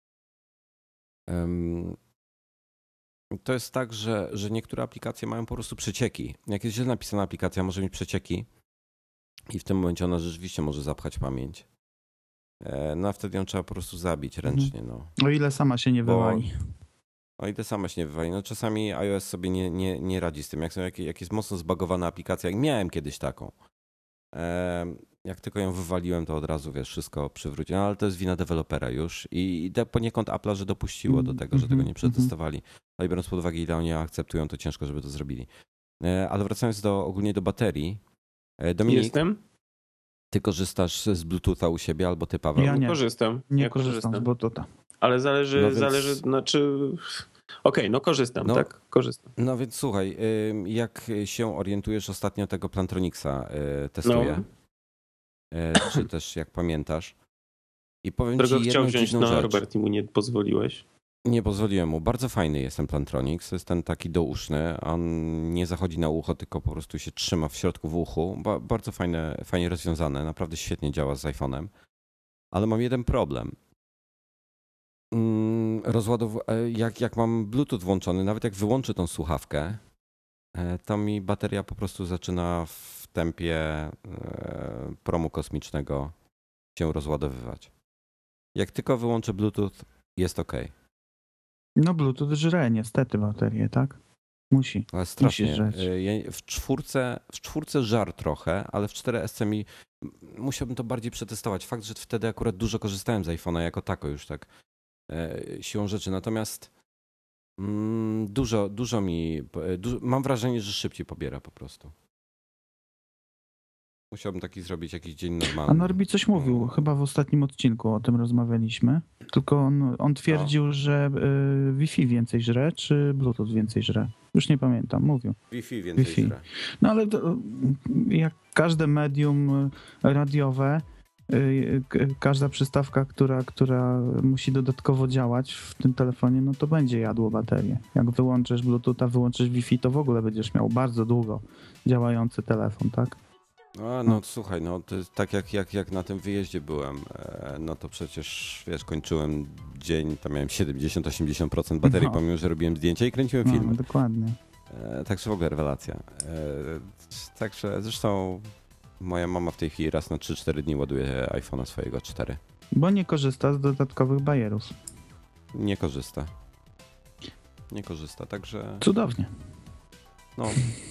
Um... To jest tak, że, że niektóre aplikacje mają po prostu przecieki. Jak jest źle napisana aplikacja, może mieć przecieki i w tym momencie ona rzeczywiście może zapchać pamięć. No a wtedy ją trzeba po prostu zabić ręcznie. No. O ile sama się nie wywali. Bo, o ile sama się nie wywali. No czasami iOS sobie nie, nie, nie radzi z tym. Jak, są, jak, jak jest mocno zbagowana aplikacja, jak miałem kiedyś taką. Jak tylko ją wywaliłem, to od razu, wiesz, wszystko przywróciło. No ale to jest wina dewelopera już i, i poniekąd Apple'a, że dopuściło do tego, że tego nie przetestowali. Ale biorąc pod uwagę, ile oni akceptują, to ciężko, żeby to zrobili. Ale wracając do, ogólnie do baterii. Dominik, Jestem. Ty korzystasz z Bluetootha u siebie albo ty, Paweł? Ja nie korzystam. Nie ja korzystam, korzystam z Bluetootha. Ale zależy, no więc... zależy, znaczy... Okej, okay, no korzystam, no, tak? Korzystam. No więc słuchaj, jak się orientujesz, ostatnio tego Plantronicsa testuję. No. Czy też jak pamiętasz. I powiem Którego ci chciał wziąć, no rzecz. Robert, i mu nie pozwoliłeś. Nie pozwoliłem mu. Bardzo fajny jest ten Plantronics. Jest ten taki douszny. On nie zachodzi na ucho, tylko po prostu się trzyma w środku w uchu. Ba- bardzo fajne, fajnie rozwiązane. Naprawdę świetnie działa z iPhone'em. Ale mam jeden problem. Rozładow... jak, jak mam Bluetooth włączony, nawet jak wyłączę tą słuchawkę, to mi bateria po prostu zaczyna w tempie promu kosmicznego się rozładowywać. Jak tylko wyłączę Bluetooth, jest ok. No Bluetooth żre niestety baterię, tak? Musi. Ale strasznie. Musisz żreć. Y, ja w czwórce, w czwórce żar trochę, ale w cztery S mi musiałbym to bardziej przetestować. Fakt, że wtedy akurat dużo korzystałem z iPhone'a jako tako już tak y, siłą rzeczy. Natomiast mm, dużo, dużo mi, du, mam wrażenie, że szybciej pobiera po prostu. Musiałbym taki zrobić jakiś dzień normalny. A Norbi coś mówił, chyba w ostatnim odcinku o tym rozmawialiśmy, tylko on, on twierdził, No. że y, Wi-Fi więcej żre, czy Bluetooth więcej żre. Już nie pamiętam, mówił. Wi-Fi więcej Wi-Fi. żre. No ale to, jak każde medium radiowe, y, k- każda przystawka, która, która musi dodatkowo działać w tym telefonie, no to będzie jadło baterię. Jak wyłączysz Bluetootha, wyłączysz Wi-Fi, to w ogóle będziesz miał bardzo długo działający telefon, tak? A, no słuchaj, no to jest tak jak, jak, jak na tym wyjeździe byłem, e, no to przecież, wiesz, kończyłem dzień, tam miałem siedemdziesiąt do osiemdziesięciu procent baterii, No. pomimo, że robiłem zdjęcia i kręciłem No, filmy. dokładnie. E, także w ogóle rewelacja. E, także zresztą moja mama w tej chwili raz na trzy cztery dni ładuje iPhone'a swojego cztery. Bo nie korzysta z dodatkowych bajerów. Nie korzysta. Nie korzysta, także Cudownie. no.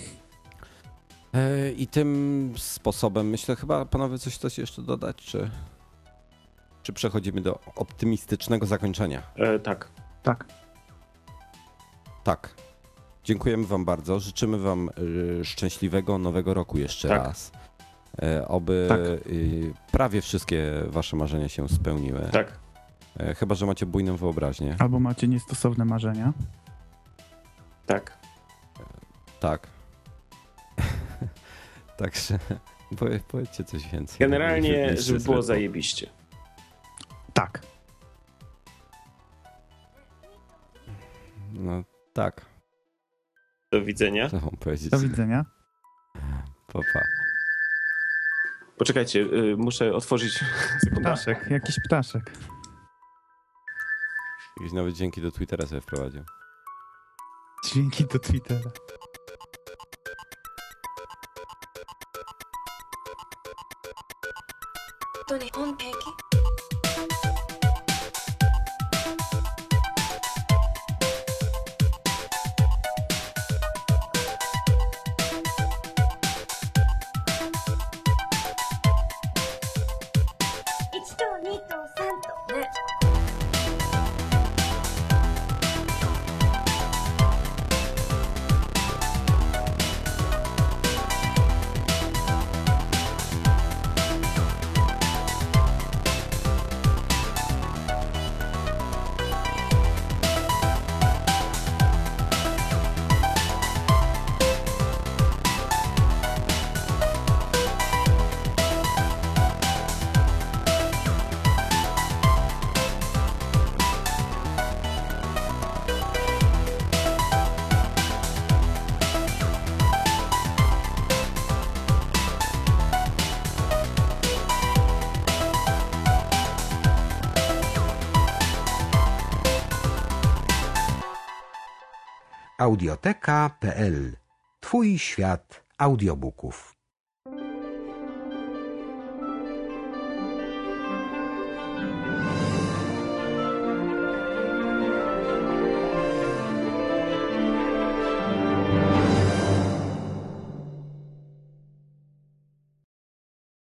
E, I tym sposobem myślę, chyba panowie coś chcecie jeszcze dodać, czy, czy przechodzimy do optymistycznego zakończenia? E, tak. Tak. Tak. Dziękujemy wam bardzo. Życzymy wam y, szczęśliwego nowego roku jeszcze Tak. raz. E, oby Tak. y, prawie wszystkie wasze marzenia się spełniły. Tak. E, chyba że macie bujną wyobraźnię. Albo macie niestosowne marzenia. Tak. Tak. Także powie, powiedzcie coś więcej. Generalnie, Jeszcze żeby było zbyt- zajebiście. Tak. No tak. Do widzenia. Co mam powiedzieć? Do widzenia. Pa, pa. Poczekajcie, y, muszę otworzyć sekundę. Ptaszek, jakiś ptaszek. Jakiś nawet dzięki do Twittera sobie wprowadził. Dźwięki do Twittera. と日本平気 いちとにとさんとね audioteka kropka p l. Twój świat audiobooków.